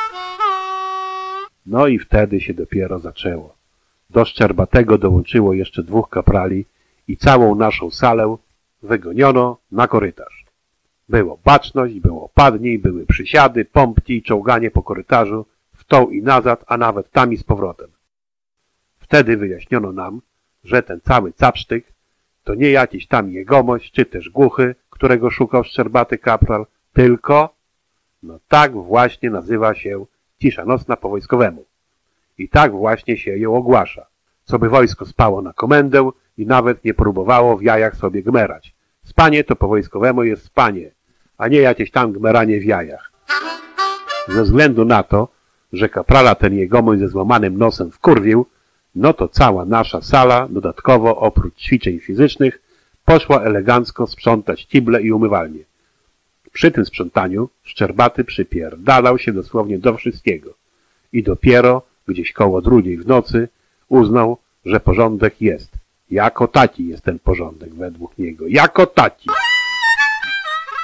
No i wtedy się dopiero zaczęło. Do Szczerbatego dołączyło jeszcze 2 kaprali i całą naszą salę wygoniono na korytarz. Było baczność, było padnij, były przysiady, pompki i czołganie po korytarzu, w tą i nazad, a nawet tam i z powrotem. Wtedy wyjaśniono nam, że ten cały capsztyk to nie jakiś tam jegomość, czy też głuchy, którego szukał Szczerbaty kapral, tylko, no tak właśnie nazywa się cisza nocna po wojskowemu. I tak właśnie się ją ogłasza, co by wojsko spało na komendę i nawet nie próbowało w jajach sobie gmerać. Spanie to po wojskowemu jest spanie, a nie jakieś tam gmeranie w jajach. Ze względu na to, że kaprala ten jegomość ze złamanym nosem wkurwił, no to cała nasza sala, dodatkowo oprócz ćwiczeń fizycznych, poszła elegancko sprzątać kible i umywalnie. Przy tym sprzątaniu Szczerbaty przypierdalał się dosłownie do wszystkiego i dopiero gdzieś koło 2 w nocy uznał, że porządek jest. Jako taki jest ten porządek według niego. Jako taki!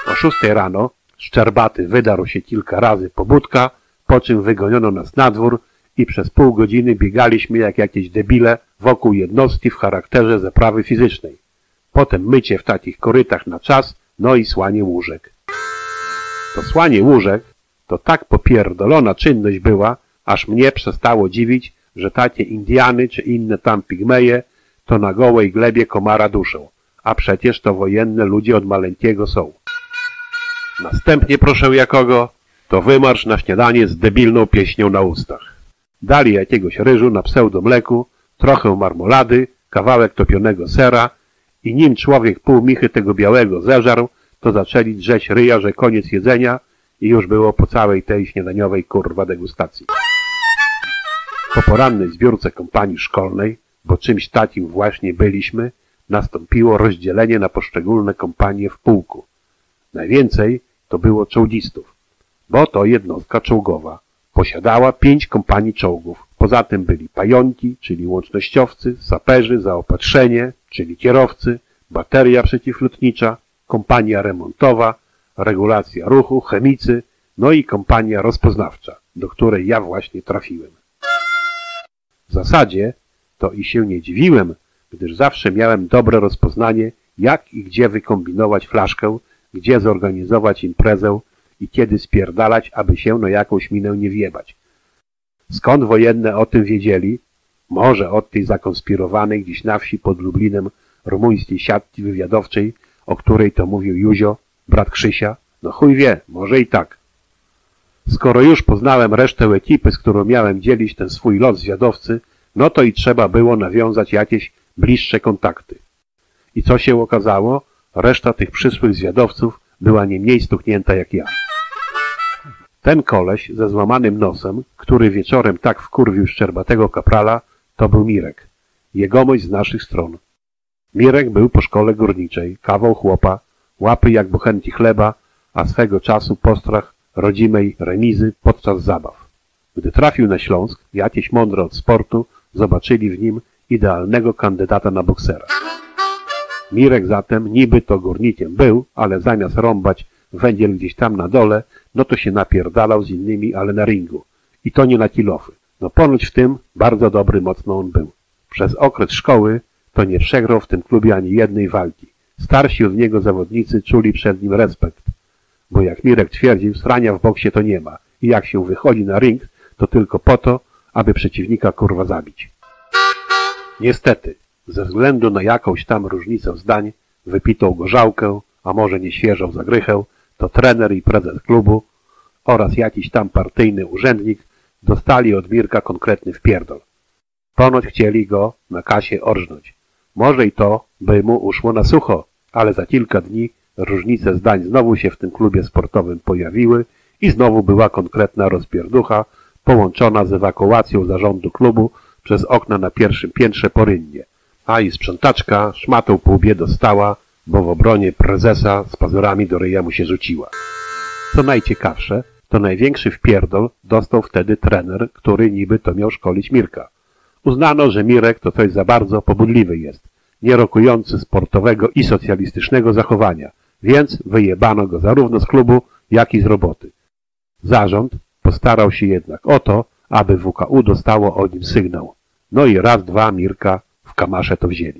O 6 rano Szczerbaty wydarł się kilka razy po budka, po czym wygoniono nas na dwór i przez pół godziny biegaliśmy jak jakieś debile wokół jednostki w charakterze zaprawy fizycznej. Potem mycie w takich korytach na czas, no i słanie łóżek. To słanie łóżek to tak popierdolona czynność była, aż mnie przestało dziwić, że takie Indiany czy inne tam pigmeje to na gołej glebie komara duszą, a przecież to wojenne ludzie od maleńkiego są. Następnie, proszę jakogo, to wymarsz na śniadanie z debilną pieśnią na ustach. Dali jakiegoś ryżu na pseudomleku, trochę marmolady, kawałek topionego sera i nim człowiek pół michy tego białego zeżarł, to zaczęli drzeć ryja, że koniec jedzenia i już było po całej tej śniadaniowej kurwa degustacji. Po porannej zbiórce kompanii szkolnej, bo czymś takim właśnie byliśmy, nastąpiło rozdzielenie na poszczególne kompanie w pułku. Najwięcej to było czołgistów, bo to jednostka czołgowa. Posiadała 5 kompanii czołgów. Poza tym byli pająki, czyli łącznościowcy, saperzy, zaopatrzenie, czyli kierowcy, bateria przeciwlotnicza, kompania remontowa, regulacja ruchu, chemicy, no i kompania rozpoznawcza, do której ja właśnie trafiłem. W zasadzie to i się nie dziwiłem, gdyż zawsze miałem dobre rozpoznanie, jak i gdzie wykombinować flaszkę, gdzie zorganizować imprezę i kiedy spierdalać, aby się na jakąś minę nie wjebać. Skąd wojenne o tym wiedzieli? Może od tej zakonspirowanej gdzieś na wsi pod Lublinem rumuńskiej siatki wywiadowczej, o której to mówił Józio, brat Krzysia? No chuj wie, może i tak. Skoro już poznałem resztę ekipy, z którą miałem dzielić ten swój lot zwiadowcy, no to i trzeba było nawiązać jakieś bliższe kontakty. I co się okazało? Reszta tych przyszłych zwiadowców była nie mniej stuknięta jak ja. Ten koleś ze złamanym nosem, który wieczorem tak wkurwił Szczerbatego kaprala, to był Mirek. Jegomość z naszych stron. Mirek był po szkole górniczej, kawał chłopa, łapy jak bochenki chleba, a swego czasu postrach rodzimej remizy podczas zabaw. Gdy trafił na Śląsk, jakieś mądre od sportu zobaczyli w nim idealnego kandydata na boksera. Mirek zatem niby to górnikiem był, ale zamiast rąbać węgiel gdzieś tam na dole, no to się napierdalał z innymi, ale na ringu. I to nie na kilofy. No ponoć w tym bardzo dobry mocno on był. Przez okres szkoły to nie przegrał w tym klubie ani jednej walki. Starsi od niego zawodnicy czuli przed nim respekt. Bo jak Mirek twierdził, srania w boksie to nie ma. I jak się wychodzi na ring, to tylko po to, aby przeciwnika kurwa zabić. Niestety, ze względu na jakąś tam różnicę zdań, wypitą gorzałkę, a może nieświeżą zagrychę, to trener i prezes klubu oraz jakiś tam partyjny urzędnik dostali od Mirka konkretny wpierdol. Ponoć chcieli go na kasie orżnąć. Może i to by mu uszło na sucho, ale za kilka dni różnice zdań znowu się w tym klubie sportowym pojawiły i znowu była konkretna rozpierducha połączona z ewakuacją zarządu klubu przez okna na pierwszym piętrze po rynnie. A i sprzątaczka szmatą po łbie dostała, bo w obronie prezesa z pazurami do ryja mu się rzuciła. Co najciekawsze, to największy wpierdol dostał wtedy trener, który niby to miał szkolić Mirka. Uznano, że Mirek to coś za bardzo pobudliwy jest, nie rokujący sportowego i socjalistycznego zachowania, więc wyjebano go zarówno z klubu, jak i z roboty. Zarząd postarał się jednak o to, aby WKU dostało o nim sygnał. No i raz, dwa Mirka w kamasze to wzięli.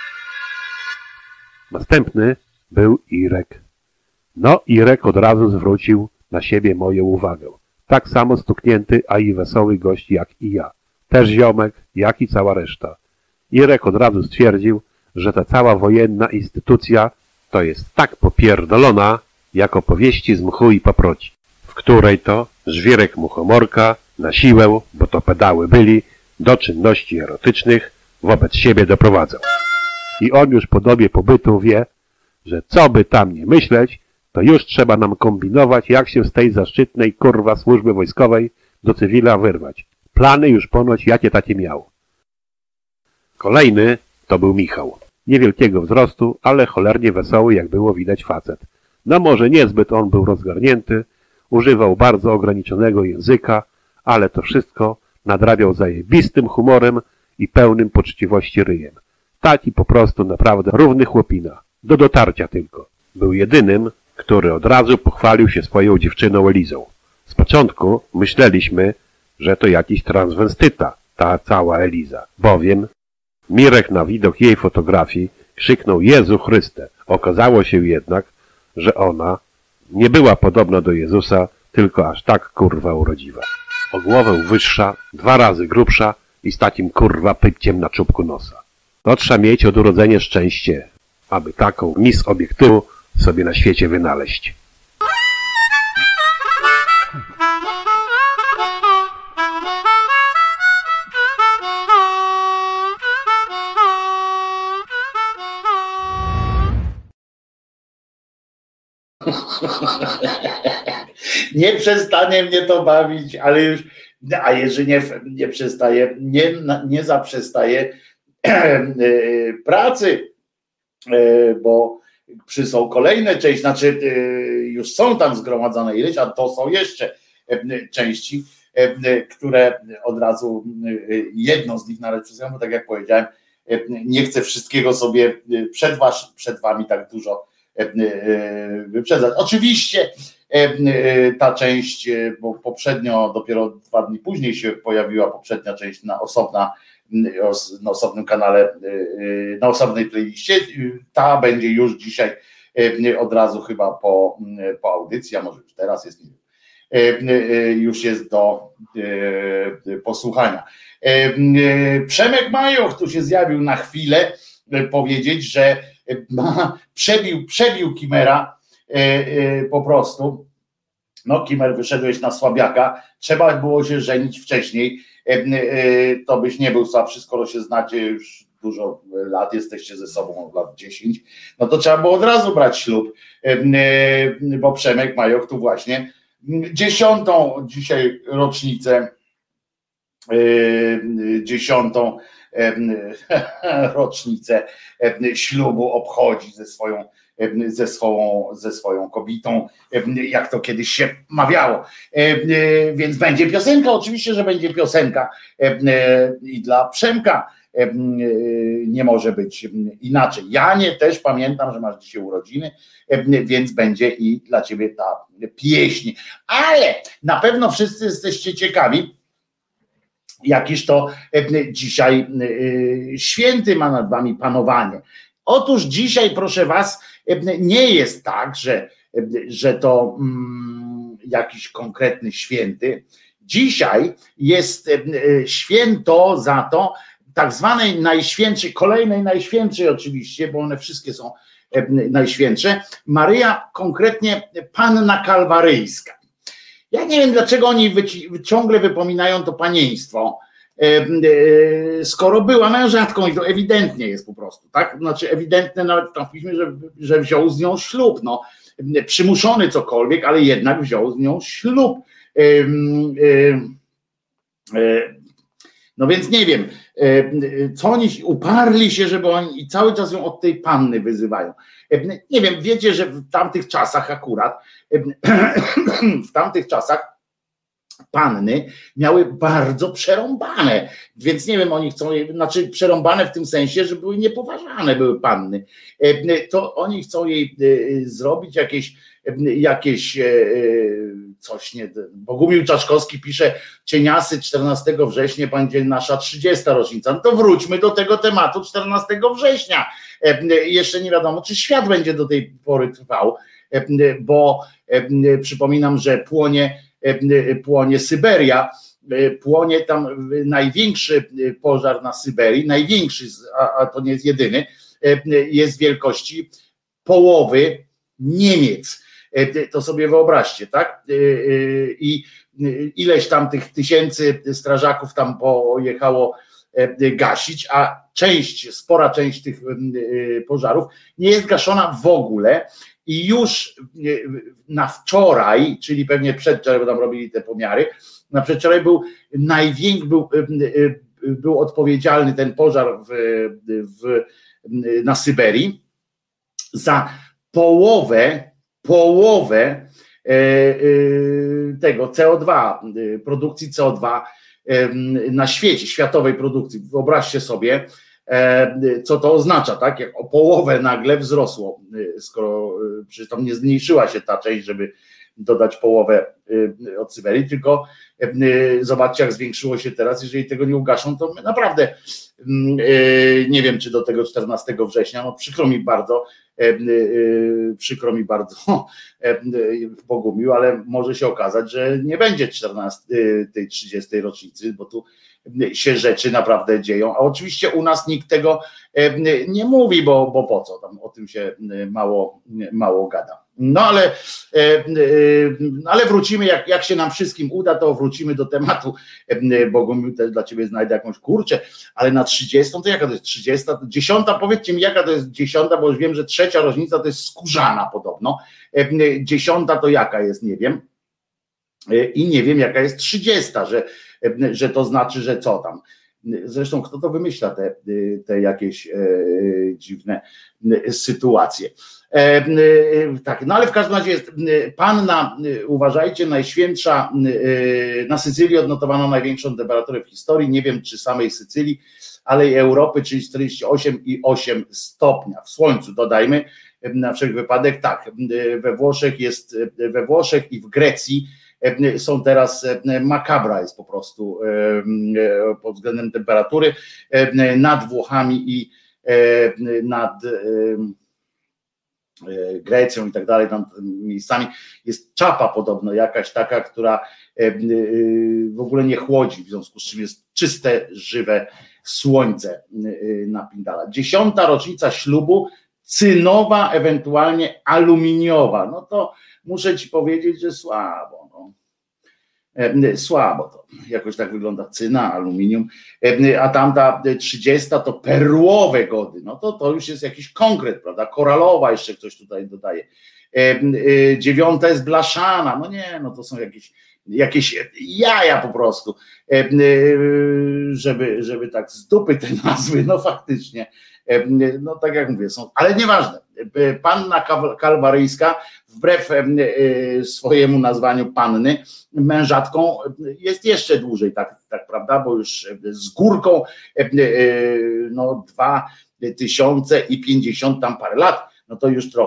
Następny był Irek. No, Irek od razu zwrócił na siebie moją uwagę. Tak samo stuknięty, a i wesoły gość jak i ja. Też ziomek, jak i cała reszta. Irek od razu stwierdził, że ta cała wojenna instytucja to jest tak popierdolona, jak opowieści z mchu i paproci, w której to żwirek muchomorka na siłę, bo to pedały byli, do czynności erotycznych wobec siebie doprowadzał. I on już po dobie pobytu wie, że co by tam nie myśleć, to już trzeba nam kombinować, jak się z tej zaszczytnej kurwa służby wojskowej do cywila wyrwać. Plany już ponoć jakie takie miał. Kolejny to był Michał. Niewielkiego wzrostu, ale cholernie wesoły, jak było widać facet. No może niezbyt on był rozgarnięty, używał bardzo ograniczonego języka, ale to wszystko nadrabiał zajebistym humorem i pełnym poczciwości ryjem. Taki po prostu naprawdę równy chłopina. Do dotarcia tylko. Był jedynym, który od razu pochwalił się swoją dziewczyną Elizą. Z początku myśleliśmy, że to jakiś transwestyta, ta cała Eliza, bowiem Mirek na widok jej fotografii krzyknął Jezu Chryste. Okazało się jednak, że ona nie była podobna do Jezusa, tylko aż tak kurwa urodziwa. O głowę wyższa, 2 razy grubsza i z takim kurwa pyciem na czubku nosa. To trzeba mieć od urodzenia szczęście, aby taką miss obiektywu sobie na świecie wynaleźć. Nie przestanie mnie to bawić, ale już, a jeżeli nie przestaje, nie zaprzestaje pracy, bo są kolejne części, znaczy już są tam zgromadzone ileś, a to są jeszcze części, które od razu, jedną z nich nawet przyznam, bo tak jak powiedziałem, nie chcę wszystkiego sobie przed wami tak dużo wyprzedzać. Oczywiście ta część, bo poprzednio, dopiero 2 dni później się pojawiła poprzednia część na osobnym kanale, na osobnej playliście. Ta będzie już dzisiaj od razu chyba po audycji, a może już teraz jest, nie wiem, już jest do posłuchania. Przemek Majoch tu się zjawił na chwilę powiedzieć, że przebił Kimera po prostu. No Kimer, wyszedłeś na słabiaka, trzeba było się żenić wcześniej, to byś nie był słabszy, skoro się znacie już dużo lat, jesteście ze sobą od lat 10, no to trzeba było od razu brać ślub, bo Przemek Majoch tu właśnie 10. dzisiaj rocznicę, 10. rocznicę ślubu obchodzi ze swoją kobietą, jak to kiedyś się mawiało. Więc będzie piosenka, oczywiście, że będzie piosenka i dla Przemka nie może być inaczej. Janie, też pamiętam, że masz dzisiaj urodziny, więc będzie i dla ciebie ta pieśń. Ale na pewno wszyscy jesteście ciekawi, jakiż to dzisiaj święty ma nad wami panowanie. Otóż dzisiaj, proszę was, nie jest tak, że to jakiś konkretny święty. Dzisiaj jest święto za to tak zwanej najświętszej, kolejnej najświętszej oczywiście, bo one wszystkie są najświętsze, Maryja, konkretnie Panna Kalwaryjska. Ja nie wiem, dlaczego oni ciągle wypominają to panieństwo, skoro była mężatką i to ewidentnie jest po prostu, tak? Znaczy ewidentne nawet tam w piśmie, że wziął z nią ślub, no, przymuszony cokolwiek, ale jednak wziął z nią ślub. No więc nie wiem, co oni uparli się, żeby oni i cały czas ją od tej panny wyzywają. Nie wiem, wiecie, że w tamtych czasach akurat, w tamtych czasach panny miały bardzo przerąbane, więc nie wiem, oni chcą, znaczy przerąbane w tym sensie, że były niepoważane, były panny. To oni chcą jej zrobić jakieś coś, nie, Bogumił Czaszkowski pisze, cieniasy 14 września będzie nasza 30. rocznica. No to wróćmy do tego tematu 14 września. Jeszcze nie wiadomo, czy świat będzie do tej pory trwał, bo przypominam, że płonie Syberia, płonie tam największy pożar na Syberii, największy, a to nie jest jedyny, jest wielkości połowy Niemiec. To sobie wyobraźcie, tak? I ileś tam tych tysięcy strażaków tam pojechało gasić, a spora część tych pożarów nie jest gaszona w ogóle i już na wczoraj, czyli pewnie przedwczoraj, bo tam robili te pomiary, na przedwczoraj był odpowiedzialny ten pożar na Syberii za połowę tego CO2, produkcji CO2 na świecie, światowej produkcji. Wyobraźcie sobie, co to oznacza, tak? Jak o połowę nagle wzrosło, skoro przecież tam nie zmniejszyła się ta część, żeby dodać połowę od Syberii, tylko zobaczcie, jak zwiększyło się teraz. Jeżeli tego nie ugaszą, to my naprawdę nie wiem, czy do tego 14 września, no przykro mi bardzo w Bogumiu, ale może się okazać, że nie będzie tej 30. rocznicy, bo tu się rzeczy naprawdę dzieją, a oczywiście u nas nikt tego nie mówi, bo po co, tam o tym się mało gada. No ale wrócimy, jak się nam wszystkim uda, to wrócimy do tematu. Bogumił, też dla ciebie znajdę jakąś kurczę, ale na 30, to jaka to jest 30? 10, powiedzcie mi, jaka to jest 10, bo już wiem, że 3. rocznica to jest skórzana podobno. 10 to jaka jest, nie wiem. I nie wiem, jaka jest 30, że to znaczy, że co tam. Zresztą kto to wymyśla, te jakieś dziwne sytuacje. Tak, no ale w każdym razie jest panna, uważajcie, najświętsza, na Sycylii odnotowano największą temperaturę w historii, nie wiem czy samej Sycylii, ale i Europy, czyli 48,8 stopnia w słońcu, dodajmy na wszelki wypadek. Tak, we Włoszech i w Grecji są teraz, makabra jest po prostu pod względem temperatury, nad Włochami i nad Grecją i tak dalej, tam miejscami jest czapa podobno jakaś taka, która w ogóle nie chłodzi, w związku z czym jest czyste, żywe słońce na Pindala. 10. rocznica ślubu, cynowa, ewentualnie aluminiowa. No to muszę ci powiedzieć, że słabo. Słabo to jakoś tak wygląda, cyna, aluminium, a tamta 30 to perłowe gody, no to już jest jakiś konkret, prawda, koralowa jeszcze ktoś tutaj dodaje, 9 jest blaszana, no nie, no to są jakieś jaja po prostu, żeby tak z dupy te nazwy, no faktycznie, no tak jak mówię, są, ale nieważne, panna kalwaryjska, wbrew swojemu nazwaniu panny, mężatką jest jeszcze dłużej, tak prawda, bo już z górką no 2050 tam parę lat, no to już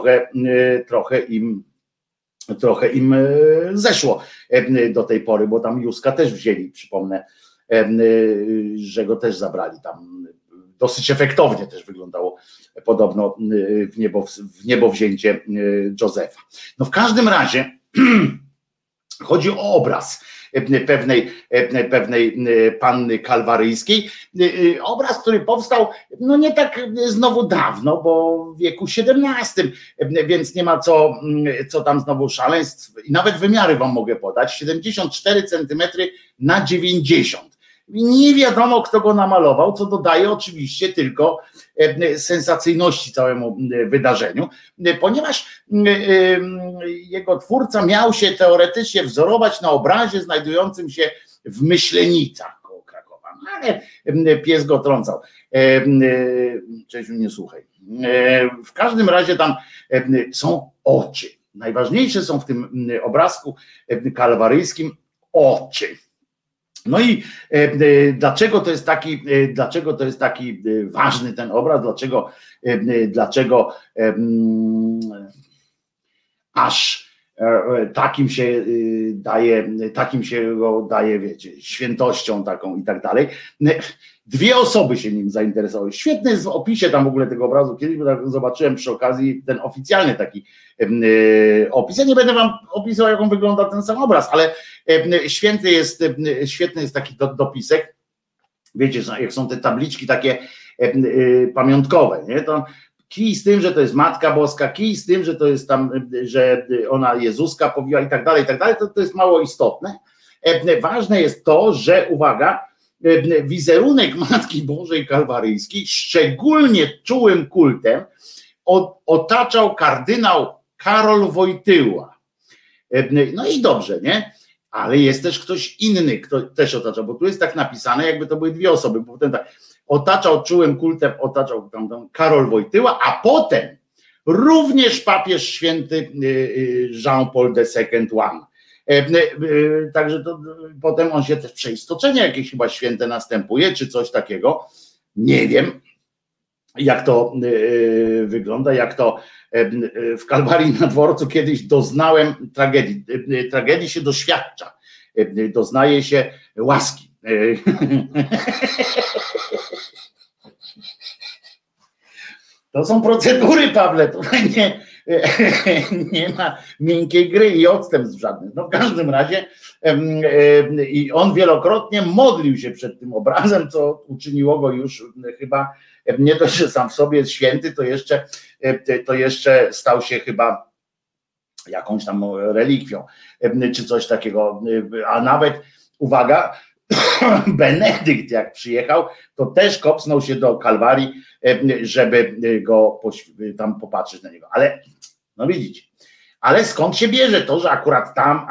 trochę im zeszło do tej pory, bo tam Józka też wzięli, przypomnę, że go też zabrali tam. Dosyć efektownie też wyglądało podobno w niebo wzięcie Józefa. No w każdym razie chodzi o obraz pewnej panny kalwaryjskiej. Obraz, który powstał no nie tak znowu dawno, bo w wieku XVII, więc nie ma co tam znowu szaleństw. I nawet wymiary wam mogę podać. 74 cm na 90. Nie wiadomo, kto go namalował, co dodaje oczywiście tylko sensacyjności całemu wydarzeniu, ponieważ jego twórca miał się teoretycznie wzorować na obrazie znajdującym się w Myślenicach koło Krakowa, ale pies go trącał. Cześć, nie słuchaj. W każdym razie tam są oczy. Najważniejsze są w tym obrazku kalwaryjskim oczy. No i dlaczego to jest taki ważny ten obraz, dlaczego aż takim się go daje, wiecie, świętością taką i tak dalej. 2 osoby się nim zainteresowały. Świetny jest w opisie tam w ogóle tego obrazu. Kiedyś zobaczyłem przy okazji ten oficjalny taki opis. Ja nie będę wam opisywał, jak on wygląda ten sam obraz, ale świetny jest taki dopisek. Wiecie, jak są te tabliczki takie pamiątkowe, nie? To kij z tym, że to jest Matka Boska, kij z tym, że to jest tam, że ona Jezuska powiła i tak dalej, to jest mało istotne. Ważne jest to, że uwaga, wizerunek Matki Bożej Kalwaryjskiej szczególnie czułym kultem otaczał kardynał Karol Wojtyła. No i dobrze, nie? Ale jest też ktoś inny, kto też otaczał, bo tu jest tak napisane, jakby to były 2 osoby, bo potem tak, otaczał czułym kultem, otaczał tam Karol Wojtyła, a potem również papież święty Jean-Paul II. Także to potem on się też przeistoczenie jakieś chyba święte następuje, czy coś takiego, nie wiem, jak to wygląda, jak to w Kalwarii na dworcu kiedyś doznałem tragedii. Tragedii się doświadcza, doznaje się łaski. To są procedury, Pawle, tutaj nie ma miękkiej gry i odstępstw żadnych. No w każdym razie i on wielokrotnie modlił się przed tym obrazem, co uczyniło go już chyba nie dość, że sam w sobie jest święty, to jeszcze stał się chyba jakąś tam relikwią, czy coś takiego, a nawet, uwaga, Benedykt jak przyjechał, to też kopsnął się do Kalwarii, żeby go tam popatrzeć na niego, ale no widzicie, ale skąd się bierze to, że akurat tam,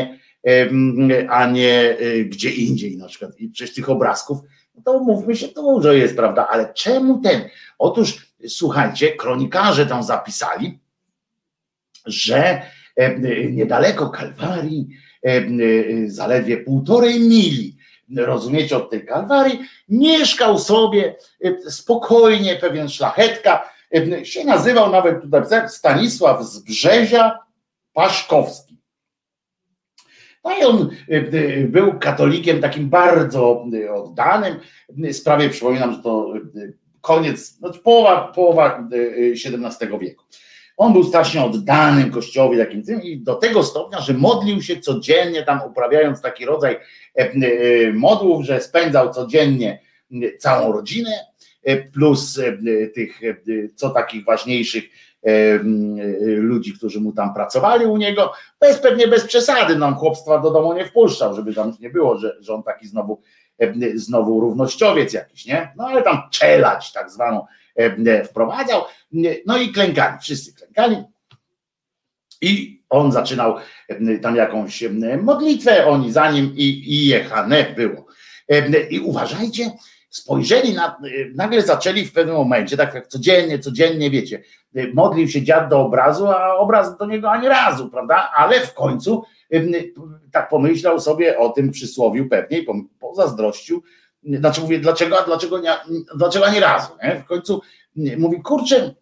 a nie gdzie indziej na przykład, i przecież tych obrazków, no to mówmy się, to dużo jest, prawda, ale czemu ten? Otóż słuchajcie, kronikarze tam zapisali, że niedaleko Kalwarii, zaledwie 1,5 mili, rozumiecie, od tej Kalwarii, mieszkał sobie spokojnie pewien szlachetka, się nazywał nawet tutaj Stanisław z Brzezia Paszkowski. No i on był katolikiem takim bardzo oddanym, sprawie przypominam, że to koniec, znaczy połowa XVII wieku. On był strasznie oddanym Kościołowi takim tym i do tego stopnia, że modlił się codziennie, tam uprawiając taki rodzaj modłów, że spędzał codziennie całą rodzinę, plus tych co takich ważniejszych ludzi, którzy mu tam pracowali u niego, to jest pewnie bez przesady, no chłopstwa do domu nie wpuszczał, żeby tam nie było, że on taki znowu równościowiec jakiś, nie? No ale tam czelać tak zwaną wprowadzał, no i klękali, wszyscy klękali i on zaczynał tam jakąś modlitwę, oni za nim i jechane było. I uważajcie, spojrzeli nagle zaczęli w pewnym momencie, tak jak codziennie, wiecie, modlił się dziad do obrazu, a obraz do niego ani razu, prawda? Ale w końcu tak pomyślał sobie o tym przysłowiu pewnie i pozazdrościł. Znaczy mówię, dlaczego ani razu? Nie? W końcu mówi, kurczę,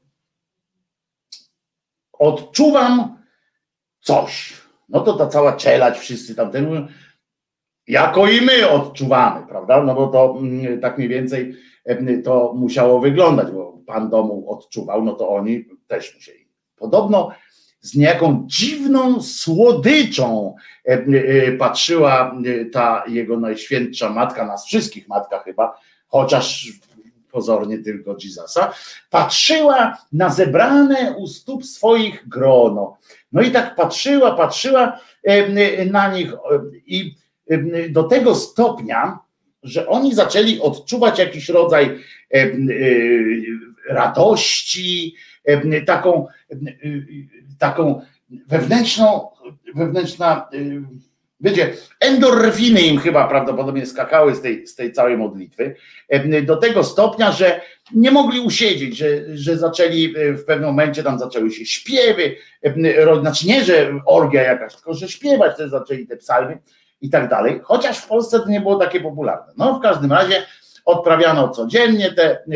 odczuwam coś. No to ta cała czelać, wszyscy tamten mówią, jako i my odczuwamy, prawda? No bo to tak mniej więcej to musiało wyglądać, bo pan domu odczuwał, no to oni też musieli. Podobno z niejaką dziwną słodyczą patrzyła ta jego najświętsza matka, nas wszystkich matka chyba, chociaż pozornie tylko Jezusa, patrzyła na zebrane u stóp swoich grono. No i tak patrzyła na nich i do tego stopnia, że oni zaczęli odczuwać jakiś rodzaj radości, taką wewnętrzna, wiecie, endorfiny im chyba prawdopodobnie skakały z tej całej modlitwy, do tego stopnia, że nie mogli usiedzieć, że zaczęli w pewnym momencie, tam zaczęły się śpiewy, znaczy nie, że orgia jakaś, tylko że śpiewać też zaczęli te psalmy i tak dalej, chociaż w Polsce to nie było takie popularne. No w każdym razie odprawiano codziennie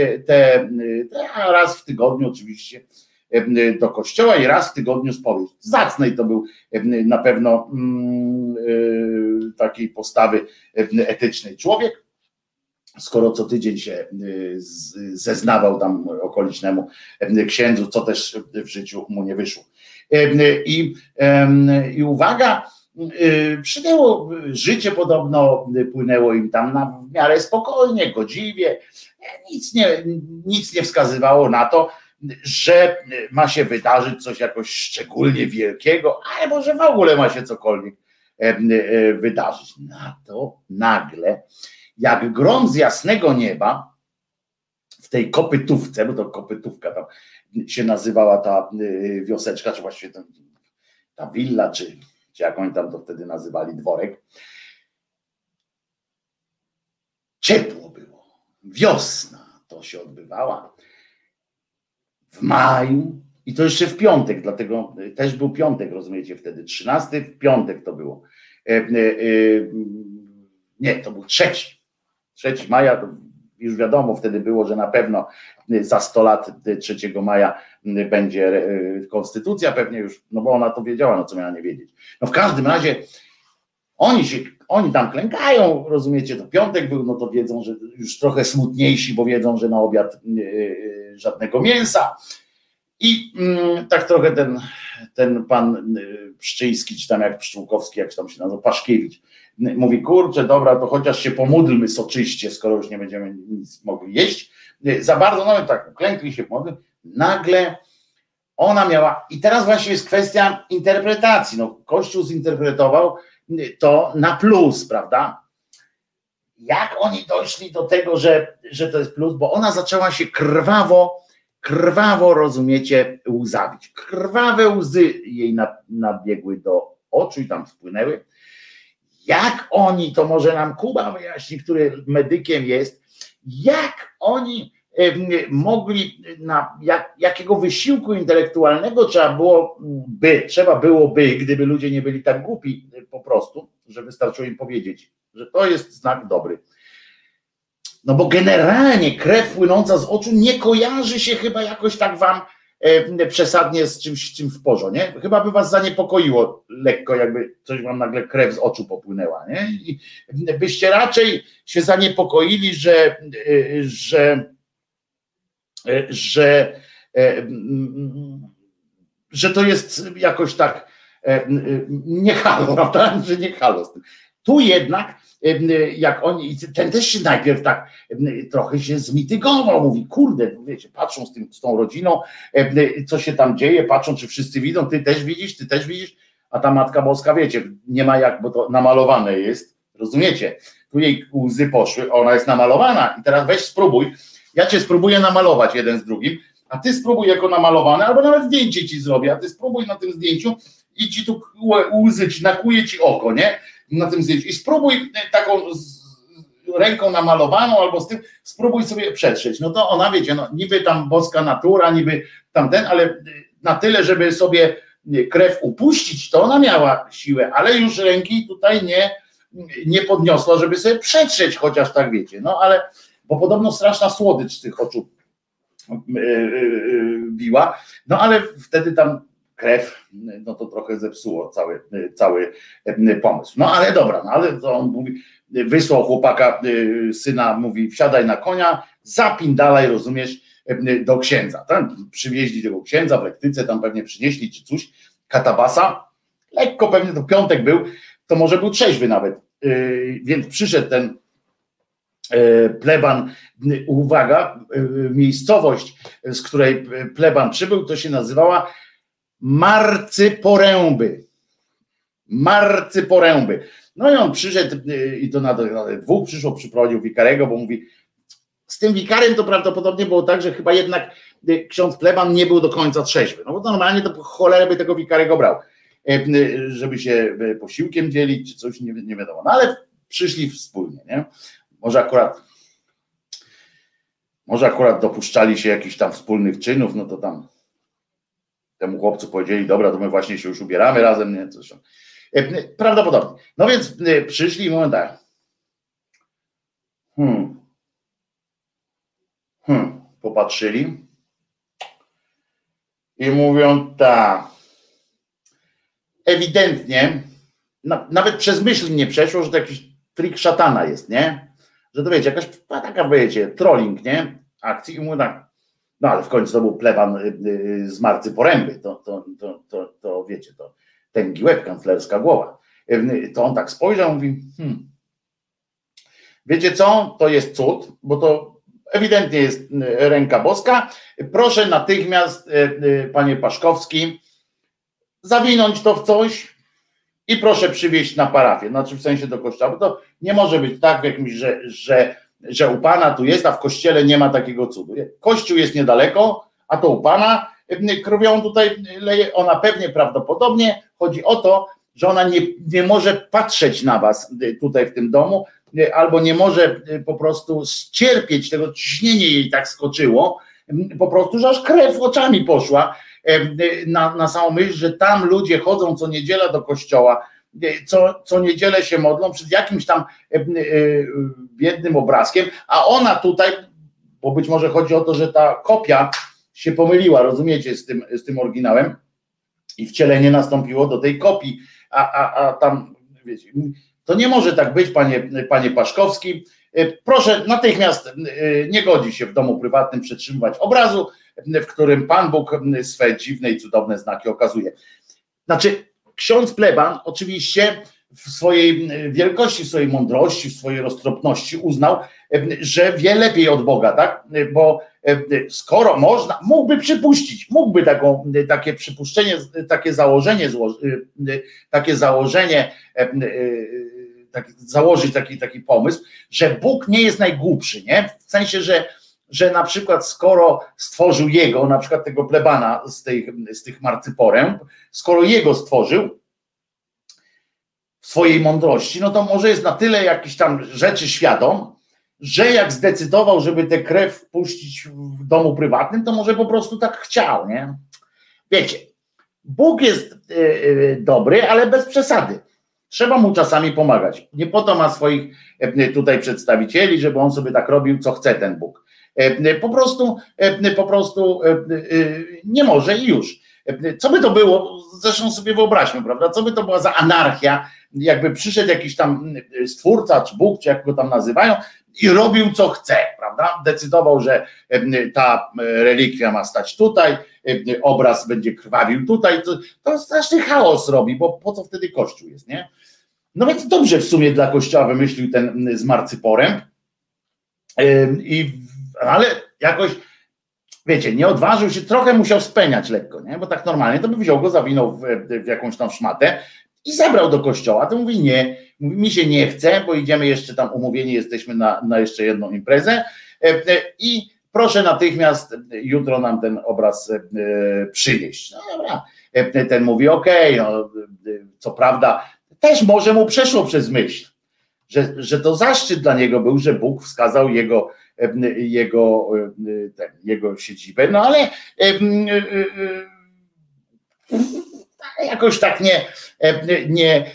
a raz w tygodniu oczywiście do kościoła i raz w tygodniu spowiedź. Zacnej to był na pewno takiej postawy etycznej człowiek, skoro co tydzień się zeznawał tam okolicznemu księdzu, co też w życiu mu nie wyszło. I uwaga, przynęło życie podobno, płynęło im tam w miarę spokojnie, godziwie, nic nie wskazywało na to, że ma się wydarzyć coś jakoś szczególnie wielkiego, albo że w ogóle ma się cokolwiek wydarzyć. Na to nagle, jak grom z jasnego nieba, w tej kopytówce, bo to kopytówka tam się nazywała ta wioseczka, czy właściwie ta willa, czy jak oni tam to wtedy nazywali, dworek. Ciepło było, wiosna to się odbywała. W maju i to jeszcze w piątek, dlatego też był piątek, rozumiecie, wtedy 13, w piątek to było. Nie, to był 3 maja, to już wiadomo wtedy było, że na pewno za 100 lat 3 maja będzie konstytucja, pewnie już, no bo ona to wiedziała, no co miała nie wiedzieć. No w każdym razie oni tam klękają, rozumiecie, to piątek był, no to wiedzą, że już trochę smutniejsi, bo wiedzą, że na obiad żadnego mięsa. I tak trochę ten pan Pszczyński, czy tam jak Pszczółkowski, jak tam się nazywa, Paszkiewicz, mówi, kurczę, dobra, to chociaż się pomódlmy soczyście, skoro już nie będziemy nic mogli jeść. Za bardzo, no tak, klękli się pomódlmy. Nagle ona miała, i teraz właśnie jest kwestia interpretacji, no Kościół zinterpretował to na plus, prawda? Jak oni doszli do tego, że to jest plus, bo ona zaczęła się krwawo, rozumiecie, łzawić. Krwawe łzy jej nabiegły do oczu i tam spłynęły. Jak oni, to może nam Kuba wyjaśni, który medykiem jest, jak oni mogli, jakiego wysiłku intelektualnego trzeba byłoby, gdyby ludzie nie byli tak głupi po prostu, że wystarczyło im powiedzieć, że to jest znak dobry. No bo generalnie krew płynąca z oczu nie kojarzy się chyba jakoś tak wam przesadnie z czym w porze, nie? Chyba by was zaniepokoiło lekko, jakby coś wam nagle krew z oczu popłynęła, nie? I byście raczej się zaniepokoili, że to jest jakoś tak nie halo, prawda? Że nie halo z tym. Tu jednak, jak oni, ten też się najpierw tak trochę się zmitygował, mówi, kurde, wiecie, patrzą z tą rodziną, co się tam dzieje, patrzą, czy wszyscy widzą, ty też widzisz, a ta Matka Boska, wiecie, nie ma jak, bo to namalowane jest, rozumiecie? Tu jej łzy poszły, ona jest namalowana i teraz weź spróbuj, ja cię spróbuję namalować jeden z drugim, a ty spróbuj jako namalowane, albo nawet zdjęcie ci zrobię, a ty spróbuj na tym zdjęciu i ci tu łzy, nakuje ci oko, nie? Na tym zdjęciu i spróbuj taką ręką namalowaną albo z tym, spróbuj sobie przetrzeć. No to ona, wiecie, no niby tam boska natura, niby tamten, ale na tyle, żeby sobie krew upuścić, to ona miała siłę, ale już ręki tutaj nie podniosła, żeby sobie przetrzeć, chociaż tak wiecie, no ale, bo podobno straszna słodycz z tych oczu biła, no ale wtedy tam krew, no to trochę zepsuło cały pomysł. No ale dobra, no ale to on mówi, wysłał chłopaka, syna, mówi, wsiadaj na konia, zapindalaj, rozumiesz, do księdza. Tam przywieźli tego księdza w lektyce, tam pewnie przynieśli czy coś, katabasa, lekko pewnie, to piątek był, to może był trzeźwy nawet, więc przyszedł ten pleban, uwaga, miejscowość, z której pleban przybył, to się nazywała Marcyporęby. No i on przyszedł i to na dwóch przyszło, przyprowadził wikarego, bo mówi, z tym wikarem to prawdopodobnie było tak, że chyba jednak ksiądz pleban nie był do końca trzeźwy. No bo normalnie to cholerę by tego wikarego brał, żeby się posiłkiem dzielić, czy coś, nie wiadomo. No ale przyszli wspólnie, nie? Może akurat dopuszczali się jakichś tam wspólnych czynów, no to tam temu chłopcu powiedzieli, dobra, to my właśnie się już ubieramy razem, nie? Coś tam. Prawdopodobnie. No więc przyszli i mówią tak. Popatrzyli i mówią tak. Ewidentnie, nawet przez myśl nie przeszło, że to jakiś trik szatana jest, nie? Że to wiecie, jakaś taka, wiecie, trolling, nie? Akcji i mówią tak. No ale w końcu to był pleban z Marcyporęby, to wiecie, to tęgi łeb, kanclerska głowa. To on tak spojrzał, mówi, wiecie co, to jest cud, bo to ewidentnie jest ręka boska, proszę natychmiast, panie Paszkowski, zawinąć to w coś i proszę przywieźć na parafię, znaczy w sensie do kościoła, bo to nie może być tak w jakimś, że u pana tu jest, a w kościele nie ma takiego cudu. Kościół jest niedaleko, a to u pana krwią tutaj leje, ona pewnie prawdopodobnie chodzi o to, że ona nie może patrzeć na was tutaj w tym domu, albo nie może po prostu ścierpieć tego, ciśnienie jej tak skoczyło, po prostu, że aż krew oczami poszła na samą myśl, że tam ludzie chodzą co niedziela do kościoła co niedzielę się modlą przed jakimś tam biednym obrazkiem, a ona tutaj, bo być może chodzi o to, że ta kopia się pomyliła, rozumiecie, z tym oryginałem i wcielenie nastąpiło do tej kopii, a tam, wiecie, to nie może tak być, panie Paszkowski, proszę natychmiast, nie godzi się w domu prywatnym przetrzymywać obrazu, w którym Pan Bóg swe dziwne i cudowne znaki okazuje. Znaczy, ksiądz pleban oczywiście w swojej wielkości, w swojej mądrości, w swojej roztropności uznał, że wie lepiej od Boga, tak? Bo skoro można, mógłby przypuścić, mógłby takie przypuszczenie, założyć taki pomysł, że Bóg nie jest najgłupszy, nie? W sensie, że na przykład skoro stworzył jego, na przykład tego plebana z tych marcyporęb, skoro jego stworzył w swojej mądrości, no to może jest na tyle jakiś tam rzeczy świadom, że jak zdecydował, żeby tę krew puścić w domu prywatnym, to może po prostu tak chciał, nie? Wiecie, Bóg jest dobry, ale bez przesady. Trzeba mu czasami pomagać. Nie po to ma swoich tutaj przedstawicieli, żeby on sobie tak robił, co chce ten Bóg. Po prostu nie może i już. Co by to było, zresztą sobie wyobraźmy, prawda, co by to była za anarchia, jakby przyszedł jakiś tam stwórca, czy Bóg, czy jak go tam nazywają, i robił co chce, prawda, decydował, że ta relikwia ma stać tutaj, obraz będzie krwawił tutaj, to straszny chaos robi, bo po co wtedy Kościół jest, nie? No więc dobrze w sumie dla Kościoła wymyślił ten z marcyporem, ale jakoś, wiecie, nie odważył się, trochę musiał speniać lekko, nie? Bo tak normalnie to by wziął go, zawinął w jakąś tam szmatę i zabrał do kościoła. To mówi nie, mówi mi się nie chce, bo idziemy jeszcze tam umówieni, jesteśmy na jeszcze jedną imprezę i proszę natychmiast jutro nam ten obraz przywieźć. No dobra, ten mówi okej, no, co prawda też może mu przeszło przez myśl, że to zaszczyt dla niego był, że Bóg wskazał jego siedzibę, no ale jakoś tak nie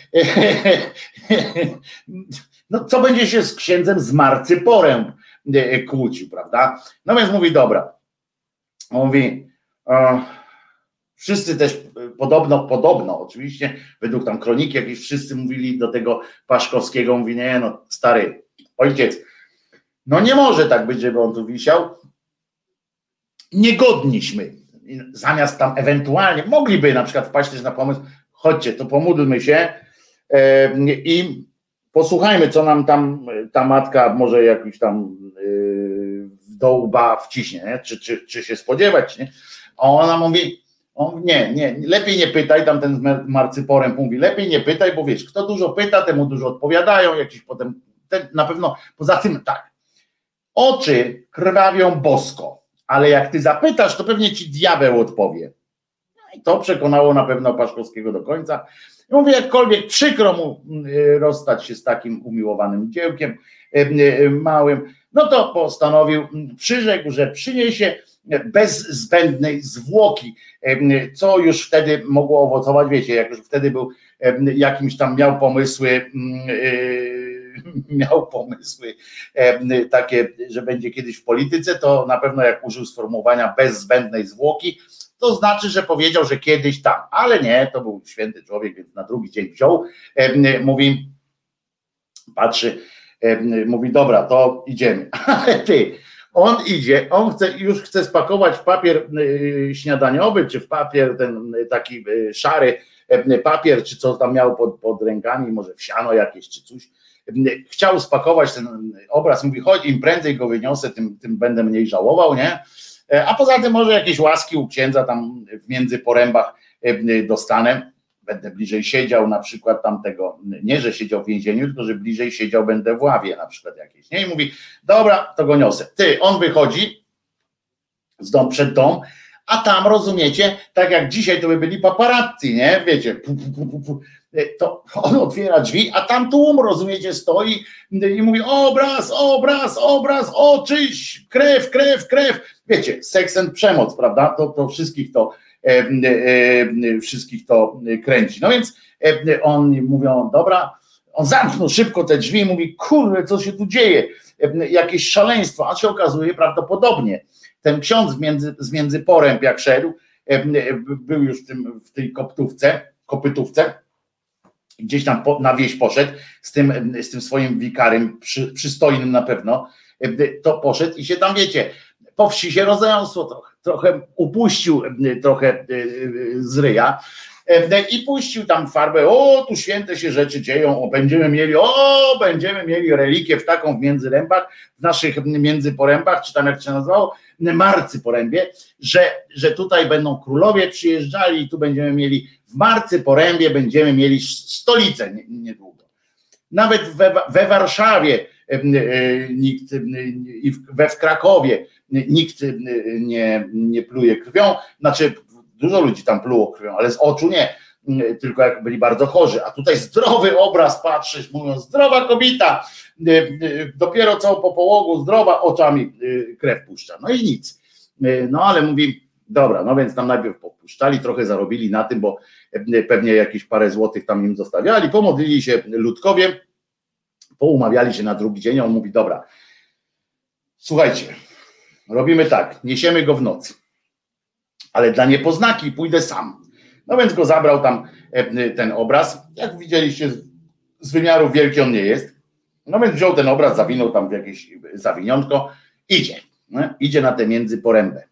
no co będzie się z księdzem z marcyporem kłócił, prawda? No więc mówi dobra, mówi wszyscy też podobno oczywiście, według tam kroniki jakieś wszyscy mówili do tego Paszkowskiego, mówi nie no stary ojciec, no nie może tak być, żeby on tu wisiał, niegodniśmy, zamiast tam ewentualnie, mogliby na przykład wpaść też na pomysł, chodźcie, to pomódlmy się i posłuchajmy, co nam tam ta matka może jakiś tam do łba wciśnie, nie? Czy się spodziewać, nie? A ona mówi, nie, lepiej nie pytaj, tam ten marcyporem mówi, lepiej nie pytaj, bo wiesz, kto dużo pyta, temu dużo odpowiadają, jakiś potem, na pewno, poza tym tak, oczy krwawią bosko, ale jak ty zapytasz, to pewnie ci diabeł odpowie. No i to przekonało na pewno Paszkowskiego do końca. I mówię, jakkolwiek przykro mu rozstać się z takim umiłowanym dziełkiem małym, no to postanowił, przyrzekł, że przyniesie bez zbędnej zwłoki, co już wtedy mogło owocować, wiecie, jak już wtedy był jakimś tam miał pomysły takie, że będzie kiedyś w polityce, to na pewno jak użył sformułowania bez zbędnej zwłoki, to znaczy, że powiedział, że kiedyś tam, ale nie, to był święty człowiek, więc na drugi dzień wziął, mówi, patrzy, mówi, dobra, to idziemy, ale ty, on idzie, on już chce spakować w papier śniadaniowy, czy w papier ten taki szary papier, czy co tam miał pod rękami, może w siano jakieś, czy coś, chciał spakować ten obraz, mówi, chodź, im prędzej go wyniosę, tym będę mniej żałował, nie? A poza tym może jakieś łaski u księdza tam w międzyporębach dostanę, będę bliżej siedział na przykład tamtego, nie, że siedział w więzieniu, tylko że bliżej siedział będę w ławie na przykład jakieś, nie? I mówi, dobra, to go niosę. Ty, on wychodzi przed dom, a tam, rozumiecie, tak jak dzisiaj to by byli paparazzi, nie? Wiecie, to on otwiera drzwi, a tam tłum, rozumiecie, stoi i mówi obraz, oczyść, krew. Wiecie, seks and przemoc, prawda? To wszystkich to wszystkich to kręci. No więc oni mówią, dobra, on zamknął szybko te drzwi i mówi, kurde, co się tu dzieje, jakieś szaleństwo, a się okazuje prawdopodobnie ten ksiądz z Międzyporęb jak szedł, był już w tej kopytówce, gdzieś tam na wieś poszedł z tym swoim wikarym, przystojnym na pewno, to poszedł i się tam, wiecie, po wsi się rozniosło trochę upuścił trochę z ryja i puścił tam farbę, o tu święte się rzeczy dzieją, będziemy mieli relikiew taką w Międzyrębach, w naszych Międzyporębach, czy tam jak się nazywało, Marcyporębie, że tutaj będą królowie przyjeżdżali i tu będziemy mieli, w Marcyporębie będziemy mieli stolicę niedługo. Nawet we Warszawie nikt i w Krakowie nikt nie pluje krwią, znaczy dużo ludzi tam pluło krwią, ale z oczu nie, tylko jak byli bardzo chorzy, a tutaj zdrowy obraz patrzysz, mówią zdrowa kobieta, dopiero co po połogu zdrowa, oczami krew puszcza, no i nic, no ale mówi, dobra, no więc tam najpierw popuszczali, trochę zarobili na tym, bo pewnie jakieś parę złotych tam im zostawiali, pomodlili się ludkowie, poumawiali się na drugi dzień, a on mówi, dobra, słuchajcie, robimy tak, niesiemy go w nocy, ale dla niepoznaki pójdę sam. No więc go zabrał tam ten obraz, jak widzieliście z wymiaru wielki on nie jest, no więc wziął ten obraz, zawinął tam w jakieś zawiniątko, idzie na tę Międzyporębę.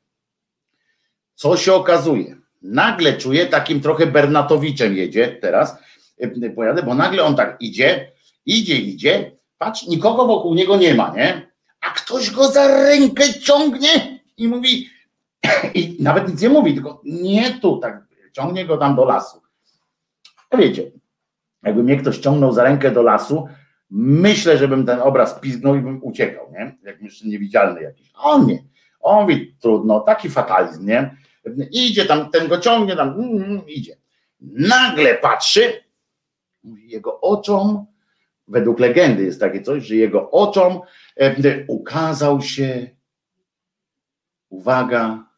Co się okazuje? Nagle czuje, takim trochę Bernatowiczem jedzie teraz, pojadę, bo nagle on tak idzie, patrz, nikogo wokół niego nie ma, nie? A ktoś go za rękę ciągnie i mówi, i nawet nic nie mówi, tylko nie tu, tak ciągnie go tam do lasu. No wiecie, jakby mnie ktoś ciągnął za rękę do lasu, myślę, żebym ten obraz pizgnął i bym uciekał, nie? Jak jeszcze niewidzialny jakiś. A on nie. On mówi, trudno, taki fatalizm, nie? Idzie tam, ten go ciągnie tam, idzie. Nagle patrzy, jego oczom, według legendy jest takie coś, że jego oczom ukazał się, uwaga,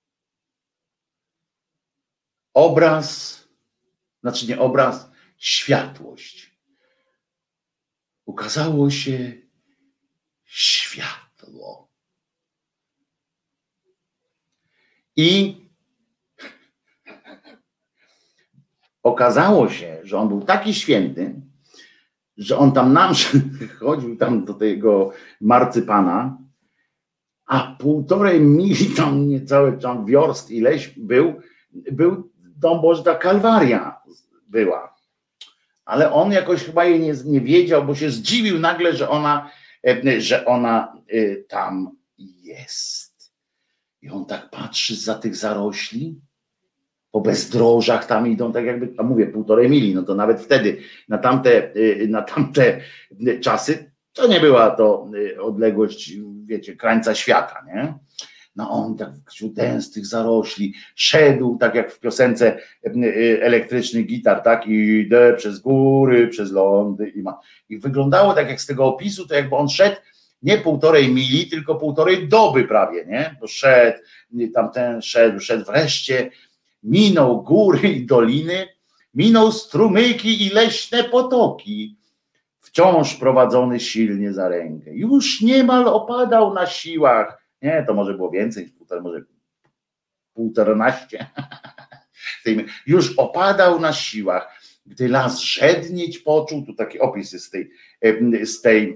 obraz, znaczy nie obraz, światłość. Ukazało się światło. I okazało się, że on był taki święty, że on tam na mszę chodził tam do tego marcypana, a 1,5 mili tam niecałe tam wiorst ileś był dom Boży, ta Kalwaria była. Ale on jakoś chyba jej nie wiedział, bo się zdziwił nagle, że ona tam jest. I on tak patrzy zza tych zarośli, po bezdrożach tam idą, tak jakby, a mówię, 1,5 mili, no to nawet wtedy, na tamte czasy, to nie była to odległość, wiecie, krańca świata, nie? No on tak wśród tych zarośli szedł, tak jak w piosence Elektryczny Gitar, tak, i idę przez góry, przez lądy i wyglądało tak jak z tego opisu, to jakby on szedł nie 1,5 mili, tylko 1,5 doby prawie, nie? Bo szedł, tamten szedł wreszcie, minął góry i doliny, minął strumyki i leśne potoki, wciąż prowadzony silnie za rękę. Już niemal opadał na siłach. Nie, to może było więcej niż 1,5, może 1,5. Już opadał na siłach, gdy las żednieć począł, tu taki opis jest z tej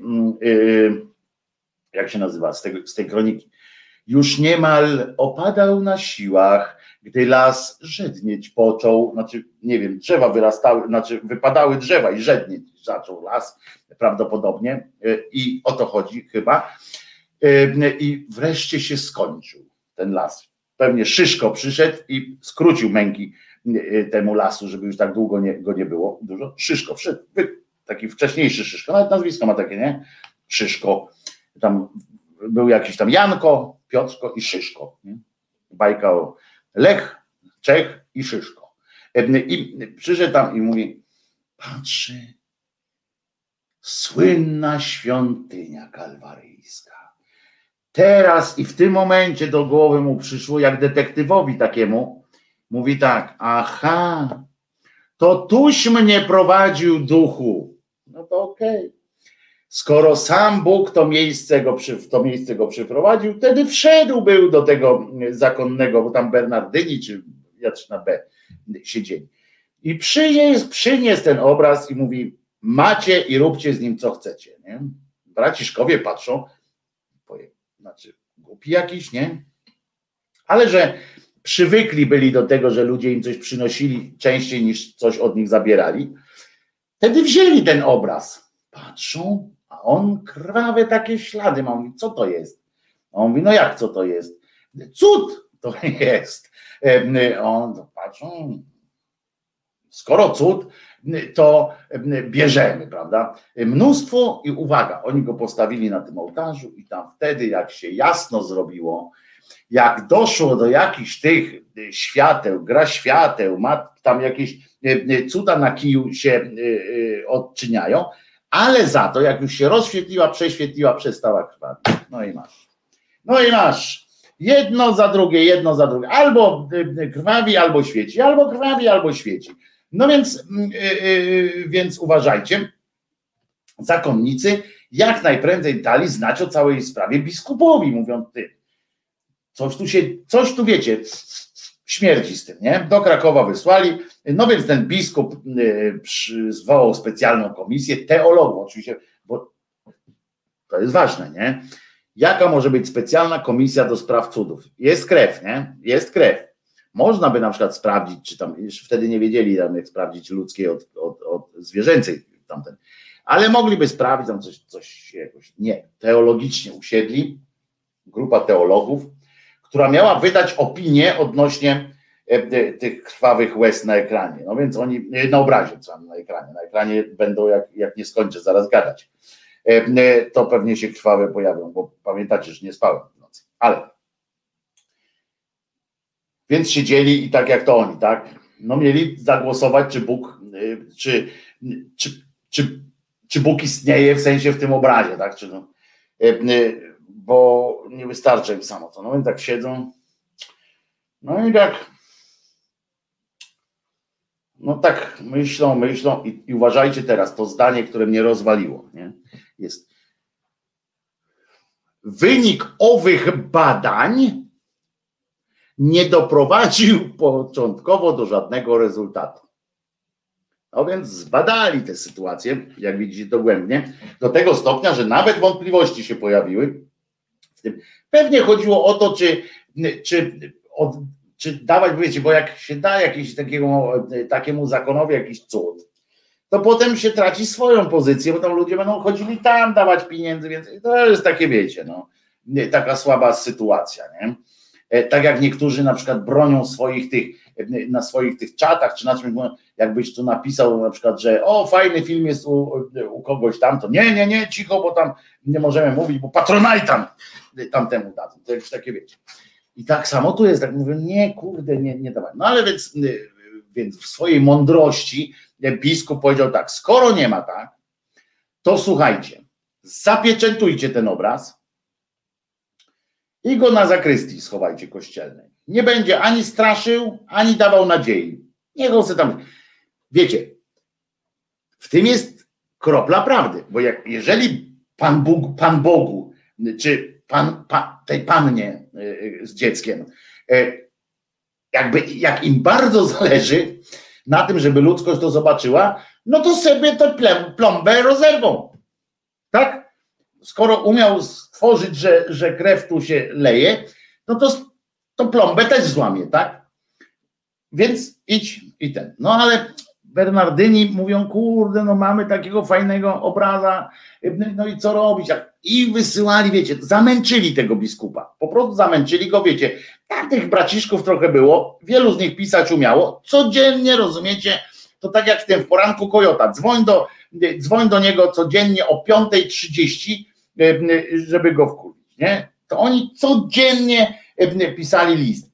jak się nazywa, z tej kroniki. Już niemal opadał na siłach, gdy las żednieć począł, znaczy nie wiem, drzewa wyrastały, znaczy wypadały drzewa i żednieć zaczął las prawdopodobnie i o to chodzi chyba. I wreszcie się skończył ten las. Pewnie Szyszko przyszedł i skrócił męki temu lasu, żeby już tak długo go nie było. Dużo. Szyszko przyszedł, taki wcześniejszy Szyszko, nawet nazwisko ma takie, nie? Szyszko. Tam był jakiś tam Janko, Piotrko i Szyszko. Nie? Bajka o Lech, Czech i Szyszko. I przyszedł tam i mówi, patrzy, słynna świątynia kalwaryjska. Teraz i w tym momencie do głowy mu przyszło, jak detektywowi takiemu, Mówi tak, aha, to tuś mnie prowadził duchu. No to okej. Skoro sam Bóg to miejsce go przyprowadził, wtedy wszedł był do tego zakonnego, bo tam Bernardyni czy Jatrzyna B siedzieli. I przyniósł ten obraz i mówi, macie i róbcie z nim co chcecie. Nie? Braciszkowie patrzą, znaczy głupi jakiś, nie? Ale że przywykli byli do tego, że ludzie im coś przynosili częściej niż coś od nich zabierali, wtedy wzięli ten obraz. Patrzą, a on krwawe takie ślady ma. Mówi, co to jest? A on mówi, no jak co to jest? Cud to jest. On patrzą, skoro cud, to bierzemy, prawda? Mnóstwo i uwaga, oni go postawili na tym ołtarzu i tam wtedy jak się jasno zrobiło, jak doszło do jakichś tych świateł, gra świateł, tam jakieś cuda na kiju się odczyniają, ale za to jak już się rozświetliła, prześwietliła, przestała krwawić. No i masz. No i masz. Jedno za drugie. Albo krwawi, albo świeci. Albo krwawi, albo świeci. No więc uważajcie, zakonnicy jak najprędzej dali znać o całej sprawie biskupowi, mówiąc ty. Coś tu wiecie, śmierdzi z tym, nie? Do Krakowa wysłali, no więc ten biskup zwołał specjalną komisję teologów, oczywiście, bo to jest ważne, nie? Jaka może być specjalna komisja do spraw cudów? Jest krew, nie? Jest krew. Można by na przykład sprawdzić, czy tam, już wtedy nie wiedzieli, jak sprawdzić ludzkiej od zwierzęcej tamten, ale mogliby sprawdzić tam coś jakoś. Nie, teologicznie usiedli, grupa teologów, która miała wydać opinię odnośnie tych krwawych łez na ekranie. No więc oni, na obrazie, co na ekranie będą, jak nie skończę zaraz gadać, to pewnie się krwawe pojawią, bo pamiętacie, że nie spałem w nocy. Ale więc siedzieli i tak jak to oni, tak? No mieli zagłosować, czy Bóg, czy Bóg istnieje w sensie w tym obrazie, tak? Czy no, bo nie wystarcza im samo to. No więc tak siedzą. No i tak. No tak myślą i uważajcie teraz, to zdanie, które mnie rozwaliło, nie? Jest. Wynik owych badań nie doprowadził początkowo do żadnego rezultatu. No więc zbadali tę sytuację, jak widzicie dogłębnie, do tego stopnia, że nawet wątpliwości się pojawiły w tym. Pewnie chodziło o to, czy dawać, wiecie, bo jak się da jakiś takiemu zakonowi jakiś cud, to potem się traci swoją pozycję, bo tam ludzie będą chodzili tam dawać pieniędzy, więc to jest takie, wiecie, no, taka słaba sytuacja, nie? Tak jak niektórzy na przykład bronią na swoich tych czatach, czy na czymś, jakbyś tu napisał na przykład, że o, fajny film jest u kogoś tam, to nie, cicho, bo tam nie możemy mówić, bo Patronite tamtemu dadzą, to jest takie, wiecie. I tak samo tu jest, tak mówię, nie, kurde, nie dawaj. No ale więc w swojej mądrości biskup powiedział tak, skoro nie ma tak, to słuchajcie, zapieczętujcie ten obraz i go na zakrystii schowajcie kościelnej. Nie będzie ani straszył, ani dawał nadziei. Niech on sobie tam... Wiecie, w tym jest kropla prawdy, bo jeżeli Pan Bogu, czy tej pannie z dzieckiem, jak im bardzo zależy na tym, żeby ludzkość to zobaczyła, no to sobie tę plombę rozerwą. Tak? Skoro umiał stworzyć, że krew tu się leje, no to plombę też złamie, tak? Więc idź i ten. No ale Bernardyni mówią, kurde, no mamy takiego fajnego obraza, no i co robić? I wysyłali, wiecie, zamęczyli tego biskupa. Po prostu zamęczyli go, wiecie. Tam tych braciszków trochę było, wielu z nich pisać umiało. Codziennie, rozumiecie, to tak jak w tym w poranku Kojota. Dzwoń do niego codziennie o 5:30, żeby go wkurwić, nie? To oni codziennie pisali list.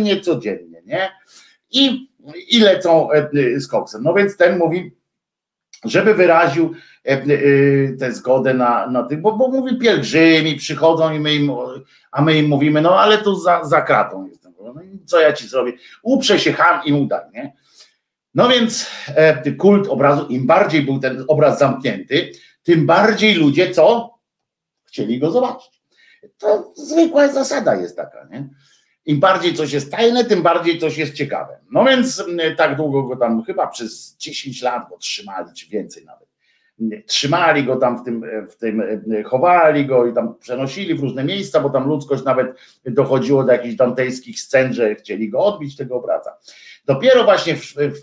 Codziennie, nie? I lecą z koksem. No więc ten mówi, żeby wyraził tę zgodę na tych, bo mówi pielgrzymi przychodzą i my im mówimy, no ale tu za kratą jestem. No i co ja ci zrobię? Uprze się cham i mu daj, nie? No więc kult obrazu, im bardziej był ten obraz zamknięty, tym bardziej ludzie co? Chcieli go zobaczyć. To zwykła zasada jest taka, nie? Im bardziej coś jest tajne, tym bardziej coś jest ciekawe. No więc tak długo go tam, chyba przez 10 lat go trzymali, czy więcej nawet. Trzymali go tam w tym chowali go i tam przenosili w różne miejsca, bo tam ludzkość nawet dochodziło do jakichś dantejskich scen, że chcieli go odbić, tego obraza. Dopiero właśnie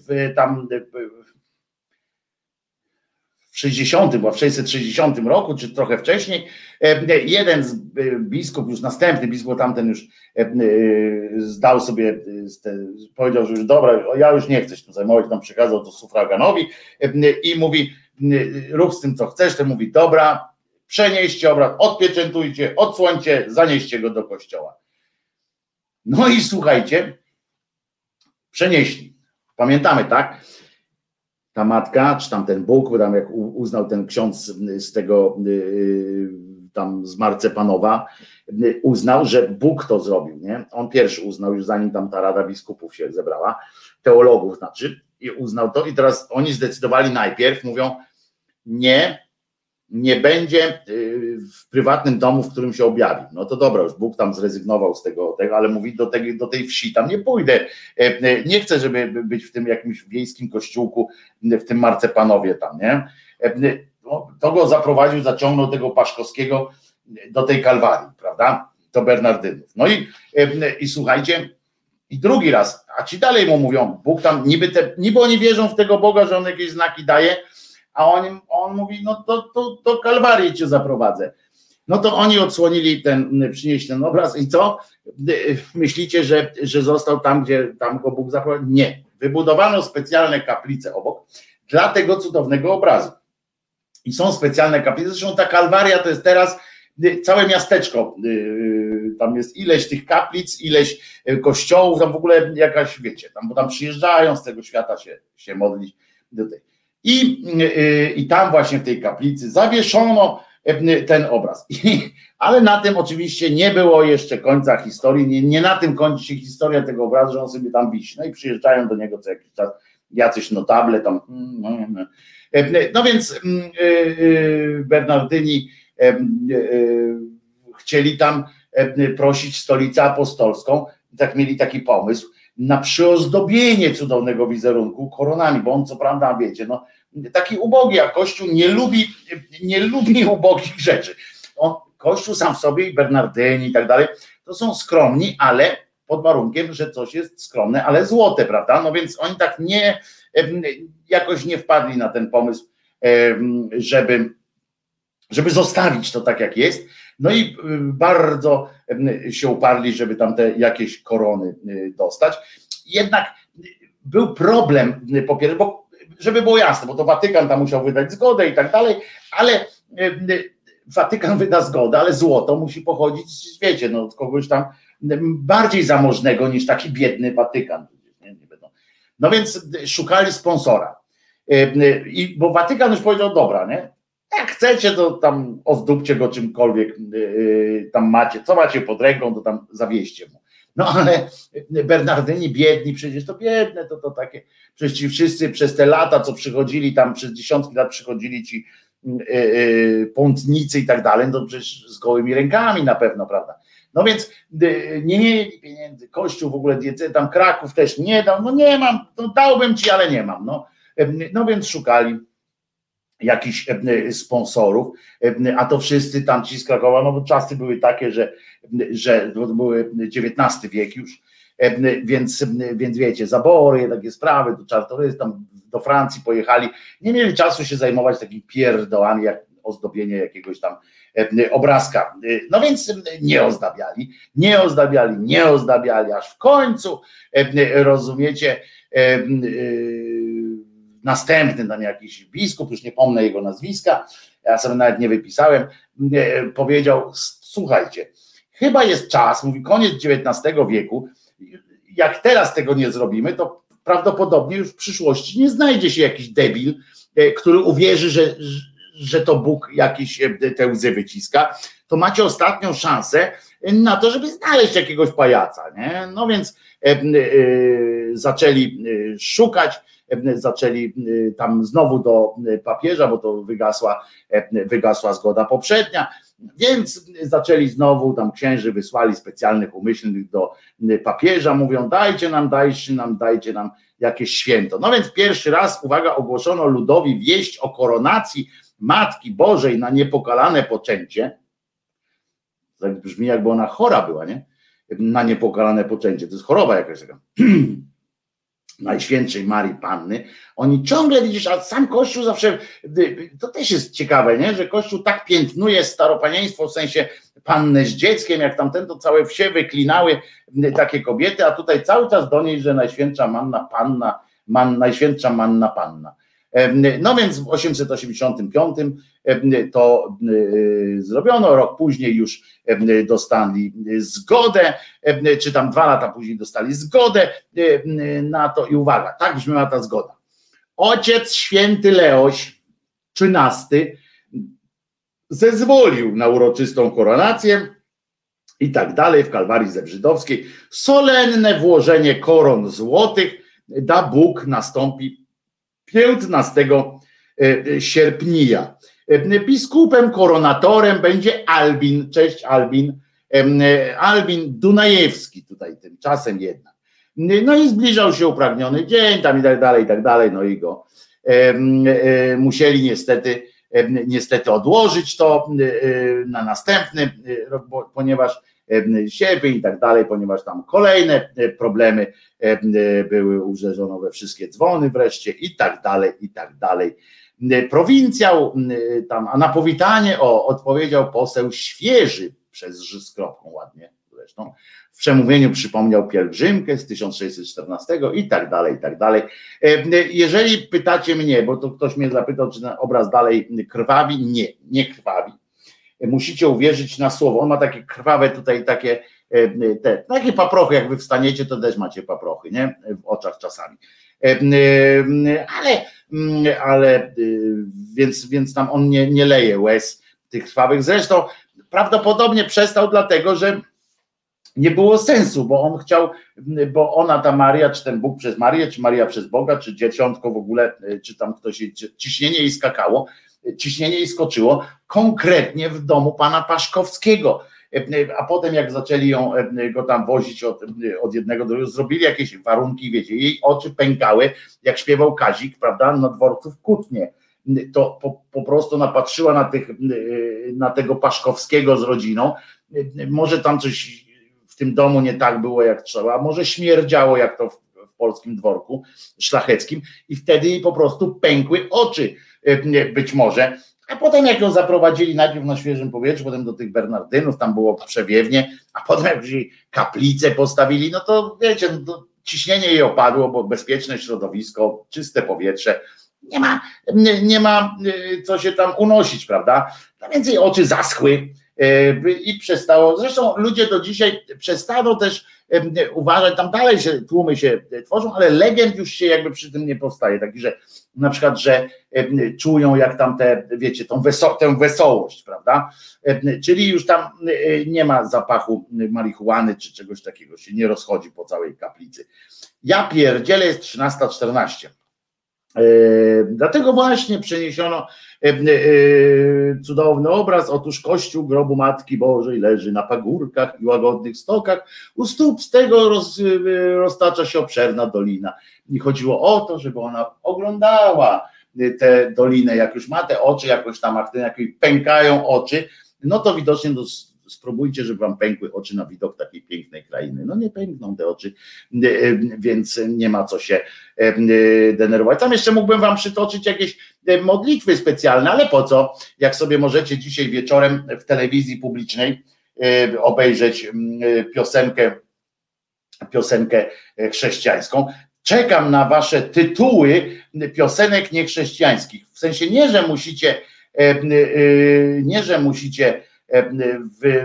w 660 roku, czy trochę wcześniej, jeden z biskup, już następny biskup, tamten już zdał sobie, powiedział, że już dobra, ja już nie chcę się tym zajmować, tam przekazał to sufraganowi i mówi, rób z tym co chcesz, ten mówi, dobra, przenieście obraz, odpieczętujcie, odsłońcie, zanieście go do kościoła. No i słuchajcie, przenieśli. Pamiętamy, tak? Ta matka, czy tam ten Bóg, tam jak uznał ten ksiądz z tego tam z Marcepanowa, uznał, że Bóg to zrobił, nie? On pierwszy uznał, już zanim tam ta Rada Biskupów się zebrała, teologów znaczy, i uznał to i teraz oni zdecydowali najpierw, mówią, nie będzie w prywatnym domu, w którym się objawi. No to dobra, już Bóg tam zrezygnował z tego, ale mówi, do tej wsi tam nie pójdę. Nie chcę, żeby być w tym jakimś wiejskim kościółku, w tym Marcepanowie tam, nie? To go zaprowadził, zaciągnął tego Paszkowskiego do tej Kalwarii, prawda? Do Bernardynów. No i słuchajcie, i drugi raz, a ci dalej mu mówią, Bóg tam niby oni wierzą w tego Boga, że on jakieś znaki daje, a on mówi, no to do Kalwarii cię zaprowadzę. No to oni odsłonili przynieśli ten obraz i co? Myślicie, że został tam, gdzie tam go Bóg zaprowadził? Nie. Wybudowano specjalne kaplice obok dla tego cudownego obrazu. I są specjalne kaplice, zresztą ta Kalwaria to jest teraz całe miasteczko, tam jest ileś tych kaplic, ileś kościołów, tam w ogóle jakaś, wiecie, bo tam przyjeżdżają z tego świata się modlić do tej. I tam właśnie w tej kaplicy zawieszono ten obraz. Ale na tym oczywiście nie było jeszcze końca historii, nie na tym kończy się historia tego obrazu, że on sobie tam wisi. No i przyjeżdżają do niego co jakiś czas jacyś notable tam. No więc Bernardyni chcieli tam prosić Stolicę Apostolską, tak mieli taki pomysł, na przyozdobienie cudownego wizerunku koronami, bo on co prawda, wiecie, no taki ubogi, a Kościół nie lubi ubogich rzeczy. Kościół sam w sobie i Bernardyni i tak dalej, to są skromni, ale pod warunkiem, że coś jest skromne, ale złote, prawda? No więc oni tak jakoś nie wpadli na ten pomysł, żeby zostawić to tak jak jest. No i bardzo się uparli, żeby tam te jakieś korony dostać. Jednak był problem, po pierwsze, bo żeby było jasne, bo to Watykan tam musiał wydać zgodę i tak dalej, ale Watykan wyda zgodę, ale złoto musi pochodzić, wiecie, no, od kogoś tam bardziej zamożnego niż taki biedny Watykan. No więc szukali sponsora. Bo Watykan już powiedział, dobra, nie? Jak chcecie, to tam ozdóbcie go czymkolwiek tam macie, co macie pod ręką, to tam zawieźcie mu. No ale Bernardyni biedni, przecież to biedne, to takie, przecież ci wszyscy przez te lata, co przychodzili tam, przez dziesiątki lat przychodzili ci pątnicy i tak dalej, no przecież z gołymi rękami na pewno, prawda? No więc nie mieli pieniędzy, Kościół w ogóle, tam Kraków też nie dał, no nie mam, no dałbym ci, ale nie mam, no więc szukali jakichś sponsorów, a to wszyscy tamci z Krakowa, no bo czasy były takie, że to były XIX wiek już, więc wiecie, zabory, takie sprawy, do Czartoryski, tam do Francji pojechali, nie mieli czasu się zajmować takimi pierdołami, jak ozdobienie jakiegoś tam obrazka. No więc nie ozdabiali, aż w końcu, rozumiecie, następny tam jakiś biskup, już nie pomnę jego nazwiska, ja sobie nawet nie wypisałem, powiedział, słuchajcie, chyba jest czas, mówi koniec XIX wieku, jak teraz tego nie zrobimy, to prawdopodobnie już w przyszłości nie znajdzie się jakiś debil, który uwierzy, że to Bóg jakiś te łzy wyciska, to macie ostatnią szansę na to, żeby znaleźć jakiegoś pajaca, nie? No więc zaczęli szukać, zaczęli tam znowu do papieża, bo to wygasła zgoda poprzednia, więc zaczęli znowu, tam księży wysłali specjalnych umyślnych do papieża, mówią dajcie nam jakieś święto. No więc pierwszy raz, uwaga, ogłoszono ludowi wieść o koronacji Matki Bożej na niepokalane poczęcie. Tak brzmi, jakby ona chora była, nie? Na niepokalane poczęcie, to jest choroba jakaś taka. Najświętszej Marii Panny. Oni ciągle, widzisz, a sam Kościół zawsze, to też jest ciekawe, nie? Że Kościół tak piętnuje staropanieństwo, w sensie Pannę z dzieckiem, jak tamten, to całe wsie wyklinały takie kobiety, a tutaj cały czas do niej, że Najświętsza Najświętsza Manna Panna. No więc w 885 to zrobiono, rok później już dostali zgodę, czy tam 2 lata później dostali zgodę na to i uwaga, tak brzmiała ta zgoda. Ojciec święty Leoś XIII zezwolił na uroczystą koronację i tak dalej w Kalwarii Zebrzydowskiej. Solenne włożenie koron złotych da Bóg nastąpi 15 sierpnia. Biskupem koronatorem będzie Albin, cześć Albin Dunajewski, tutaj tymczasem jednak. No i zbliżał się uprawniony dzień, tam i tak dalej, no i go musieli niestety odłożyć to na następny rok, ponieważ sierpień i tak dalej, ponieważ tam kolejne problemy były, uderzono we wszystkie dzwony wreszcie i tak dalej. Prowincjał tam, a na powitanie odpowiedział poseł Świeży przez ż z kropką ładnie zresztą. W przemówieniu przypomniał pielgrzymkę z 1614 i tak dalej. Jeżeli pytacie mnie, bo to ktoś mnie zapytał, czy ten obraz dalej krwawi, nie krwawi. Musicie uwierzyć na słowo. On ma takie krwawe tutaj, takie paprochy, jak wy wstaniecie, to też macie paprochy, nie? W oczach czasami. Ale więc tam on nie leje łez tych krwawych. Zresztą prawdopodobnie przestał dlatego, że nie było sensu, bo on chciał, bo ona, ta Maria, czy ten Bóg przez Marię, czy Maria przez Boga, czy dzieciątko w ogóle, czy tam ktoś, ciśnienie jej skakało, ciśnienie jej skoczyło konkretnie w domu pana Paszkowskiego, a potem jak zaczęli go tam wozić od jednego do drugiego, zrobili jakieś warunki, wiecie, jej oczy pękały, jak śpiewał Kazik, prawda, na dworcu w Kutnie, to po prostu napatrzyła na tego Paszkowskiego z rodziną, może tam coś w tym domu nie tak było jak trzeba, może śmierdziało jak to w polskim dworku szlacheckim i wtedy jej po prostu pękły oczy być może, a potem jak ją zaprowadzili najpierw na świeżym powietrzu, potem do tych Bernardynów, tam było przewiewnie, a potem jak już jej kaplicę postawili, no to wiecie, no to ciśnienie jej opadło, bo bezpieczne środowisko, czyste powietrze, nie ma co się tam unosić, prawda? No więc jej oczy zaschły i przestało, zresztą ludzie do dzisiaj przestaną też uważać, tam dalej tłumy się tworzą, ale legend już się jakby przy tym nie powstaje, taki, że na przykład, że czują jak tam wiecie, tę wesołość, prawda? Czyli już tam nie ma zapachu marihuany czy czegoś takiego, się nie rozchodzi po całej kaplicy. Ja pierdzielę, jest 13:14. Dlatego właśnie przeniesiono cudowny obraz. Otóż kościół grobu Matki Bożej leży na pagórkach i łagodnych stokach. U stóp z tego roztacza się obszerna dolina. I chodziło o to, żeby ona oglądała tę dolinę, jak już ma te oczy jakoś tam aktywne, jak jej pękają oczy, no to widocznie spróbujcie, żeby wam pękły oczy na widok takiej pięknej krainy. No nie pękną te oczy, więc nie ma co się denerwować. Tam jeszcze mógłbym wam przytoczyć jakieś modlitwy specjalne, ale po co? Jak sobie możecie dzisiaj wieczorem w telewizji publicznej obejrzeć piosenkę chrześcijańską. Czekam na wasze tytuły piosenek niechrześcijańskich. W sensie nie, że musicie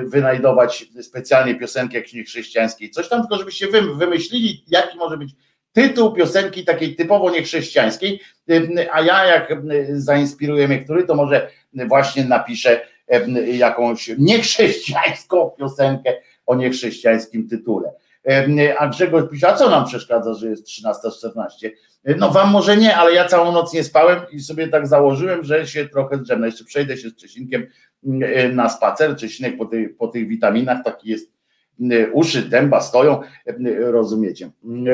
wynajdować specjalnie piosenki jakieś niechrześcijańskiej, coś tam, tylko żebyście wymyślili, jaki może być tytuł piosenki takiej typowo niechrześcijańskiej, a ja jak zainspiruję mnie który, to może właśnie napiszę jakąś niechrześcijańską piosenkę o niechrześcijańskim tytule. A Grzegorz pisze, a co nam przeszkadza, że jest 13:14? No wam może nie, ale ja całą noc nie spałem i sobie tak założyłem, że się trochę zdrzemnę. Jeszcze przejdę się z Czesinkiem na spacer. Czesinek po tych witaminach taki jest, uszy dęba stoją, rozumiecie.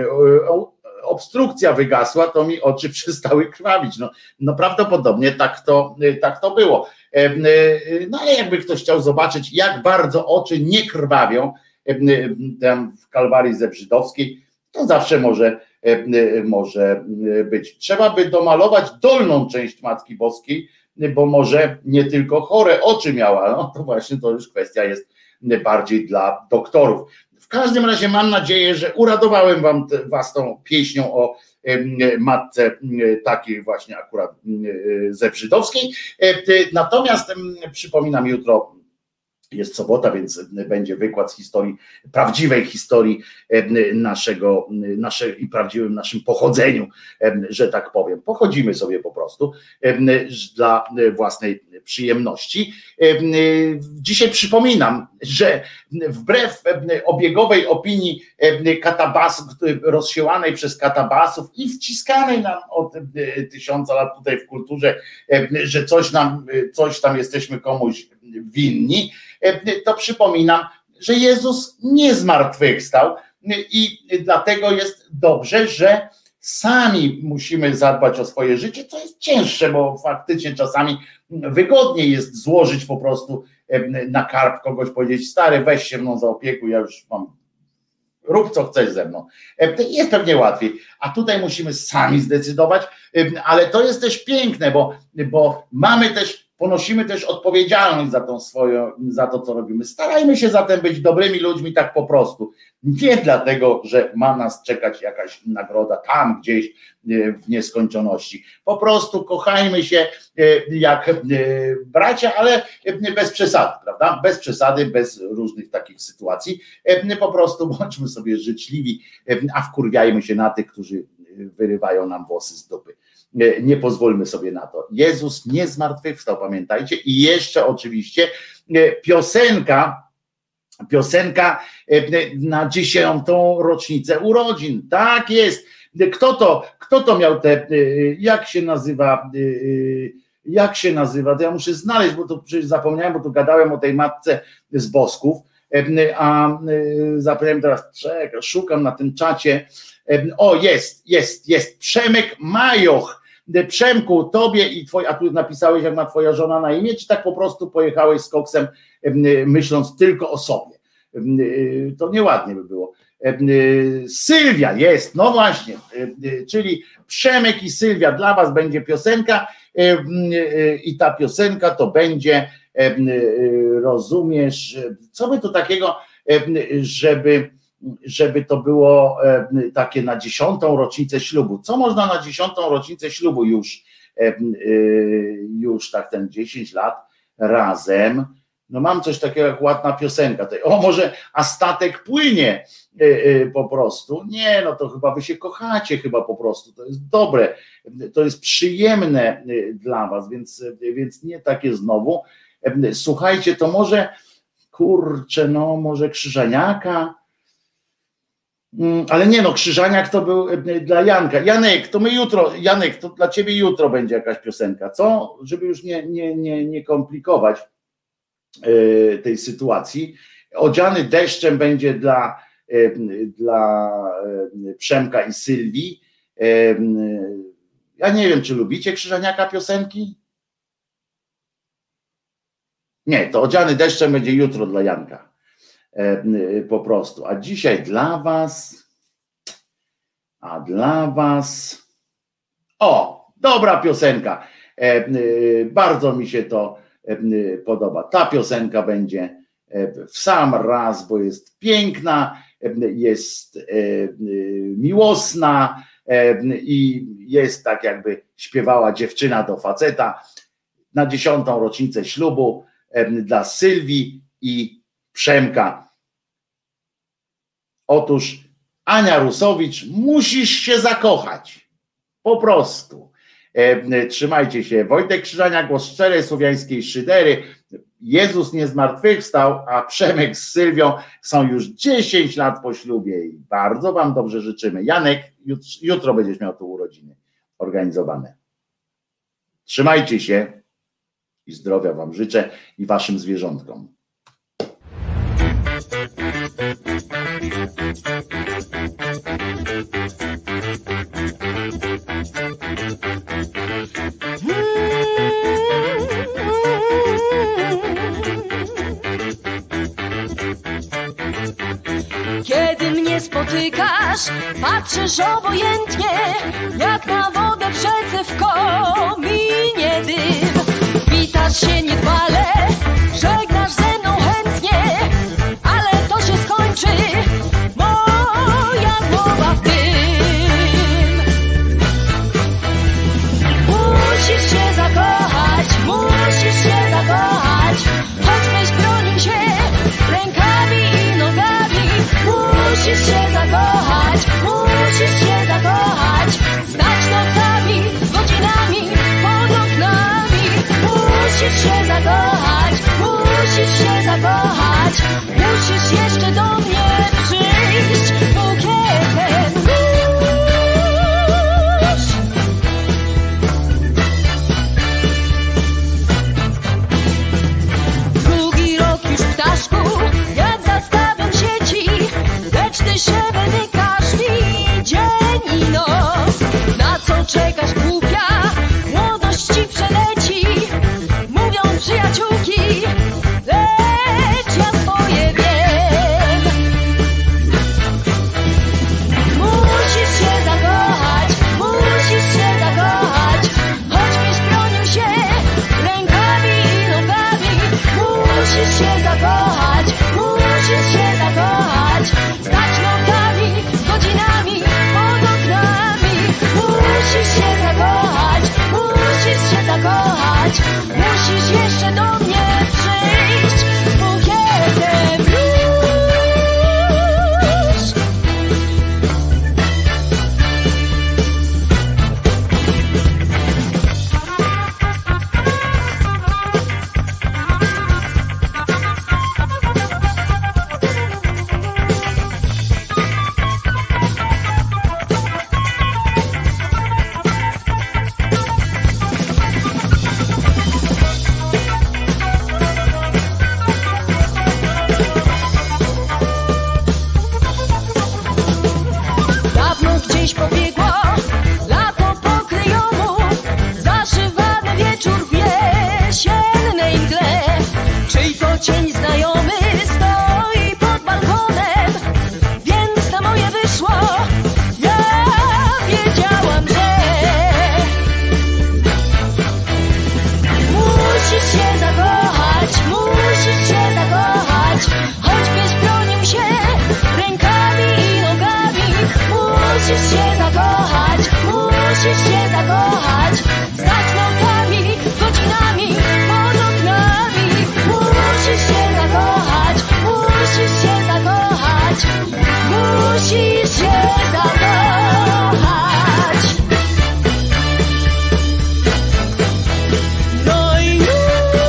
Obstrukcja wygasła, to mi oczy przestały krwawić. No prawdopodobnie tak to było. No ale jakby ktoś chciał zobaczyć, jak bardzo oczy nie krwawią tam w Kalwarii Zebrzydowskiej, to zawsze może być. Trzeba by domalować dolną część Matki Boskiej, bo może nie tylko chore oczy miała. No to właśnie to już kwestia jest bardziej dla doktorów. W każdym razie mam nadzieję, że uradowałem was tą pieśnią o matce takiej właśnie akurat zebrzydowskiej. Natomiast przypominam, jutro jest sobota, więc będzie wykład z historii, prawdziwej historii naszej i prawdziwym naszym pochodzeniu, że tak powiem. Pochodzimy sobie po prostu dla własnej przyjemności. Dzisiaj przypominam, że wbrew obiegowej opinii katabasów, rozsiełanej przez katabasów i wciskanej nam od 1000 lat tutaj w kulturze, że coś tam jesteśmy komuś winni, to przypominam, że Jezus nie zmartwychwstał i dlatego jest dobrze, że sami musimy zadbać o swoje życie, co jest cięższe, bo faktycznie czasami wygodniej jest złożyć po prostu na karb kogoś, powiedzieć: stary, weź się mną zaopiekuj, ja już mam, rób co chcesz ze mną. Jest pewnie łatwiej, a tutaj musimy sami zdecydować, ale to jest też piękne, bo ponosimy też odpowiedzialność za to, co robimy. Starajmy się zatem być dobrymi ludźmi tak po prostu. Nie dlatego, że ma nas czekać jakaś nagroda tam gdzieś w nieskończoności. Po prostu kochajmy się jak bracia, ale bez przesady, prawda? Bez przesady, bez różnych takich sytuacji. Po prostu bądźmy sobie życzliwi, a wkurwiajmy się na tych, którzy wyrywają nam włosy z dupy. Nie pozwólmy sobie na to. Jezus nie zmartwychwstał, pamiętajcie. I jeszcze oczywiście piosenka na 10. rocznicę urodzin. Tak jest. Kto to miał jak się nazywa, to ja muszę znaleźć, bo to przecież zapomniałem, bo tu gadałem o tej matce z Bosków, a zapomniałem teraz, szukam na tym czacie. O, jest Przemek Majoch. Przemku, tobie i a tu napisałeś, jak ma twoja żona na imię, czy tak po prostu pojechałeś z koksem, myśląc tylko o sobie? To nieładnie by było. Sylwia jest, no właśnie, czyli Przemek i Sylwia, dla was będzie piosenka i ta piosenka to będzie, rozumiesz, co by to takiego, żeby to było takie na 10. rocznicę ślubu. Co można na 10. rocznicę ślubu już tak ten 10 lat razem. No mam coś takiego jak ładna piosenka. O, może A statek płynie po prostu. Nie, no to chyba wy się kochacie chyba po prostu. To jest dobre, to jest przyjemne dla was, więc nie takie znowu. Słuchajcie, to może, kurczę, no może Krzyżaniaka, ale nie no, Krzyżaniak to był dla Janka. Janek, to my jutro, Janek, to dla ciebie jutro będzie jakaś piosenka, co? Żeby już nie komplikować tej sytuacji. Odziany deszczem będzie dla Przemka i Sylwii. Ja nie wiem, czy lubicie Krzyżaniaka piosenki? Nie, to Odziany deszczem będzie jutro dla Janka. Po prostu. A dzisiaj dla was, o, dobra piosenka. Bardzo mi się to podoba. Ta piosenka będzie w sam raz, bo jest piękna, jest miłosna i jest tak, jakby śpiewała dziewczyna do faceta na 10. rocznicę ślubu dla Sylwii i Przemka. Otóż Ania Rusowicz, musisz się zakochać. Po prostu. Trzymajcie się. Wojtek Krzyżania, głos szczerej słowiańskiej szydery. Jezus nie zmartwychwstał, a Przemek z Sylwią są już 10 lat po ślubie i bardzo wam dobrze życzymy. Janek, jutro będziesz miał tu urodziny organizowane. Trzymajcie się i zdrowia wam życzę i waszym zwierzątkom. Kiedy mnie spotykasz, patrzysz obojętnie, jak na wodę w rzece w kominie dym. Witasz się niedbale, żegnasz ze mną chętnie, ale to się skończy, moja głowa w dym. Musisz się zakochać, choćbyś bronił się rękami i nogami. Musisz się zakochać, znać nocami, godzinami, pod oknami. Musisz się zakochać, musisz jeszcze do mnie przyjść bukietem róż. Drugi rok już, ptaszku, jak zastawiam sieci, lecz ty się wydykasz mi dzień i noc. Na co czekasz, głupia? Młodość ci przeleci, mówią przyjaciółki, lecz ja swoje wiem. Musisz się zakochać, choćbyś bronił się rękami i nogami. Musisz się zakochać, znać nocami, godzinami, pod oknami. Musisz się zakochać, musisz jeszcze do mnie przyjść z bukietem róż. Dawno gdzieś pobiegło lato pokryjomu, zaszywany wieczór w jesiennej mgle. Czyj to cień znajomy stoi pod balkonem, więc na moje wyszło, ja wiedziałam, że musisz się zakochać, choćbyś bronił się rękami i nogami. Musisz się zakochać, znać nocami, godzinami, pod oknami. Musisz się zakochać, musisz się zakochać. No i już.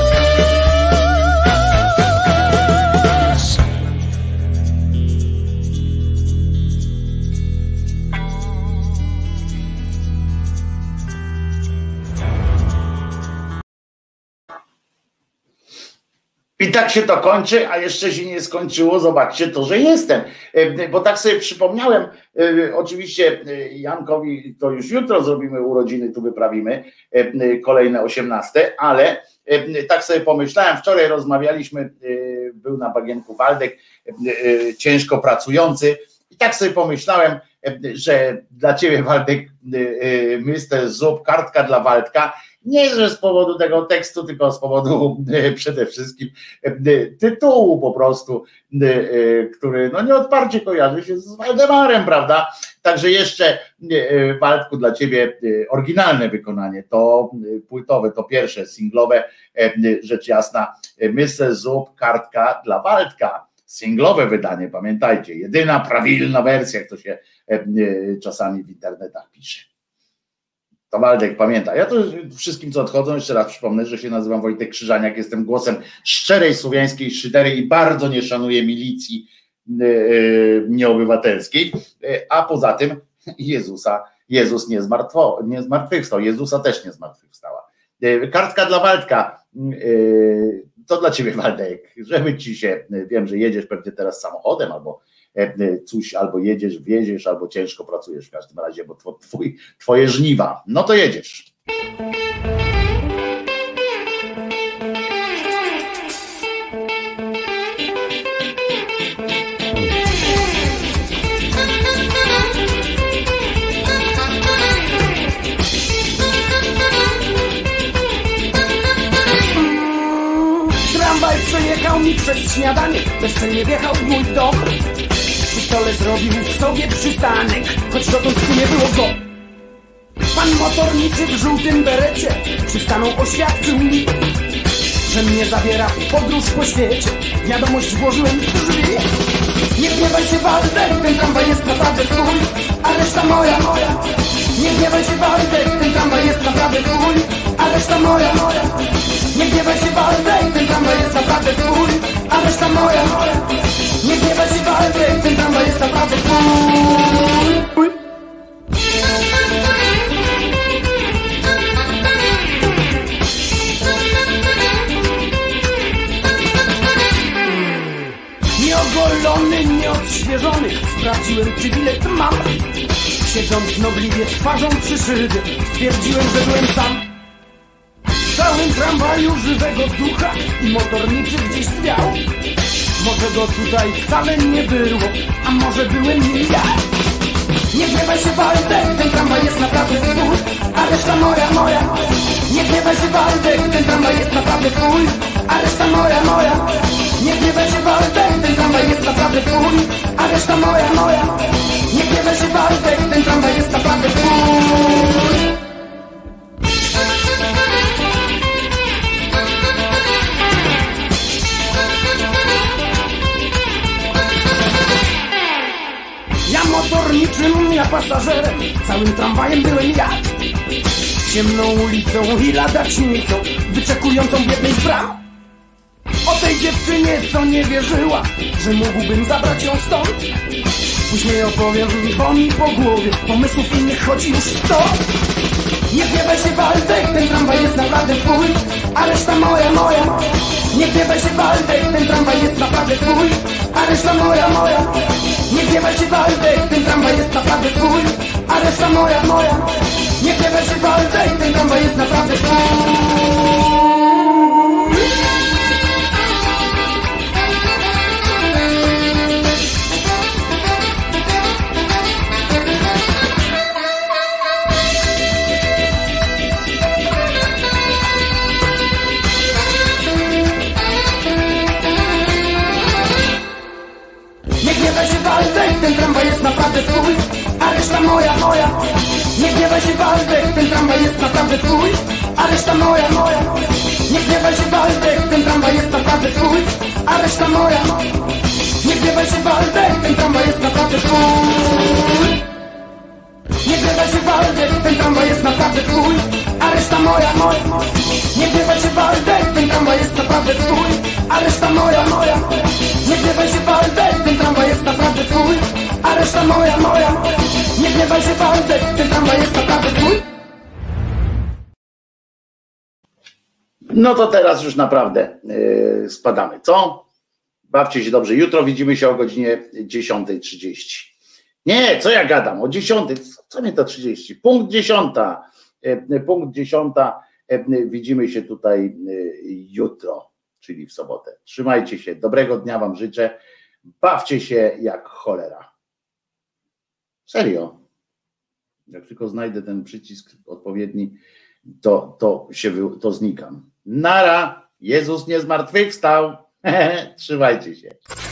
I tak się to kończy, a jeszcze się nie skończyło. Zobaczcie to, że jestem. Bo tak sobie przypomniałem, oczywiście Jankowi to już jutro zrobimy urodziny, tu wyprawimy kolejne 18, ale tak sobie pomyślałem, wczoraj rozmawialiśmy, był na bagienku Waldek, ciężko pracujący, i tak sobie pomyślałem, że dla ciebie, Waldek, Mr. Zup, kartka dla Waldka, nie że z powodu tego tekstu, tylko z powodu przede wszystkim tytułu po prostu, który no nieodparcie kojarzy się z Waldemarem, prawda? Także jeszcze, Waldku, dla ciebie oryginalne wykonanie, to płytowe, to pierwsze singlowe, rzecz jasna, Mr. Zup, kartka dla Waldka. singlowe wydanie, pamiętajcie, jedyna prawilna wersja, jak to się czasami w internetach pisze. To Waldek pamięta. Ja to wszystkim, co odchodzą, jeszcze raz przypomnę, że się nazywam Wojtek Krzyżaniak, jestem głosem szczerej słowiańskiej szydery i bardzo nie szanuję milicji nieobywatelskiej, a poza tym Jezus nie zmartwychwstał, Jezusa też nie zmartwychwstała. Kartka dla Waldka, to dla ciebie, Waldek, żeby ci się, wiem, że jedziesz pewnie teraz samochodem albo coś, albo jedziesz, wieziesz, albo ciężko pracujesz w każdym razie, bo twoje żniwa, no to jedziesz. Tramwaj przejechał mi przez śniadanie, bezczelnie wjechał w mój dom. Przy stole zrobił sobie przystanek, choć dotąd tu nie było go. Pan motorniczy w żółtym berecie przystanął, oświadczył mi, że mnie zabiera w podróż po świecie. Wiadomość włożyłem w drzwi. Nie gniewaj się, Waldek, ten tramwaj jest naprawdę twój, a reszta moja. Nie gniewaj się, Waldek, ten tramwaj jest naprawdę twój, a reszta moja. Nie gniewaj się, Waldek, ten tramwaj jest naprawdę twój, a reszta moja. Nie gniewaj się, Waldek, ten tramwaj jest naprawdę twój. Nieogolony, nieodświeżony, sprawdziłem, czy bilet mam. Siedząc nobliwie twarzą przy szybie, stwierdziłem, że byłem sam. W całym tramwaju żywego ducha i motorniczy gdzieś zwiał. Może go tutaj wcale nie było, a może byłem ja. Nie gniewaj się, Waldek, ten tramwaj jest naprawdę twój, a reszta moja. Nie gniewaj się, Waldek, ten tramwaj jest naprawdę twój, a reszta moja. Nie gniewaj się, Waldek, ten tramwaj jest naprawdę twój, a reszta moja. Nie gniewaj się, Waldek, ten tramwaj jest naprawdę twój. Ja motorniczym, ja pasażerem, całym tramwajem byłem ja. Ciemną ulicą i ladacznicą, wyczekującą w jednej z bram. O tej dziewczynie, co nie wierzyła, że mógłbym zabrać ją stąd. Później opowiem, bo mi po głowie pomysłów innych chodzi już 100. Nie gniewaj się, Waldek, ten tramwaj jest naprawdę twój, a reszta moja. Nie gniewaj się, Waldek, ten tramwaj jest naprawdę twój, a reszta moja. Nie gniewaj się, Waldek, ten tramwaj jest naprawdę twój, a reszta moja. Nie gniewaj się, Waldek, ten tramwaj jest naprawdę twój. Nie gniewaj się, Waldek, ten tramwaj jest naprawdę twój, a reszta moja. Nie gniewaj się, Waldek, ten tramwaj jest naprawdę twój, a reszta moja. Nie gniewaj się, Waldek, ten tramwaj jest naprawdę twój, a reszta moja. Nie gniewaj się, Waldek, ten tramwaj jest naprawdę twój. Nie gniewaj się, Waldek, ten tramwaj jest naprawdę twój, a reszta moja. Nie gniewaj się, Waldek, ten tramwaj jest naprawdę twój, a reszta moja. Nie gniewaj się, Waldek, ten tramwaj jest naprawdę twój, a reszta moja. Nie gniewaj się, Waldek, ten tramwaj jest naprawdę twój. No to teraz już naprawdę spadamy, co? Bawcie się dobrze, jutro widzimy się o godzinie 10:30. Nie, co ja gadam, o 10:00, co mnie to 30? Punkt 10:00 widzimy się tutaj jutro, czyli w sobotę. Trzymajcie się, dobrego dnia wam życzę, bawcie się jak cholera. Serio. Jak tylko znajdę ten przycisk odpowiedni, to znikam. Nara, Jezus nie zmartwychwstał. Trzymajcie się.